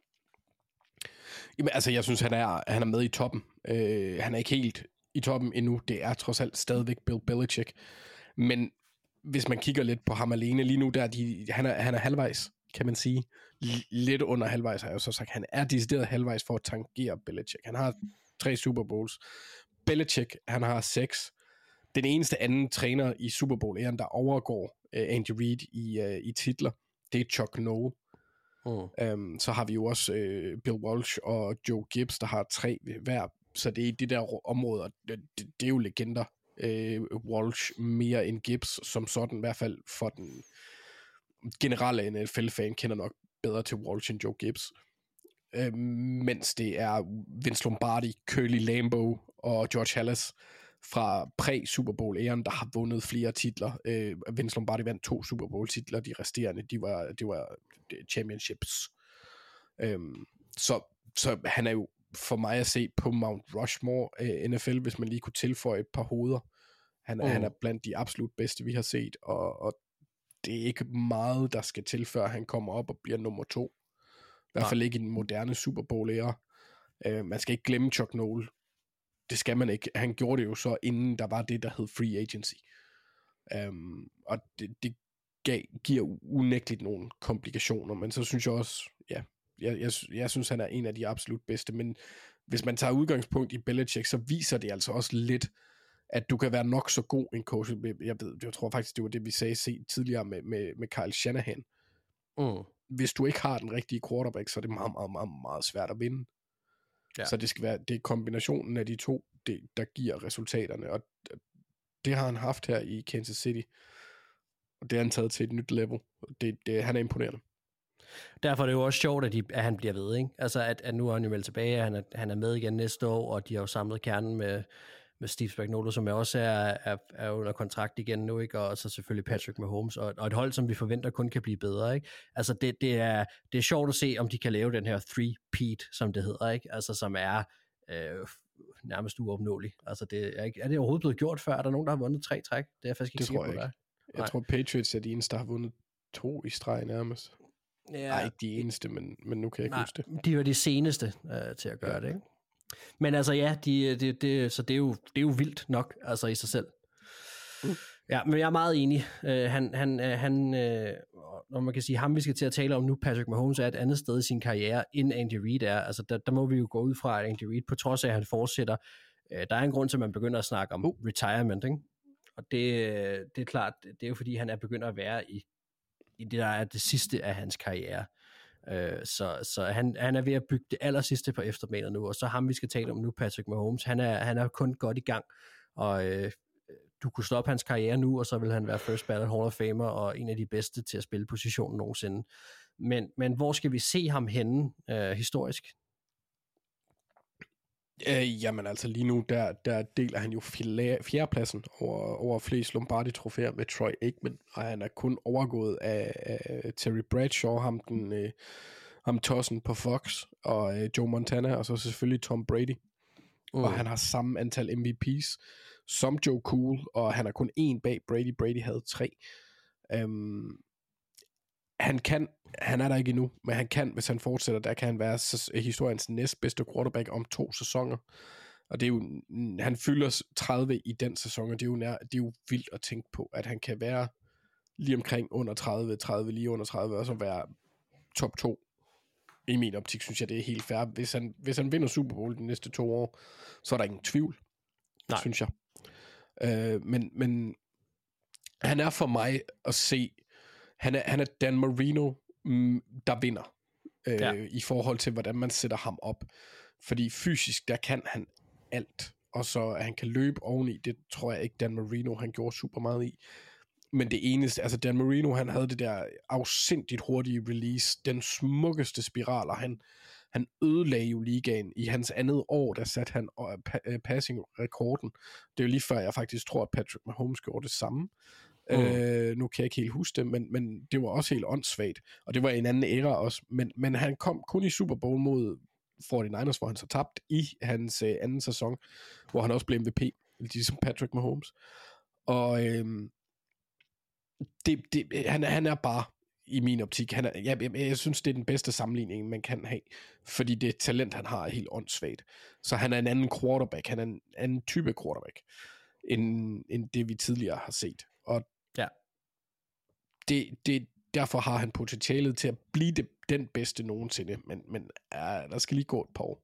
F: Jamen, altså, jeg synes, han er, han er med i toppen. Øh, han er ikke helt i toppen endnu. Det er trods alt stadigvæk Bill Belichick. Men hvis man kigger lidt på ham alene lige nu, der de, han, er, han er halvvejs, kan man sige. Lidt under halvvejs har jeg jo så sagt. Han er decideret halvvejs for at tangere Belichick. Han har tre Super Bowls. Belichick, han har seks. Den eneste anden træner i Super Bowl-æren, der overgår uh, Andy Reid i, uh, i titler, det er Chuck Noll. Mm. Um, så har vi jo også uh, Bill Walsh og Joe Gibbs, der har tre hver. Så det er de der områder, det, det, det er jo legender. Uh, Walsh mere end Gibbs, som sådan, i hvert fald for den generelle N F L-fan kender nok bedre til Walsh end Joe Gibbs. Uh, mens det er Vince Lombardi, Curly Lambeau og George Halas fra præ-Super Bowl-æren, der har vundet flere titler. Uh, Vince Lombardi vandt to Super Bowl-titler, de resterende, de var, de var championships. Um, så, så han er jo for mig at se på Mount Rushmore uh, N F L, hvis man lige kunne tilføje et par hoveder. Han, mm. han er blandt de absolut bedste, vi har set, og, og det er ikke meget, der skal til, før han kommer op og bliver nummer to. I hvert fald ikke i den moderne Super Bowl-æra. Uh, man skal ikke glemme Chuck Noll. Det skal man ikke. Han gjorde det jo så, inden der var det, der hed free agency. Um, og det, det gav, giver unægteligt nogle komplikationer, men så synes jeg også, ja, jeg, jeg, jeg synes, han er en af de absolut bedste, men hvis man tager udgangspunkt i Belichick, så viser det altså også lidt, at du kan være nok så god en coach. Jeg, ved, jeg tror faktisk, det var det, vi sagde set tidligere med, med, med Kyle Shanahan. Mm. Hvis du ikke har den rigtige quarterback, så er det meget, meget, meget, meget svært at vinde. Ja. Så det skal være, det er kombinationen af de to, det, der giver resultaterne, og det har han haft her i Kansas City, og det har han taget til et nyt level. Det, det, han er imponerende.
E: Derfor er det jo også sjovt, at, de, at han bliver ved, ikke? Altså, at, at nu er han jo vel tilbage, at han er, han er med igen næste år, og de har jo samlet kernen med, med Steve Spagnuolo, som også er, er, er under kontrakt igen nu, ikke? Og så selvfølgelig Patrick Mahomes, og, og et hold, som vi forventer kun kan blive bedre, ikke? Altså, det, det, er, det er sjovt at se, om de kan lave den her three-peat, som det hedder, ikke? Altså, som er øh, nærmest uopnåelig. Altså, det er, ikke, er det overhovedet blevet gjort før? Er der nogen, der har vundet tre træk? Det er jeg faktisk ikke sikker på,
F: jeg, jeg tror, Patriots er de eneste, der har vundet to i streg nærmest. Ja. Nej, ikke de eneste, men, men nu kan jeg ikke
E: Nej,
F: huske det.
E: De var de seneste øh, til at gøre ja. det, ikke? Men altså ja, de, de, de, så det er, jo, det er jo vildt nok, altså i sig selv. Mm. Ja, men jeg er meget enig. Uh, han, han, uh, han uh, når man kan sige, ham vi skal til at tale om nu, Patrick Mahomes, er et andet sted i sin karriere, end Andy Reid er. Altså der, der må vi jo gå ud fra, at Andy Reid, på trods af, at han fortsætter, uh, der er en grund til, at man begynder at snakke om uh. retirement, ikke? Og det, det er klart, det er jo fordi, han er begyndt at være i, i det, der er det sidste af hans karriere. Uh, så så han, han er ved at bygge det aller sidste på eftermælet nu, og så ham vi skal tale om nu, Patrick Mahomes, han er, han er kun godt i gang, og uh, du kunne stoppe hans karriere nu, og så vil han være first ballot Hall of Famer, og en af de bedste til at spille positionen nogensinde. Men, men hvor skal vi se ham henne uh, historisk?
F: Uh, jamen altså lige nu, der, der deler han jo fjerdepladsen over, over flest Lombardi-trofæer med Troy Aikman, og han er kun overgået af, af Terry Bradshaw, ham, den, uh, ham tossen på Fox, og uh, Joe Montana, og så selvfølgelig Tom Brady. Mm. Og han har samme antal M V P's som Joe Cool, og han er kun én bag Brady. Brady havde tre. Um, han kan, han er der ikke endnu, men han kan, hvis han fortsætter, der kan han være historiens næstbedste quarterback om to sæsoner. Og det er jo, han fylder tredive i den sæson, og det er jo, nær, det er jo vildt at tænke på, at han kan være lige omkring under tredive, tredive lige under tredive, og så være top to. I min optik synes jeg, det er helt fair. Hvis han, hvis han vinder Super Bowl de næste to år, så er der ingen tvivl, Nej. synes jeg. Øh, men, men han er for mig at se, han er, han er Dan Marino, mm, der vinder, øh, ja. i forhold til, hvordan man sætter ham op. Fordi fysisk, der kan han alt. Og så at han kan løbe oveni, det tror jeg ikke Dan Marino, han gjorde super meget i. Men det eneste, altså Dan Marino, han havde det der afsindigt hurtige release, den smukkeste spiral, og han, han ødelagde jo ligaen. I hans andet år, der satte han uh, passing-rekorden. Det er jo lige før, jeg faktisk tror, at Patrick Mahomes gjorde det samme. Mm. Øh, nu kan jeg ikke helt huske det, men, men det var også helt åndssvagt. Og det var en anden æra også. Men, men han kom kun i Super Bowl mod forty-niners, hvor han så tabt i hans øh, anden sæson, hvor han også blev M V P, ligesom Patrick Mahomes. Og øhm, det, det, han, han er bare, i min optik, han er, jeg, jeg, jeg synes, det er den bedste sammenligning, man kan have, fordi det talent, han har, er helt åndssvagt. Så han er en anden quarterback, han er en anden type quarterback, end, end det, vi tidligere har set. Og ja. det, det, derfor har han potentialet til at blive det, den bedste nogensinde, men, men ja, der skal lige gå et par år.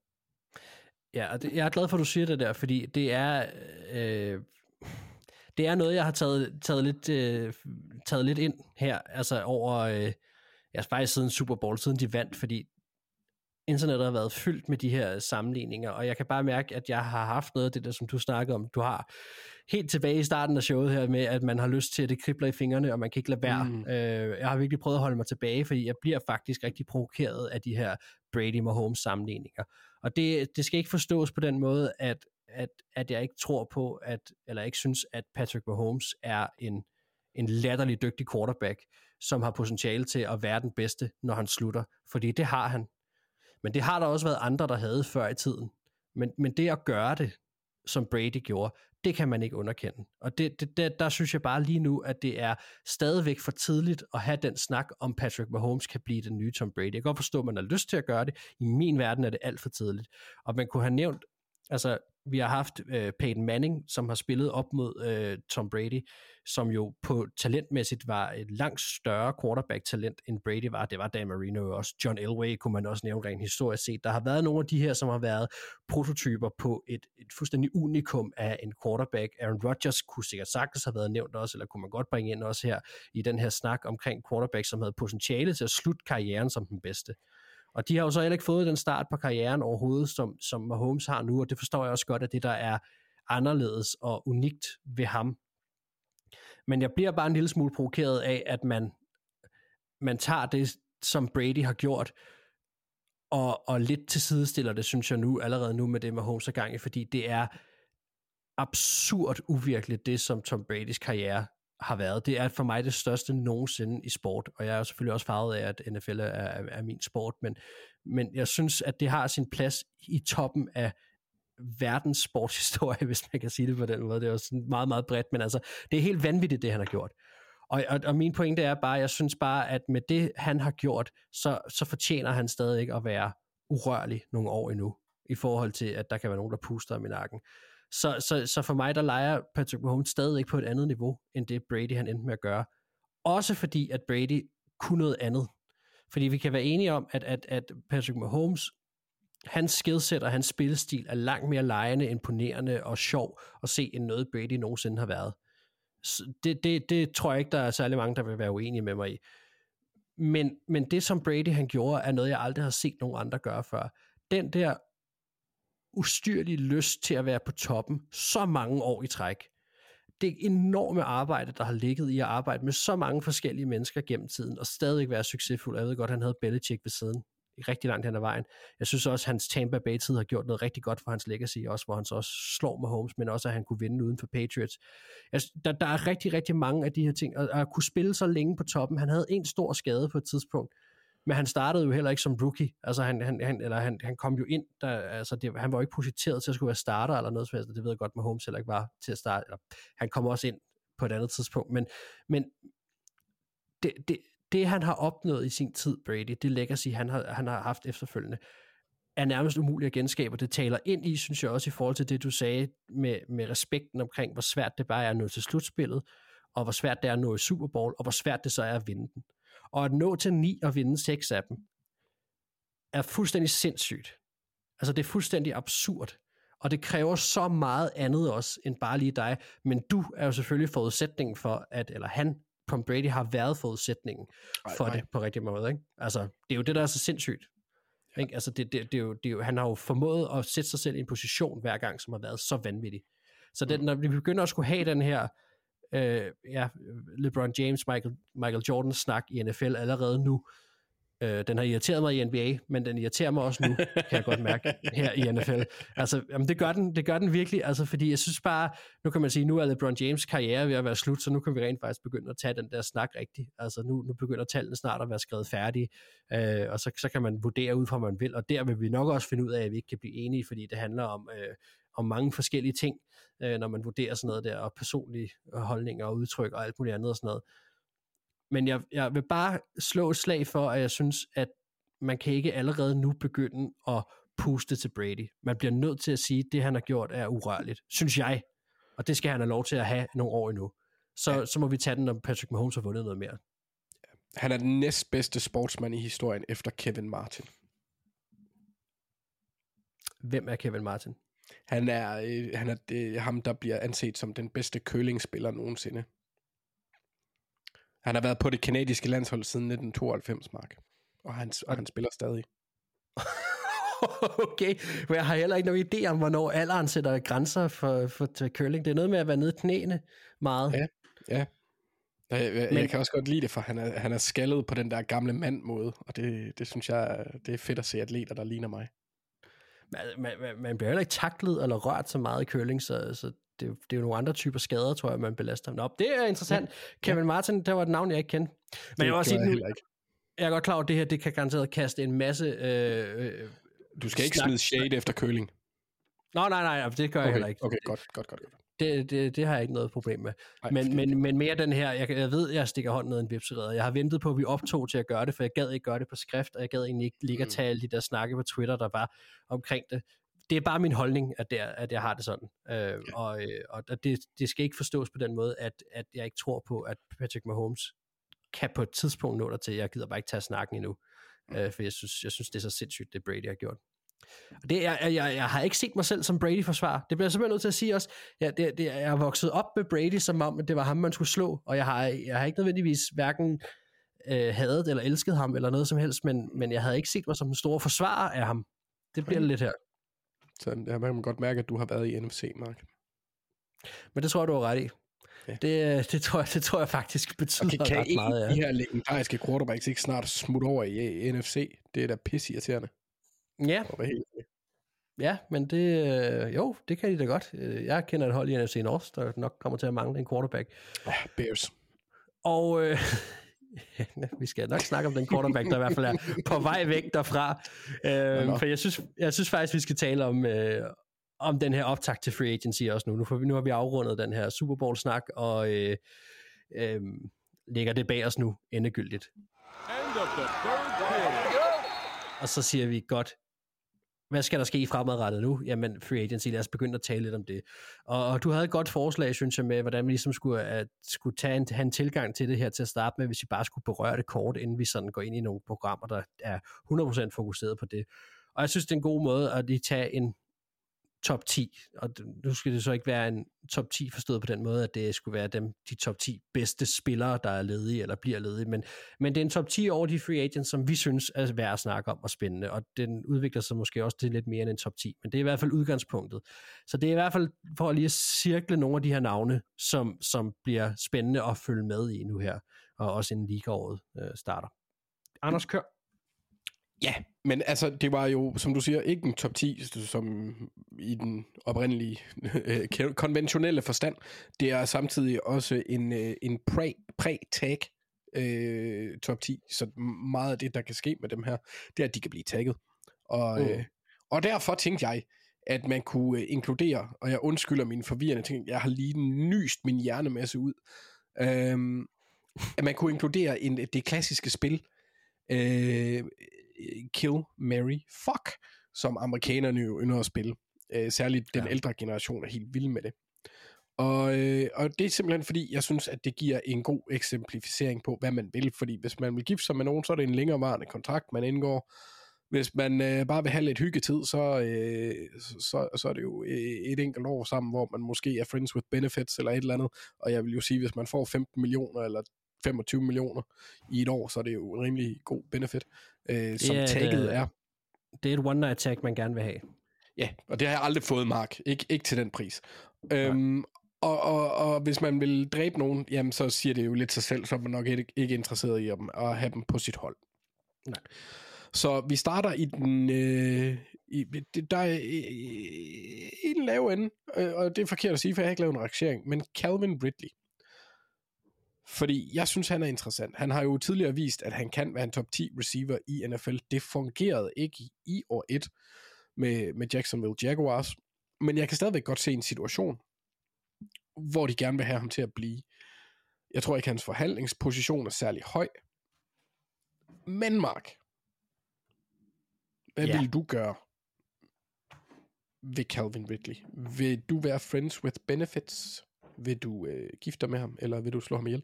E: Ja, og det, jeg er glad for, at du siger det der, fordi det er øh, det er noget, jeg har taget, taget, lidt, øh, taget lidt ind her, altså over, øh, ja, faktisk siden Super Bowl, siden de vandt, fordi internettet har været fyldt med de her sammenligninger, og jeg kan bare mærke, at jeg har haft noget af det der, som du snakkede om. Du har helt tilbage i starten af showet her med, at man har lyst til, at det kribler i fingrene, og man kan ikke lade være. Mm. Øh, jeg har virkelig prøvet at holde mig tilbage, fordi jeg bliver faktisk rigtig provokeret af de her Brady-Mahomes sammenligninger. Og det, det skal ikke forstås på den måde, at, at, at jeg ikke tror på, at, eller ikke synes, at Patrick Mahomes er en, en latterlig dygtig quarterback, som har potentiale til at være den bedste, når han slutter. Fordi det har han. Men det har der også været andre, der havde før i tiden. Men, men det at gøre det, som Brady gjorde, det kan man ikke underkende. Og det, det, det, der synes jeg bare lige nu, at det er stadigvæk for tidligt at have den snak, om Patrick Mahomes kan blive den nye Tom Brady. Jeg kan godt forstå, at man har lyst til at gøre det. I min verden er det alt for tidligt. Og man kunne have nævnt, altså vi har haft øh, Peyton Manning, som har spillet op mod øh, Tom Brady, som jo på talentmæssigt var et langt større quarterback-talent, end Brady var. Det var Dan Marino også. John Elway kunne man også nævne rent historisk set. Der har været nogle af de her, som har været prototyper på et, et fuldstændig unikum af en quarterback. Aaron Rodgers kunne sikkert sagtens have været nævnt også, eller kunne man godt bringe ind også her i den her snak omkring quarterback, som havde potentiale til at slutte karrieren som den bedste. Og de har jo så heller ikke fået den start på karrieren overhovedet, som, som Mahomes har nu, og det forstår jeg også godt, at det der er anderledes og unikt ved ham. Men jeg bliver bare en lille smule provokeret af, at man, man tager det, som Brady har gjort, og, og lidt til sidestiller det, synes jeg nu, allerede nu med det Mahomes er gang i, fordi det er absurd uvirkeligt, det som Tom Bradys karriere har været. Det er for mig det største nogensinde i sport, og jeg er selvfølgelig også farvet af, at N F L er, er, er min sport, men, men jeg synes, at det har sin plads i toppen af verdens sportshistorie, hvis man kan sige det på den måde. Det er også meget, meget bredt, men altså, det er helt vanvittigt, det han har gjort. Og, og, og min pointe er bare, jeg synes bare, at med det, han har gjort, så, så fortjener han stadig ikke at være urørlig nogle år endnu, i forhold til, at der kan være nogen, der puster ham i nakken. Så, så, så for mig, der leger Patrick Mahomes stadig ikke på et andet niveau, end det Brady han endte med at gøre. Også fordi, at Brady kunne noget andet. Fordi vi kan være enige om, at, at, at Patrick Mahomes, hans skillset og hans spillestil er langt mere legende, imponerende og sjov at se, end noget Brady nogensinde har været. Det, det, det tror jeg ikke, der er særlig mange, der vil være uenige med mig i. Men, men det, som Brady han gjorde, er noget, jeg aldrig har set nogen andre gøre før. Den der ustyrlige lyst til at være på toppen så mange år i træk. Det enorme arbejde, der har ligget i at arbejde med så mange forskellige mennesker gennem tiden, og stadig være succesfuld. Jeg ved godt, han havde Belichick ved siden i rigtig langt hen ad vejen. Jeg synes også, at hans Tampa Bay-tid har gjort noget rigtig godt for hans legacy, også hvor han så også slår Mahomes, men også, at han kunne vinde uden for Patriots. Altså, der, der er rigtig, rigtig mange af de her ting, og at kunne spille så længe på toppen. Han havde en stor skade på et tidspunkt, men han startede jo heller ikke som rookie. Altså han, han, han, eller han, han kom jo ind, der, altså det, han var jo ikke projiceret til at skulle være starter eller noget som helst. Det ved jeg godt, Mahomes heller ikke var til at starte. Eller, han kom også ind på et andet tidspunkt. Men, men det, det, det, han har opnået i sin tid, Brady, det legacy, han har, han har haft efterfølgende, er nærmest umuligt at genskabe, og det taler ind i, synes jeg også, i forhold til det, du sagde med, med respekten omkring, hvor svært det bare er at nå til slutspillet, og hvor svært det er at nå i Super Bowl, og hvor svært det så er at vinde den. Og at nå til ni og vinde seks af dem, er fuldstændig sindssygt. Altså det er fuldstændig absurd. Og det kræver så meget andet også, end bare lige dig. Men du er jo selvfølgelig forudsætningen for, at, eller han, Tom Brady, har været forudsætningen for ej, ej. det på rigtig måde. Ikke? Altså, det er jo det, der er så sindssygt. Ja. Ikke? Altså, det, det, det er jo, det er jo, han har jo formået at sætte sig selv i en position hver gang, som har været så vanvittig. Så den, når vi begynder at skulle have den her øh, ja, LeBron James, Michael, Michael Jordan snak i N F L allerede nu, Øh, den har irriteret mig i N B A, men den irriterer mig også nu, kan jeg godt mærke, her i N F L. Altså, jamen det gør den, det gør den virkelig, altså fordi jeg synes bare, nu kan man sige, nu er LeBron James karriere ved at være slut, så nu kan vi rent faktisk begynde at tage den der snak rigtigt. Altså nu, nu begynder tallene snart at være skrevet færdige, øh, og så, så kan man vurdere ud fra, hvad man vil, og der vil vi nok også finde ud af, at vi ikke kan blive enige, fordi det handler om, øh, om mange forskellige ting, øh, når man vurderer sådan noget der, og personlige holdninger og udtryk og alt muligt andet og sådan noget. Men jeg, jeg vil bare slå et slag for, at jeg synes, at man kan ikke allerede nu begynde at puste til Brady. Man bliver nødt til at sige, at det, han har gjort, er urørligt, synes jeg. Og det skal han have lov til at have nogle år endnu. Så, ja. så må vi tage den, når Patrick Mahomes har vundet noget mere.
F: Han er den næstbedste sportsmand i historien efter Kevin Martin.
E: Hvem er Kevin Martin?
F: Han er, øh, han er det, ham, der bliver anset som den bedste curlingspiller nogensinde. Han har været på det kanadiske landshold siden nitten tooghalvfems, Mark. Og han, og han spiller stadig.
E: Okay, men jeg har heller ikke nogen idé om, hvornår alderen sætter grænser for, for curling. Det er noget med at være nede i knæene meget.
F: Ja, ja. Jeg, jeg, men, jeg kan også godt lide det, for han er, han er skaldet på den der gamle mand-måde. Og det, det synes jeg, det er fedt at se atleter, der ligner mig.
E: Man, man, man bliver heller ikke taklet eller rørt så meget i curling, så... så Det, det er jo nogle andre typer skader, tror jeg, man belaster. Nå, det er interessant. Ja. Kevin Martin, der var et navn, jeg ikke kendte. Men det jeg vil også sige, nu, jeg er godt klar over, at det her, det kan garanteret kaste en masse... Øh,
F: du skal ikke snak. smide shade efter curling.
E: Nå, nej, nej, det gør
F: okay,
E: jeg heller ikke.
F: Okay, godt, godt, godt. godt.
E: Det, det, det har jeg ikke noget problem med. Ej, men, men, men mere den her, jeg, jeg ved, jeg stikker hånden ned i en vipserede. Jeg har ventet på, at vi optog til at gøre det, for jeg gad ikke gøre det på skrift, og jeg gad egentlig ikke ligge og tage alle de der snakke på Twitter, der var omkring det. Det er bare min holdning, at, det er, at jeg har det sådan. Øh, og og det, det skal ikke forstås på den måde, at, at jeg ikke tror på, at Patrick Mahomes kan på et tidspunkt nå der til. Jeg gider bare ikke tage snakken endnu. Øh, for jeg synes, jeg synes, det er så sindssygt, det Brady har gjort. Og det er, jeg, jeg, jeg har ikke set mig selv som Brady-forsvar. Det bliver jeg simpelthen nødt til at sige også. Ja, det, det, jeg har vokset op med Brady, som om det var ham, man skulle slå. Og jeg har, jeg har ikke nødvendigvis hverken øh, hadet eller elsket ham, eller noget som helst, men, men jeg havde ikke set mig som en stor forsvarer af ham. Det bliver okay. lidt her.
F: Så jeg kan godt mærke, at du har været i N F C, Mark.
E: Men det tror jeg, du har ret i. Ja. Det, det, tror jeg, det tror jeg faktisk betyder okay, ret meget.
F: Kan de her legendariske quarterbacks ikke snart smutte over i N F C? Det er da pisseirriterende.
E: Ja. Ja, men det, jo, det kan de da godt. Jeg kender et hold i N F C North, der nok kommer til at mangle en quarterback.
F: Ja, Bears.
E: Og øh, vi skal nok snakke om den quarterback, der i hvert fald er på vej væk derfra. Øh, for jeg synes, jeg synes faktisk, vi skal tale om, øh, om den her optakt til free agency også nu. Nu, får vi, nu har vi afrundet den her Super Bowl-snak, og øh, øh, lægger det bag os nu endegyldigt. Og så siger vi godt, hvad skal der ske fremadrettet nu? Jamen, free agency, lad os begynde at tale lidt om det. Og, og du havde et godt forslag, synes jeg, med, hvordan vi ligesom skulle, at, skulle tage en, have en tilgang til det her til at starte med, hvis vi bare skulle berøre det kort, inden vi sådan går ind i nogle programmer, der er hundrede procent fokuseret på det. Og jeg synes, det er en god måde at lige tage en top ti, og nu skal det så ikke være en top ti forstået på den måde, at det skulle være dem, de top ti bedste spillere, der er ledige eller bliver ledige, men, men det er en top ti over de free agents, som vi synes er værd at snakke om og spændende, og den udvikler sig måske også til lidt mere end en top ti, men det er i hvert fald udgangspunktet. Så det er i hvert fald for at lige at cirkle nogle af de her navne, som, som bliver spændende at følge med i nu her, og også inden ligaåret øh, starter. Anders, kør.
F: Ja, men altså, det var jo, som du siger, ikke en top ti, som i den oprindelige øh, konventionelle forstand. Det er samtidig også en, øh, en pre- pre-tag øh, top ti, så meget af det, der kan ske med dem her, det er, at de kan blive tagget. Og, mm. øh, og derfor tænkte jeg, at man kunne øh, inkludere, og jeg undskylder mine forvirrende ting, jeg har lige nyst min hjernemasse ud, øh, at man kunne inkludere en, det klassiske spil, øh, Kill, Marry, Fuck, som amerikanerne jo ynder at spille. Øh, særligt den ja. ældre generation er helt vild med det. Og, øh, og det er simpelthen fordi, jeg synes, at det giver en god eksemplificering på, hvad man vil. Fordi hvis man vil gifte sig med nogen, så er det en længerevarende kontrakt, man indgår. Hvis man øh, bare vil have lidt hyggetid, så, øh, så, så er det jo et enkelt år sammen, hvor man måske er friends with benefits eller et eller andet. Og jeg vil jo sige, hvis man får femten millioner eller femogtyve millioner i et år, så er det jo en rimelig god benefit, øh, som
E: yeah,
F: tagget
E: det,
F: er.
E: Det er et one-night tag, man gerne vil have.
F: Ja, og det har jeg aldrig fået, Mark. Ik- ikke til den pris. Øhm, og, og, og hvis man vil dræbe nogen, jamen så siger det jo lidt sig selv, så er man nok ikke, ikke interesseret i dem, at have dem på sit hold.
E: Nej.
F: Så vi starter i den, øh, i, der er i den lave ende, øh, og det er forkert at sige, for jeg har ikke lavet en rangering, men Calvin Ridley. Fordi jeg synes, han er interessant. Han har jo tidligere vist, at han kan være en top ti receiver i N F L. Det fungerede ikke i år et med, med Jacksonville Jaguars, men jeg kan stadigvæk godt se en situation, hvor de gerne vil have ham til at blive. Jeg tror ikke, hans forhandlingsposition er særlig høj. Men Mark, hvad ja. vil du gøre ved Calvin Ridley? Vil du være friends with benefits? Vil du øh, gifte dig med ham, eller vil du slå ham ihjel?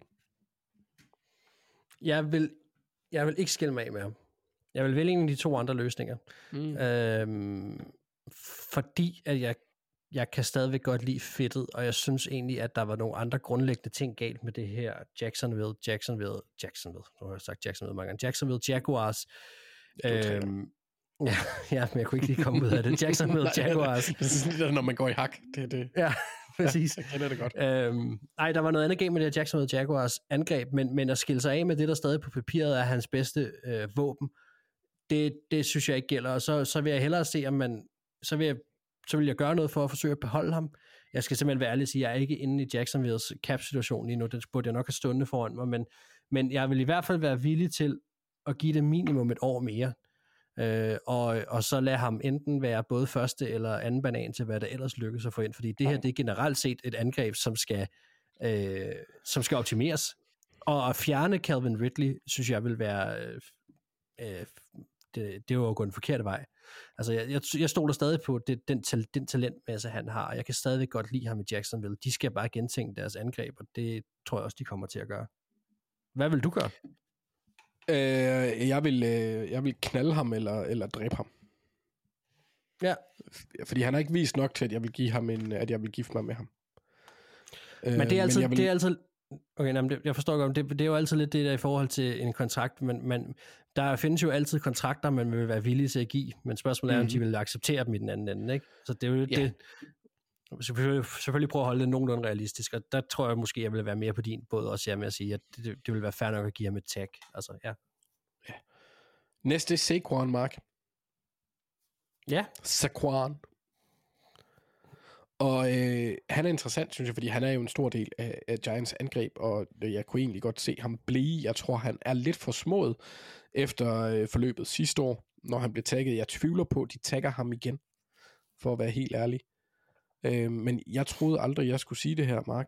E: Jeg vil, jeg vil ikke skille mig af med ham. Jeg vil vælge en af de to andre løsninger. Mm. Øhm, fordi at jeg, jeg kan stadigvæk godt lide fedtet, og jeg synes egentlig, at der var nogle andre grundlæggende ting galt med det her Jacksonville, Jacksonville, Jacksonville, nu har jeg sagt Jacksonville mange gange, Jacksonville Jaguars. Øhm, ja, ja, men jeg kunne ikke lige komme ud af det. Jacksonville Jaguars.
F: Det er når man går i hak. Det er det.
E: Ja, præcis.
F: Ja, jeg kender det godt.
E: Øhm, ej, der var noget andet game med det her Jacksonville Jaguars angreb, men, men at skille sig af med det, der stadig på papiret er hans bedste øh, våben, det, det synes jeg ikke gælder. Og så, så vil jeg hellere se, om man, så vil jeg, så vil jeg gøre noget for at forsøge at beholde ham. Jeg skal simpelthen være ærlig og sige, at jeg er ikke inde i Jacksonvilles cap-situation lige nu. Det burde jeg nok have stående foran mig, men, men jeg vil i hvert fald være villig til at give det minimum et år mere. Øh, og, og så lade ham enten være både første eller anden banan til, hvad der ellers lykkes at få ind, fordi det her, det er generelt set et angreb, som skal, øh, som skal optimeres. Og at fjerne Calvin Ridley, synes jeg vil være, øh, øh, det, det var jo gået den forkerte vej. Altså, jeg, jeg, jeg stoler stadig på det, den, den talentmasse, han har, og jeg kan stadig godt lide ham i Jacksonville. De skal bare gentænke deres angreb, og det tror jeg også, de kommer til at gøre. Hvad vil du gøre?
F: Øh, jeg vil øh, jeg vil knalde ham eller, eller dræbe ham.
E: Ja.
F: Fordi han har ikke vist nok til, at jeg vil give ham en, at jeg vil gifte mig med ham.
E: Men det er altid,
F: men vil...
E: det er altid okay, nej, det, jeg forstår godt, det, det er jo altid lidt det der i forhold til en kontrakt, men, men der findes jo altid kontrakter, man vil være villig til at give, men spørgsmålet er, mm-hmm. om de vil acceptere dem i den anden ende, ikke? Så det er jo yeah. det, selvfølgelig, selvfølgelig prøve at holde det nogenlunde realistisk, og der tror jeg måske, jeg vil være mere på din båd også, jeg med at sige, at det, det vil være fair nok at give ham et tag, altså, ja.
F: ja. Næste er Saquon, Mark.
E: Ja.
F: Saquon. Og øh, han er interessant, synes jeg, fordi han er jo en stor del af, af Giants angreb, og jeg kunne egentlig godt se ham blive. Jeg tror, han er lidt for smået efter øh, forløbet sidste år, når han blev tagget. Jeg tvivler på, at de tagger ham igen, for at være helt ærlig. Øh, men jeg troede aldrig, jeg skulle sige det her, Mark.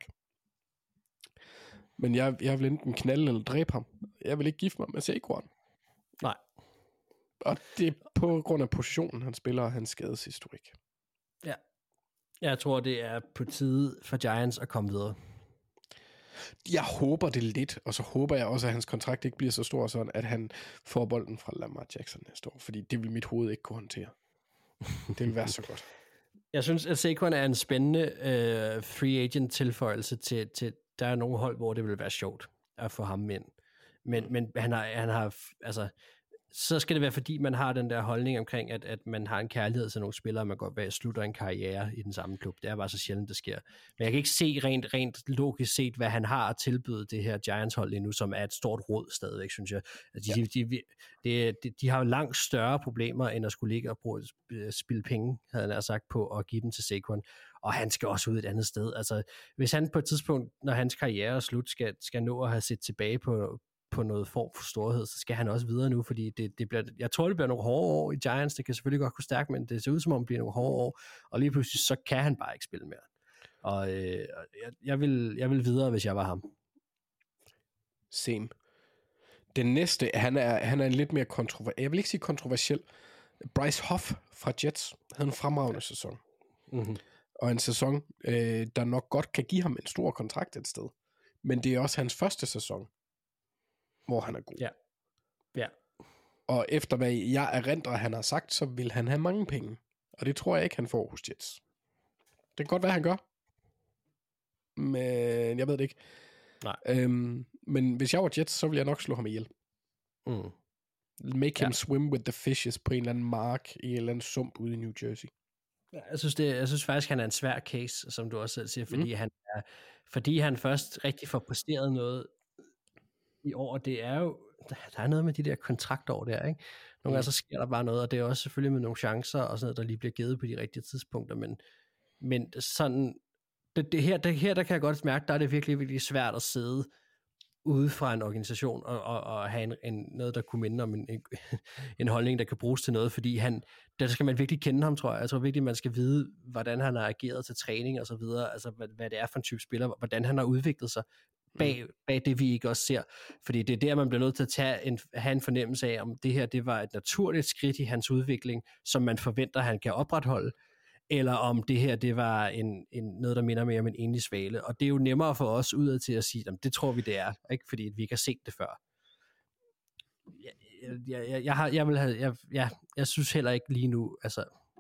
F: Men jeg, jeg vil enten knalde eller dræbe ham. Jeg vil ikke gifte mig med Saquon.
E: Nej.
F: Og det er på grund af positionen, han spiller, og hans skadeshistorik.
E: Ja. Jeg tror, det er på tide for Giants at komme videre.
F: Jeg håber det lidt, og så håber jeg også, at hans kontrakt ikke bliver så stor, sådan at han får bolden fra Lamar Jackson næste år, fordi det vil mit hoved ikke kunne håndtere. Det vil være så godt.
E: Jeg synes, at Saquon er en spændende uh, free agent tilføjelse til, til, der er nogle hold, hvor det vil være sjovt at få ham ind. Men, men han har, han har, altså, så skal det være, fordi man har den der holdning omkring, at, at man har en kærlighed til nogle spillere, man godt vil slutte en karriere i den samme klub. Det er bare så sjældent, det sker. Men jeg kan ikke se rent, rent logisk set, hvad han har at tilbyde det her Giants-hold lige nu, som er et stort råd stadigvæk, synes jeg. De, ja. de, de, de, de, de har jo langt større problemer, end at skulle ligge og bruge, spille penge, havde han sagt, på at give dem til Saquon. Og han skal også ud et andet sted. Altså, hvis han på et tidspunkt, når hans karriere er slut, skal, skal nå at have set tilbage på på noget form for storhed, så skal han også videre nu, fordi det, det bliver, jeg tror, det bliver nogle hårde år i Giants, det kan selvfølgelig godt gå stærkt, men det ser ud som om, det bliver nogle hårde år, og lige pludselig, så kan han bare ikke spille mere. Og øh, jeg, jeg, vil, jeg vil videre, hvis jeg var ham.
F: Same. Den næste, han er, han er en lidt mere kontroversiel, jeg vil ikke sige kontroversiel, Bryce Huff fra Jets havde en fremragende sæson. Mm-hmm. og en sæson, øh, der nok godt kan give ham en stor kontrakt et sted. Men det er også hans første sæson, hvor han er god.
E: Ja. Ja.
F: Og efter hvad jeg erindrer, han har sagt, så vil han have mange penge. Og det tror jeg ikke, han får hos Jets. Det kan godt være, han gør. Men jeg ved det ikke.
E: Nej.
F: Øhm, men hvis jeg var Jets, så ville jeg nok slå ham ihjel.
E: Mm.
F: Make him
E: Ja.
F: swim with the fishes på en eller anden mark i en eller anden sump ude i New Jersey.
E: Jeg synes, det, jeg synes faktisk, han er en svær case, som du også selv siger, fordi, mm. han, er, fordi han først rigtig får præsteret noget i år. Det er jo, der er noget med de der kontraktår der, ikke? Nogle gange
F: Mm.
E: så sker der bare noget, og det er også selvfølgelig med nogle chancer og sådan noget, der lige bliver givet på de rigtige tidspunkter, men, men sådan, det, det her, det her, der kan jeg godt mærke, der er det virkelig, virkelig svært at sidde ude fra en organisation og, og, og have en, en, noget, der kunne minde om en, en, en holdning, der kan bruges til noget, fordi han, der skal man virkelig kende ham, tror jeg. Jeg tror virkelig, man skal vide, hvordan han har ageret til træning og så videre, altså hvad, hvad det er for en type spiller, hvordan han har udviklet sig bag, bag det, vi ikke også ser. Fordi det er der, man bliver nødt til at tage en, have en fornemmelse af, om det her, det var et naturligt skridt i hans udvikling, som man forventer, han kan opretholde, eller om det her, det var en, en, noget, der minder mere om en enlig svale. Og det er jo nemmere for os udad til at sige, jamen, det tror vi, det er, ikke? Fordi vi ikke har set det før. Jeg, jeg, jeg, jeg, har, jeg, vil have, jeg, jeg, jeg synes heller ikke lige nu, altså...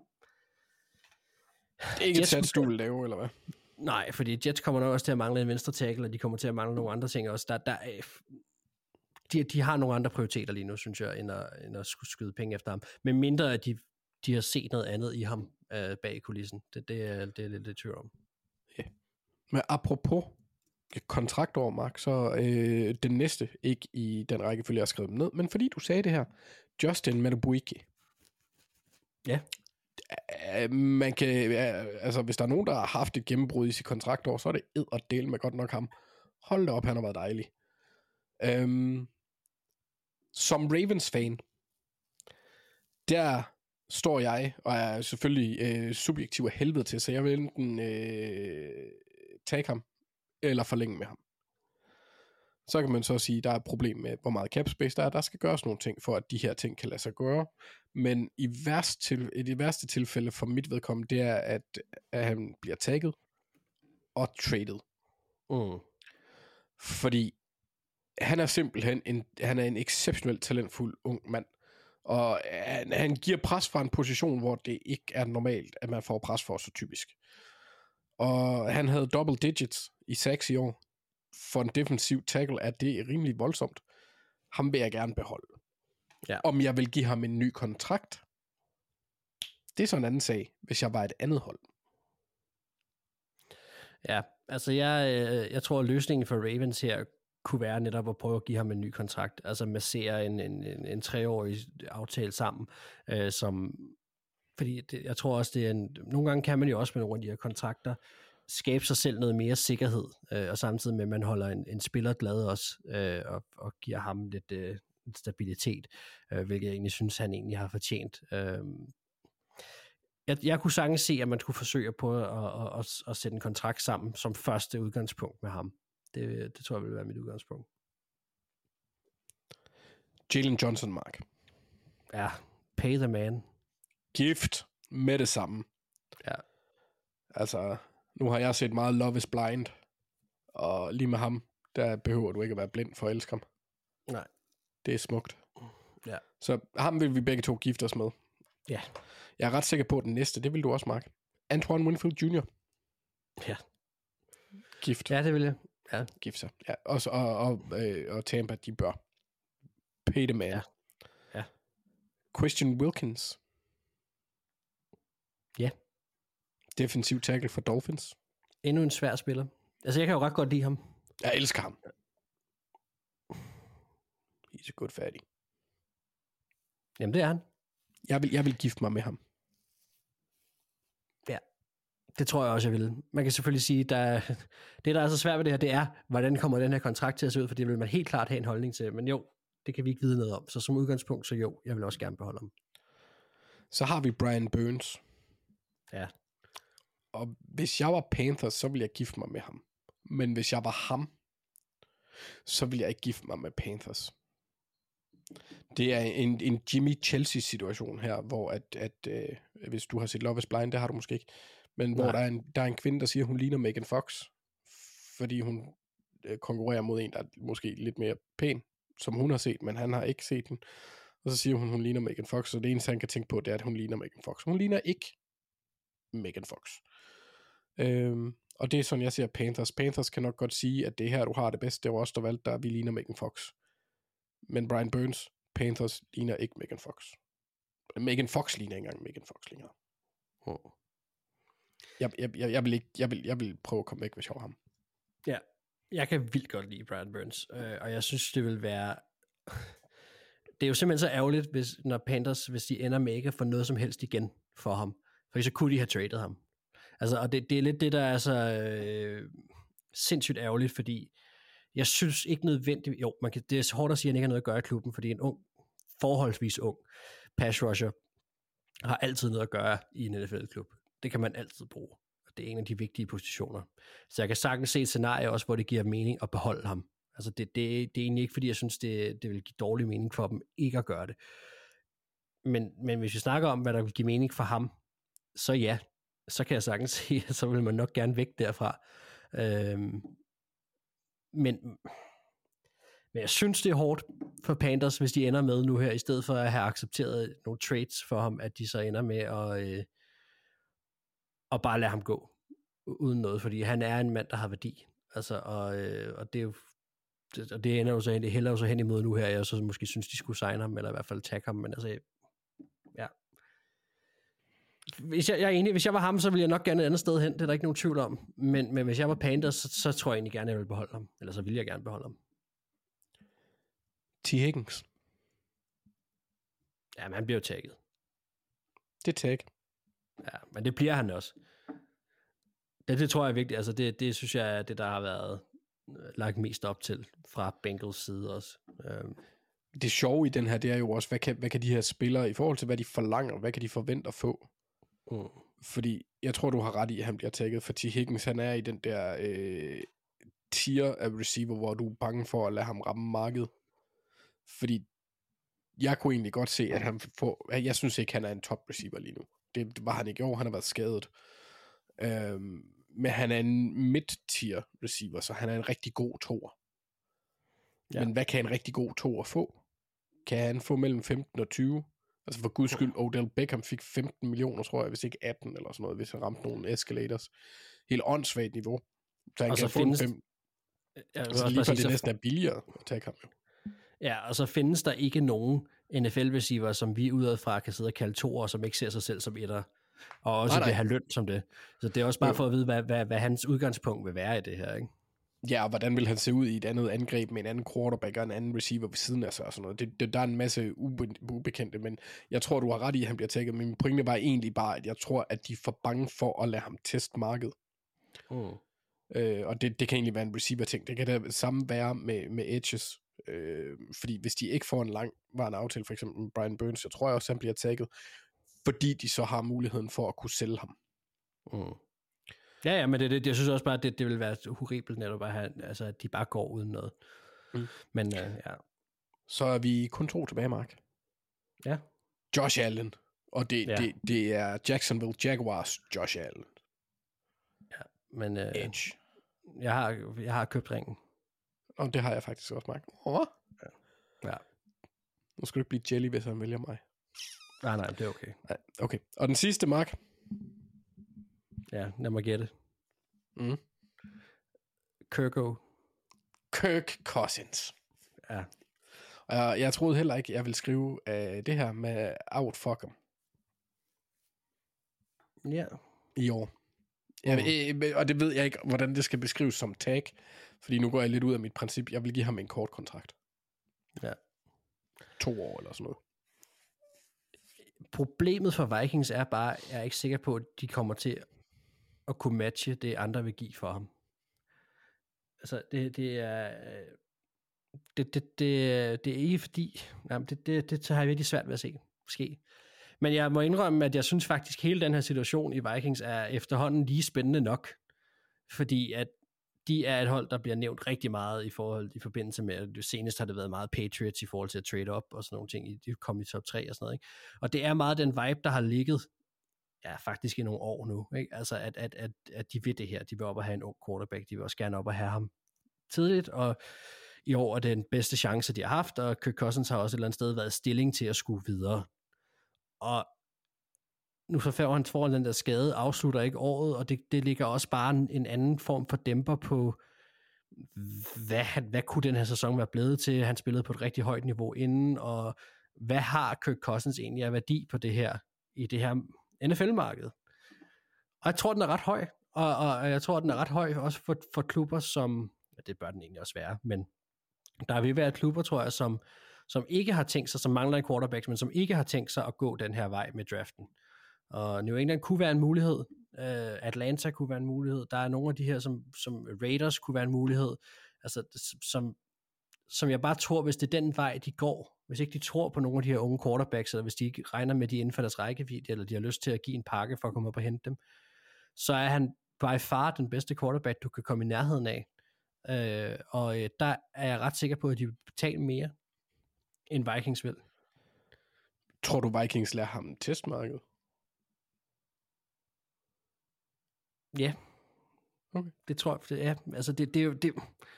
F: Det er ikke et sat stol lave, eller hvad?
E: Nej, fordi Jets kommer nok også til at mangle en venstre tackle, og de kommer til at mangle nogle andre ting også. Der, der er, de, de har nogle andre prioriteter lige nu, synes jeg, end at, end at skyde penge efter ham. Men mindre, at de, de har set noget andet i ham øh, bag kulissen. Det, det, er, det er lidt lidt tvivl om.
F: Ja. Men apropos kontraktår, Mark, så øh, den næste, ikke i den rækkefølge, jeg har skrevet dem ned, men fordi du sagde det her, Justin Madubuike.
E: Ja.
F: Uh, man kan, uh, altså hvis der er nogen, der har haft et gennembrud i sit kontraktår, så er det ed og del med godt nok ham. Hold da op, han har været dejlig. Um, som Ravens-fan, der står jeg, og er selvfølgelig øh, subjektiv af helvede til, så jeg vil enten øh, tage ham, eller forlænge med ham. Så kan man så sige, at der er et problem med, hvor meget cap space der er. Der skal gøres nogle ting, for at de her ting kan lade sig gøre. Men i, værst til, i det værste tilfælde for mit vedkommende, det er, at, at han bliver tagget og traded.
E: Mm.
F: Fordi han er simpelthen en, han er en exceptionelt talentfuld ung mand. Og han, han giver pres fra en position, hvor det ikke er normalt, at man får pres for så typisk. Og han havde double digits i seks i år. For en defensiv tackle er det rimelig voldsomt. Ham vil jeg gerne beholde.
E: Ja.
F: Om jeg vil give ham en ny kontrakt, det er så en anden sag, hvis jeg var et andet hold.
E: Ja, altså jeg, øh, jeg tror, at løsningen for Ravens her kunne være netop at prøve at give ham en ny kontrakt, altså massere en, en, en, en treårig aftale sammen, øh, som, fordi det, jeg tror også, det er en, nogle gange kan man jo også med nogle af de her kontrakter, skabe sig selv noget mere sikkerhed, øh, og samtidig med, at man holder en, en spiller glad også, øh, og, og giver ham lidt, øh, lidt stabilitet, øh, hvilket jeg egentlig synes, han egentlig har fortjent. Øh, jeg, jeg kunne sagtens se, at man skulle forsøge på at, at, at, at sætte en kontrakt sammen, som første udgangspunkt med ham. Det, det tror jeg vil være mit udgangspunkt.
F: Jalen Johnson, Mark.
E: Ja, pay the man.
F: Gift med det samme.
E: Ja.
F: Altså, nu har jeg set meget Love is Blind, og lige med ham, der behøver du ikke at være blind for at elske ham.
E: Nej.
F: Det er smukt.
E: Ja.
F: Så ham vil vi begge to gifte os med.
E: Ja.
F: Jeg er ret sikker på, at den næste, det vil du også, Mark. Antoine Winfield junior
E: Ja.
F: Gift.
E: Ja, det vil jeg. Ja.
F: Gift sig. Ja, og, og, og, øh, og Tampa, de bør. Pay the man.
E: Ja. Ja.
F: Christian Wilkins.
E: Ja.
F: Defensiv tackle for Dolphins.
E: Endnu en svær spiller. Altså, jeg kan jo ret godt lide ham.
F: Jeg elsker ham. He's a good fatty.
E: Jamen, det er han.
F: Jeg vil, jeg vil gifte mig med ham.
E: Ja. Det tror jeg også, jeg vil. Man kan selvfølgelig sige, der det, der er så svært ved det her, det er, hvordan kommer den her kontrakt til at se ud, for det vil man helt klart have en holdning til. Men jo, det kan vi ikke vide noget om. Så som udgangspunkt, så jo, jeg vil også gerne beholde ham.
F: Så har vi Brian Burns.
E: Ja.
F: Og hvis jeg var Panthers, så ville jeg gifte mig med ham. Men hvis jeg var ham, så ville jeg ikke gifte mig med Panthers. Det er en, en Jimmy Chelsea situation her, hvor at, at øh, hvis du har set Love is Blind, det har du måske ikke, men hvor der er, en, der er en kvinde, der siger, at hun ligner Megan Fox, fordi hun øh, konkurrerer mod en, der er måske lidt mere pæn, som hun har set, men han har ikke set den. Og så siger hun, hun ligner Megan Fox, så det eneste, han kan tænke på, det er, at hun ligner Megan Fox. Hun ligner ikke Megan Fox. Øhm, og det er sådan, jeg ser Panthers. Panthers kan nok godt sige, at det her, du har det bedste, det var også der valgte, der vi ligner Megan Fox. Men Brian Burns, Panthers ligner ikke Megan Fox. Megan Fox ligner ikke engang Megan Fox længere. Oh. Jeg, jeg, jeg, jeg, vil ikke, jeg, vil, jeg vil prøve at komme væk, hvis jeg var ham.
E: Ja, jeg kan vildt godt lide Brian Burns, øh, og jeg synes, det vil være... Det er jo simpelthen så ærgerligt, hvis, når Panthers, hvis de ender med ikke at få noget som helst igen for ham. For så kunne de have traded ham. Altså, og det, det er lidt det, der er så øh, sindssygt ærgerligt, fordi jeg synes ikke nødvendigt... Jo, man kan, det er hårdt at sige, at han ikke har noget at gøre i klubben, fordi en ung, forholdsvis ung pass rusher har altid noget at gøre i en N F L-klub. Det kan man altid bruge. Og det er en af de vigtige positioner. Så jeg kan sagtens se et scenarie også, hvor det giver mening at beholde ham. Altså det, det, det er egentlig ikke, fordi jeg synes, det, det vil give dårlig mening for dem ikke at gøre det. Men, men hvis vi snakker om, hvad der vil give mening for ham, så ja, så kan jeg sagtens se, at så vil man nok gerne væk derfra. Øhm, men, men jeg synes, det er hårdt for Panthers, hvis de ender med nu her, i stedet for at have accepteret nogle trades for ham, at de så ender med at, øh, at bare lade ham gå uden noget, fordi han er en mand, der har værdi. Altså, og, øh, og det er jo det, og det ender jo så hen, det hælder jo så hen imod nu her, jeg så måske synes, de skulle signe ham, eller i hvert fald tagge ham, men altså, ja. Hvis jeg, jeg er enig, hvis jeg var ham, så ville jeg nok gerne et andet sted hen, det er der ikke nogen tvivl om, men, men hvis jeg var Panthers, så, så tror jeg egentlig gerne, jeg ville beholde ham, eller så ville jeg gerne beholde ham.
F: T. Higgins.
E: Ja, men han bliver jo tagget.
F: Det er tag.
E: Ja, men det bliver han også. Det, det tror jeg er vigtigt, altså det, det synes jeg er det, der har været lagt mest op til fra Bengals side også. Um.
F: Det sjove i den her, det er jo også, hvad kan, hvad kan de her spillere, i forhold til hvad de forlanger, hvad kan de forvente at få? Mm. Fordi jeg tror, du har ret i, at han bliver tagget, for T. Higgins, han er i den der øh, tier af receiver, hvor du er bange for at lade ham ramme markedet. Fordi jeg kunne egentlig godt se, at han får, jeg synes ikke, han er en top receiver lige nu. Det, det var han ikke i år, han har været skadet. Øhm, men han er en mid-tier receiver, så han er en rigtig god toer. Ja. Men hvad kan en rigtig god toer få? Kan han få mellem femten og tyve? Altså for guds skyld, Odell Beckham fik femten millioner, tror jeg, hvis ikke atten eller sådan noget, hvis han ramte nogle escalators. Helt åndssvagt niveau. Så han og kan så få findes... en fem. Ja, altså lige for det næsten er billigere at tage ham jo.
E: Ja, og så findes der ikke nogen N F L-receiver, som vi udadfra kan sidde og kalde toer, som ikke ser sig selv som etter. Og også nej, nej. Det have løn som det. Så det er også bare jo. For at vide, hvad, hvad, hvad hans udgangspunkt vil være i det her, ikke?
F: Ja, og hvordan vil han se ud i et andet angreb med en anden quarterback og en anden receiver ved siden af sig og sådan noget. Det, det, der er en masse ube, ubekendte, men jeg tror, du har ret i, at han bliver tagget. Men min pointe var egentlig bare, at jeg tror, at de er for bange for at lade ham teste markedet. Mm. Øh, og det, det kan egentlig være en receiver-ting. Det kan det samme være med, med edges. Øh, fordi hvis de ikke får en lang varende aftale, for eksempel med Brian Burns, så tror jeg også, at han bliver tagget, fordi de så har muligheden for at kunne sælge ham.
E: Mm. Ja, ja, men det, det, jeg synes også bare, at det, det vil være horribelt, netop bare have, altså, at de bare går uden noget. Mm. Men uh, ja.
F: Så er vi kun to tilbage, Mark.
E: Ja.
F: Josh Allen. Og det, ja. det, det er Jacksonville Jaguars Josh Allen.
E: Ja, men... Uh,
F: Edge.
E: Jeg har, jeg har købt ringen.
F: Og det har jeg faktisk også, Mark. Åh.
E: Ja. Ja.
F: Nu skal du ikke blive jelly, hvis han vælger mig.
E: Nej, nej, det er okay.
F: Nej, okay. Og den sidste, Mark.
E: Ja, lad mig gætte.
F: Mm.
E: Kirko.
F: Kirk Cousins.
E: Ja.
F: Og jeg, jeg troede heller ikke, jeg ville skrive uh, det her med out fuck ham.
E: Ja.
F: I år. Jeg, mm. Og det ved jeg ikke, hvordan det skal beskrives som tag. Fordi nu går jeg lidt ud af mit princip. Jeg vil give ham en kort kontrakt.
E: Ja.
F: To år eller sådan noget.
E: Problemet for Vikings er bare, jeg er ikke sikker på, at de kommer til at kunne matche det, andre vil give for ham. Altså, det, det er... Det, det, det, det er ikke fordi... Jamen, det, det, det har jeg virkelig svært ved at se ske. Men jeg må indrømme, at jeg synes faktisk, hele den her situation i Vikings er efterhånden lige spændende nok. Fordi at de er et hold, der bliver nævnt rigtig meget i forhold i forbindelse med, at det senest har det været meget Patriots i forhold til at trade op og sådan nogle ting. De kom i top tre og sådan noget, ikke? Og det er meget den vibe, der har ligget ja, faktisk i nogle år nu, ikke? Altså, at, at, at, at de vil det her, de vil op og have en ung quarterback, de vil også gerne op og have ham tidligt, og i år er det den bedste chance, de har haft, og Kirk Cousins har også et eller andet sted været stilling til at skue videre. Og nu så får han foran den der skade, afslutter ikke året, og det, det ligger også bare en, en anden form for dæmper på, hvad, hvad kunne den her sæson være blevet til? Han spillede på et rigtig højt niveau inden, og hvad har Kirk Cousins egentlig af værdi på det her, i det her N F L-marked? Og jeg tror, den er ret høj, og, og jeg tror, den er ret høj også for, for klubber, som, ja, det bør den egentlig også være, men der vil være klubber, tror jeg, som, som ikke har tænkt sig, som mangler en quarterback, men som ikke har tænkt sig at gå den her vej med draften. Og New England kunne være en mulighed, uh, Atlanta kunne være en mulighed, der er nogle af de her, som, som Raiders kunne være en mulighed, altså som, som jeg bare tror, hvis det er den vej, de går, hvis ikke de tror på nogle af de her unge quarterbacks, eller hvis de ikke regner med, de inden for deres rækkevidde, eller de har lyst til at give en pakke for at komme op og hente dem, så er han by far den bedste quarterback, du kan komme i nærheden af. Uh, og uh, der er jeg ret sikker på, at de vil betale mere, end Vikings vil.
F: Tror du, Vikings lærer ham testmarkedet?
E: Ja, okay. Det tror jeg, det er, altså det, det er jo, det,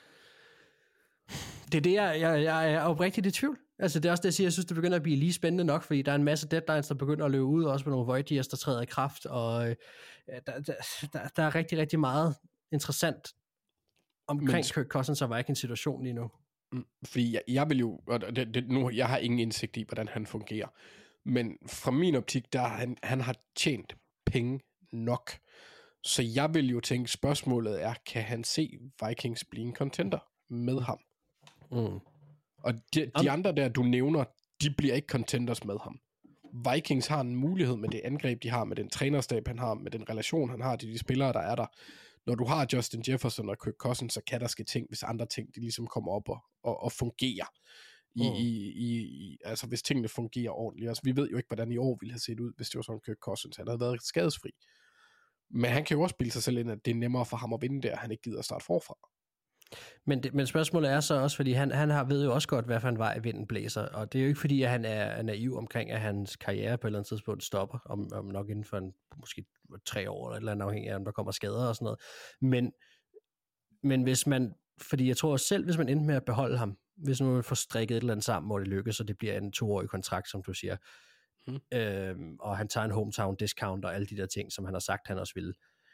E: det er det, jeg, jeg, jeg er oprigtigt i tvivl. Altså det er også det, jeg siger, jeg synes, det begynder at blive lige spændende nok, fordi der er en masse deadlines, der begynder at løbe ud, også på nogle void years, der træder i kraft, og øh, der, der, der, der er rigtig, rigtig meget interessant omkring Men, Kirk Cousins og Vikings situation lige nu.
F: Fordi jeg, jeg vil jo, og det, det, nu, jeg har ingen indsigt i, hvordan han fungerer, men fra min optik, der han, han har tjent penge nok. Så jeg vil jo tænke, spørgsmålet er, kan han se Vikings blive en contender med ham?
E: Mm.
F: Og de, de andre der, du nævner, de bliver ikke contenders med ham. Vikings har en mulighed med det angreb, de har, med den trænerstab, han har, med den relation, han har til de spillere, der er der. Når du har Justin Jefferson og Kirk Cousins, så kan der ske ting, hvis andre ting, de ligesom kommer op og, og, og fungerer. I, mm. i, i, i, altså hvis tingene fungerer ordentligt. Altså vi ved jo ikke, hvordan i år ville have set ud, hvis det var sådan Kirk Cousins. Han havde været skadesfri. Men han kan jo også spille sig selv ind, at det er nemmere for ham at vinde der, han ikke gider at starte forfra.
E: Men, det, men spørgsmålet er så også, fordi han, han har, ved jo også godt, hvad for en vej vinden blæser, og det er jo ikke fordi, at han er naiv omkring, at hans karriere på et eller andet tidspunkt stopper, om, om nok inden for en, måske tre år, eller et eller andet afhængig af, om der kommer skader og sådan noget. Men, men hvis man, fordi jeg tror selv, hvis man endte med at beholde ham, hvis man får strikket et eller andet sammen, hvor det lykkes, og det bliver en toårig kontrakt, som du siger, hmm. øhm, og han tager en hometown discount og alle de der ting, som han har sagt, han også ville,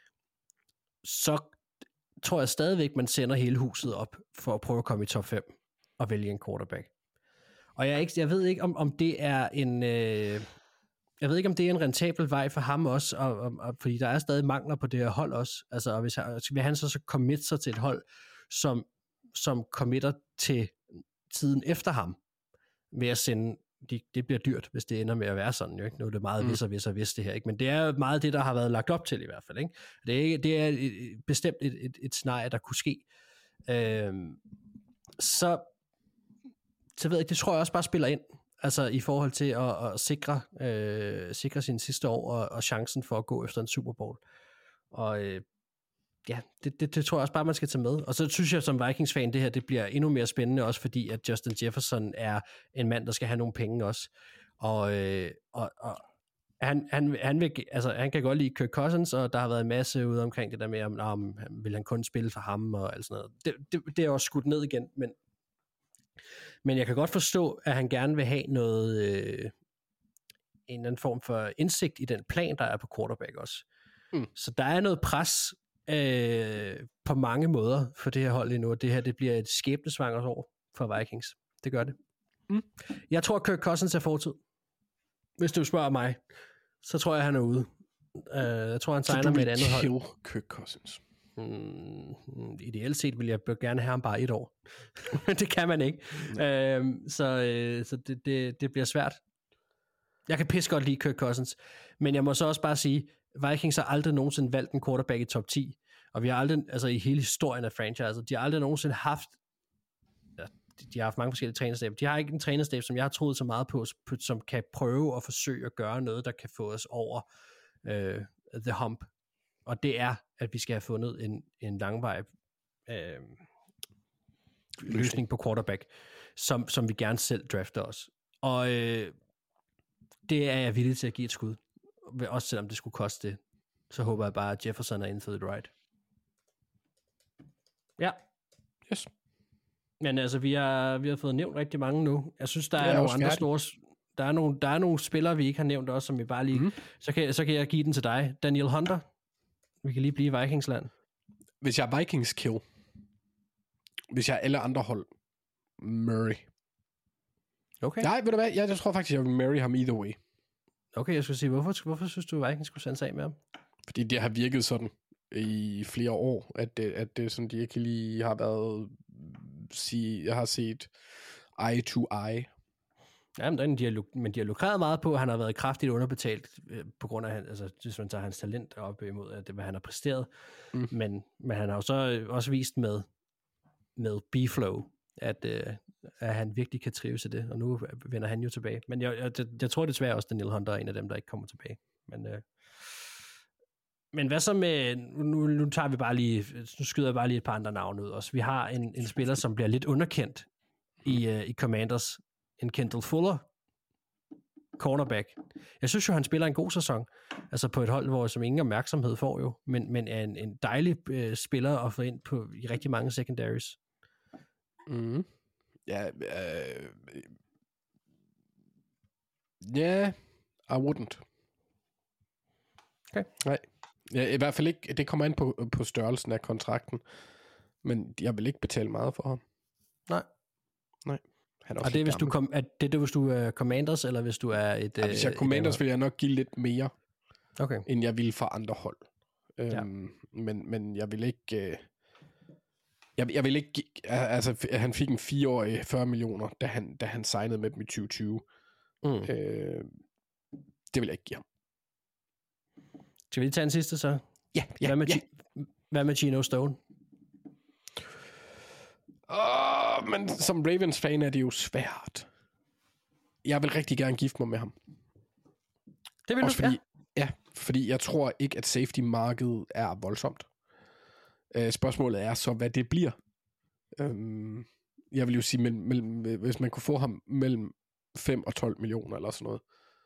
E: så tror jeg stadigvæk, man sender hele huset op for at prøve at komme i top fem og vælge en quarterback. Og jeg, er ikke, jeg ved ikke, om, om det er en øh, jeg ved ikke, om det er en rentabel vej for ham også, og, og, og, fordi der er stadig mangler på det her hold også. Altså, og hvis han, vil han så, så commit sig til et hold, som, som committer til tiden efter ham, ved at sende, de, det bliver dyrt, hvis det ender med at være sådan, jo ikke? Nu er det meget mm. vis og vis og vis det her, ikke? Men det er meget det, der har været lagt op til i hvert fald, ikke? Det er, ikke, det er et, bestemt et, et, et scenarie, der kunne ske. Øhm, så, så ved jeg, det tror jeg også bare spiller ind, altså i forhold til at, at sikre, øh, sikre sine sidste år og, og chancen for at gå efter en Super Bowl. Og øh, ja, det, det, det tror jeg også bare, man skal tage med. Og så synes jeg som Vikings-fan, det her det bliver endnu mere spændende, også fordi at Justin Jefferson er en mand, der skal have nogle penge også. Og, øh, og, og han, han, han, vil, altså, han kan godt lide Kirk Cousins, og der har været en masse ude omkring det der med, om, om vil han kun spille for ham og alt sådan noget. Det, det, det er også skudt ned igen, men, men jeg kan godt forstå, at han gerne vil have noget, øh, en eller anden form for indsigt i den plan, der er på quarterback også. Mm. Så der er noget pres Øh, på mange måder for det her hold lige nu, og det her det bliver et skæbnesvangert år for Vikings. Det gør det. Mm. Jeg tror, Kirk Cousins er fortid. Hvis du spørger mig, så tror jeg, han er ude. Uh, jeg tror, han signer med et andet hold.
F: Så Kirk Cousins?
E: Mm, ideelt set vil jeg gerne have ham bare et år. Men det kan man ikke. Mm. Uh, så uh, så det, det, det bliver svært. Jeg kan pisse godt lide Kirk Cousins, men jeg må så også bare sige, Vikings har aldrig nogensinde valgt en quarterback i top ti, og vi har aldrig, altså i hele historien af franchise, de har aldrig nogensinde haft, ja, de har haft mange forskellige trænerstab, de har ikke en trænerstab, som jeg har troet så meget på, som kan prøve at forsøge at gøre noget, der kan få os over uh, the hump, og det er, at vi skal have fundet en, en langvej uh, løsning på quarterback, som, som vi gerne selv drafter os, og uh, det er jeg villig til at give et skud. også selvom det skulle koste det, så håber jeg bare, at Jefferson er in for the ride. Ja.
F: Yes.
E: Men altså, vi har, vi har fået nævnt rigtig mange nu. Jeg synes, der er, er nogle andre
F: færdig.
E: store... Der er, nogle, der er nogle spillere, vi ikke har nævnt også, som vi bare lige... Mm. Så, kan, så kan jeg give den til dig. Daniel Hunter. Vi kan lige blive i Vikingsland.
F: Hvis jeg er Vikings kill, hvis jeg er alle andre hold, Murray.
E: Okay.
F: Nej, ved du hvad? Jeg, jeg tror faktisk, jeg vil marry ham either way.
E: Okay, jeg skulle sige, hvorfor, hvorfor synes du, at Vikings skulle sende sig af med ham?
F: Fordi det har virket sådan i flere år, at det, at det sådan, de ikke lige har været... Sige, jeg har set eye to eye.
E: Ja, men de har, men de har lukreret meget på, at han har været kraftigt underbetalt øh, på grund af, altså, hvis man tager hans talent op imod, at det, hvad han har præsteret. Mm. Men, men han har jo så også vist med, med B-Flow, at, øh, at han virkelig kan trives i det, og nu vender han jo tilbage. Men jeg, jeg, jeg, jeg tror desværre også, at Daniel Hunter er en af dem, der ikke kommer tilbage. Men, øh, men hvad så med, nu, nu tager vi bare lige, nu skyder jeg bare lige et par andre navne ud også. Vi har en, en spiller, som bliver lidt underkendt i, uh, i Commanders, en Kendall Fuller, cornerback. Jeg synes jo, han spiller en god sæson, altså på et hold, hvor som ingen opmærksomhed får jo, men, men er en, en dejlig uh, spiller at få ind på i rigtig mange secondaries.
F: Mm. Ja, øh, ja, I wouldn't.
E: Okay.
F: Nej. Ja, i hvert fald ikke, det kommer an på, på størrelsen af kontrakten, men jeg vil ikke betale meget for ham.
E: Nej.
F: Nej. Han er
E: og det er, hvis du, kom, er det, det, hvis du er Commanders, eller hvis du er et...
F: Ja, hvis jeg er Commanders, vil jeg nok give lidt mere,
E: okay.
F: end jeg ville for andre hold.
E: Ja.
F: Øhm, men, men jeg vil ikke... Øh, jeg, jeg vil ikke... Give, altså, han fik en fireårig fyrre millioner, da han, da han signede med dem i tyve tyve. Mm. Øh, det vil jeg ikke give ham.
E: Skal vi lige tage en sidste så?
F: Ja, ja,
E: hvad med,
F: ja.
E: G- hvad med Geno Stone?
F: Åh, men som Ravens-fan er det jo svært. Jeg vil rigtig gerne gifte mig med ham.
E: Det vil
F: Også
E: du,
F: fordi, ja. ja, fordi jeg tror ikke, at safety-markedet er voldsomt. Uh, spørgsmålet er så, hvad det bliver. Um, jeg vil jo sige, mellem, mellem, hvis man kunne få ham mellem fem og tolv millioner eller sådan noget,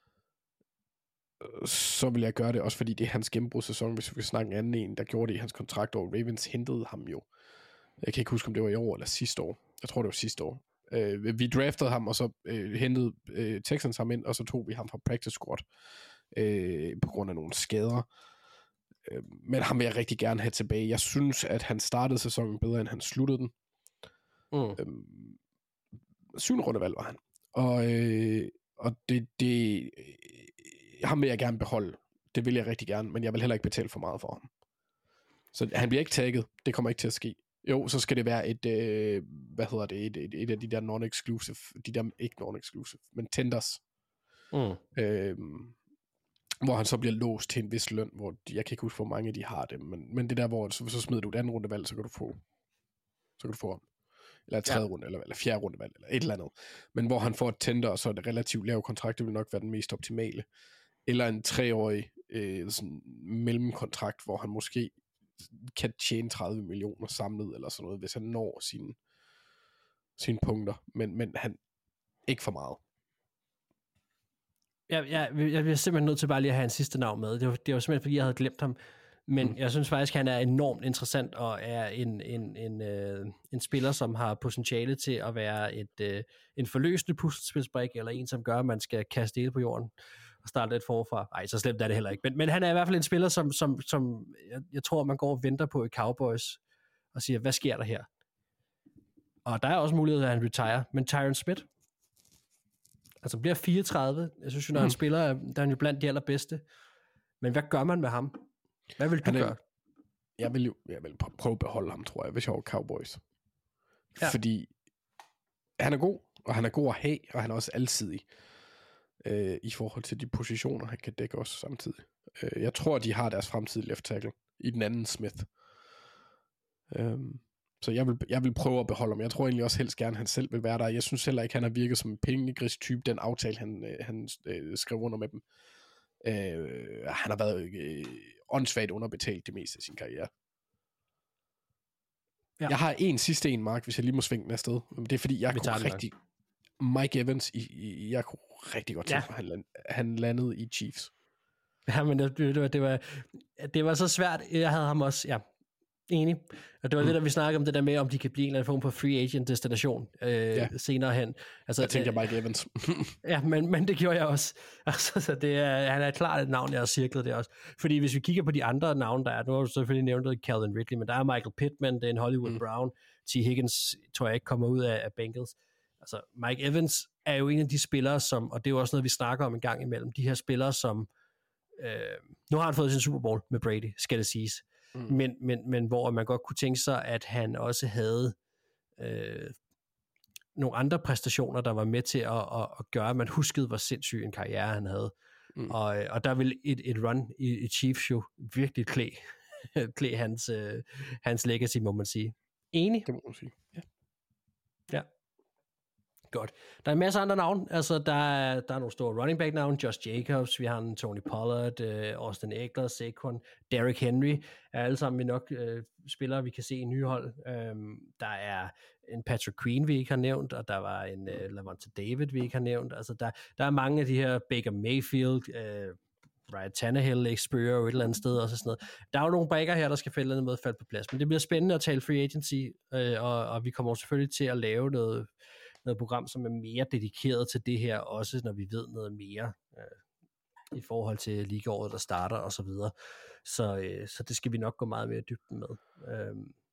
F: så vil jeg gøre det, også fordi det er hans gennembrudssæson, hvis vi snakker en anden en, der gjorde det i hans kontrakt, og Ravens hentede ham jo. Jeg kan ikke huske, om det var i år eller sidste år. Jeg tror, det var sidste år. Uh, vi draftede ham, og så uh, hentede uh, Texans ham ind, og så tog vi ham fra practice squad uh, på grund af nogle skader. Uh, men ham vil jeg rigtig gerne have tilbage. Jeg synes, at han startede sæsonen bedre, end han sluttede den. Mm. Uh, syvende rundevalg var han. Og, uh, og det... det ham vil jeg gerne beholde. Det vil jeg rigtig gerne, men jeg vil heller ikke betale for meget for ham. Så han bliver ikke tagget. Det kommer ikke til at ske. Jo, så skal det være et, øh, hvad hedder det, et, et, et af de der non-exclusive, de der, ikke non-exclusive, men tenders. Mm. Øhm, hvor han så bliver låst til en vis løn, hvor de, jeg kan ikke huske, hvor mange de har det, men, men det der, hvor så, så smider du et andet rundevalg, så kan du få, så kan du få ham. Eller et tredje ja. runde, eller, eller fjerde rundevalg, eller et eller andet. Men hvor han får et tender, og så er det relativt lav kontrakt, det vil nok være den mest optimale. Eller en treårig øh, sådan mellemkontrakt, hvor han måske kan tjene tredive millioner samlet, eller sådan noget, hvis han når sine, sine punkter. Men, men han ikke for meget.
E: Ja, jeg, jeg bliver simpelthen nødt til bare lige at have en sidste navn med. Det var, det var simpelthen, fordi jeg havde glemt ham. Men mm. jeg synes faktisk, han er enormt interessant, og er en, en, en, øh, en spiller, som har potentiale til at være et, øh, en forløsende puslespilsbrik, eller en, som gør, at man skal kaste hele på jorden og starte lidt forfra. Nej, så slemt er det heller ikke. Men, men han er i hvert fald en spiller, som, som, som jeg, jeg tror, man går og venter på i Cowboys, og siger, hvad sker der her? Og der er også mulighed, at han retire. Men Tyron Smith, altså bliver fireogtredive. Jeg synes jo, når mm. han spiller, der er han jo blandt de allerbedste. Men hvad gør man med ham? Hvad vil du
F: er,
E: gøre?
F: Jeg vil jo jeg vil prøve at beholde ham, tror jeg, hvis jeg var Cowboys. Ja. Fordi han er god, og han er god at have, og han er også alsidig øh, i forhold til de positioner, han kan dække også samtidig. Øh, jeg tror, de har deres fremtidige left tackle i den anden Smith. Øh, så jeg vil, jeg vil prøve at beholde ham. Jeg tror egentlig også helst gerne, at han selv vil være der. Jeg synes heller ikke, han har virket som en pengegris-type, den aftale, han, øh, han øh, skrev under med dem. Øh, han har været øh, åndssvagt underbetalt det meste af sin karriere. Ja. Jeg har en sidste en, Mark, hvis jeg lige må svinge den afsted. Det er fordi, jeg kunne rigtig... Mike Evans, i, i, jeg kunne rigtig godt tænke ja. mig, han, han landede i Chiefs.
E: Ja, men det, det, var, det, var, det var så svært. Jeg havde ham også, ja, enig. Og det var mm. lidt, at vi snakkede om det der med, om de kan blive en eller anden form for free agent destination øh, ja. senere hen. Altså,
F: jeg tænkte, jeg Mike Evans.
E: ja, men, men det gjorde jeg også. Altså, så det er, han er klart et navn, jeg har cirklet det også. Fordi hvis vi kigger på de andre navne, der er, nu har du selvfølgelig nævnt Calvin Ridley, men der er Michael Pittman, det er en Hollywood mm. Brown, T. Higgins, tror jeg ikke kommer ud af, af Bengals. Altså, Mike Evans er jo en af de spillere, som, og det er jo også noget, vi snakker om en gang imellem, de her spillere, som, øh, nu har han fået sin Super Bowl med Brady, skal det siges, mm. men, men, men hvor man godt kunne tænke sig, at han også havde øh, nogle andre præstationer, der var med til at, at, at gøre, at man huskede, hvor sindssyg en karriere han havde. Mm. Og, og der vil et, et run i, i Chiefs jo virkelig klæ, klæ hans, øh, hans legacy, må man sige. Enig?
F: Det må man sige, ja.
E: Ja. Godt. Der er en masse andre navn. Altså, der er, der er nogle store running back navn. Josh Jacobs, vi har en Tony Pollard, uh, Austin Eckler, Saquon, Derrick Henry, er alle sammen nok uh, spillere, vi kan se i nye hold. Um, der er en Patrick Queen, vi ikke har nævnt, og der var en uh, Lavonte David, vi ikke har nævnt. Altså, der, der er mange af de her Baker Mayfield, uh, Ryan Tannehill, Experience og et eller andet sted, og så sådan noget. Der er jo nogle brækker her, der skal falde noget falde på plads, men det bliver spændende at tale free agency, uh, og, og vi kommer selvfølgelig til at lave noget noget program, som er mere dedikeret til det her, også når vi ved noget mere øh, i forhold til ligaåret, der starter og så videre. Så, øh, så det skal vi nok gå meget mere i dybden med. Øh,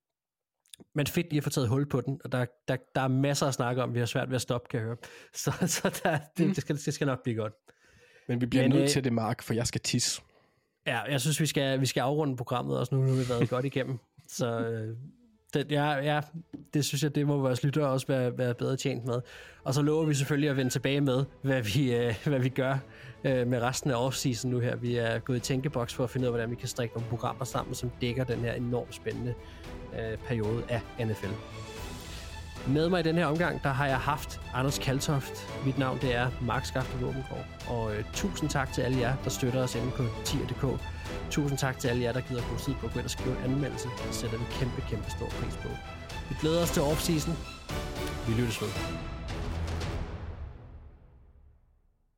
E: men fedt, I har fået taget hul på den, og der, der, der er masser at snakke om, vi har svært ved at stoppe, kan jeg høre. Så, så der, det, det, skal, det skal nok blive godt.
F: Men vi bliver
E: men,
F: nødt
E: øh,
F: til det, Mark, for jeg skal tisse.
E: Ja, jeg synes, vi skal, vi skal afrunde programmet også nu, nu har vi været godt igennem. Så øh, det, ja, ja, det synes jeg, det må vores lyttere også være, være bedre tjent med. Og så lover vi selvfølgelig at vende tilbage med, hvad vi, øh, hvad vi gør øh, med resten af off-season nu her. Vi er gået i tænkeboks for at finde ud af, hvordan vi kan strikke nogle programmer sammen, som dækker den her enormt spændende øh, periode af N F L. Med mig i den her omgang, der har jeg haft Anders Kaltoft. Mit navn, det er Mark Skafte Våbengård. Og øh, tusind tak til alle jer, der støtter os inde på tier punktum d k. Tusind tak til alle jer, der gider bruge tid på at gå ind og skrive en anmeldelse. Det sætter vi kæmpe, kæmpe stor pris på. Vi glæder os til off-season. Vi lyttes ved.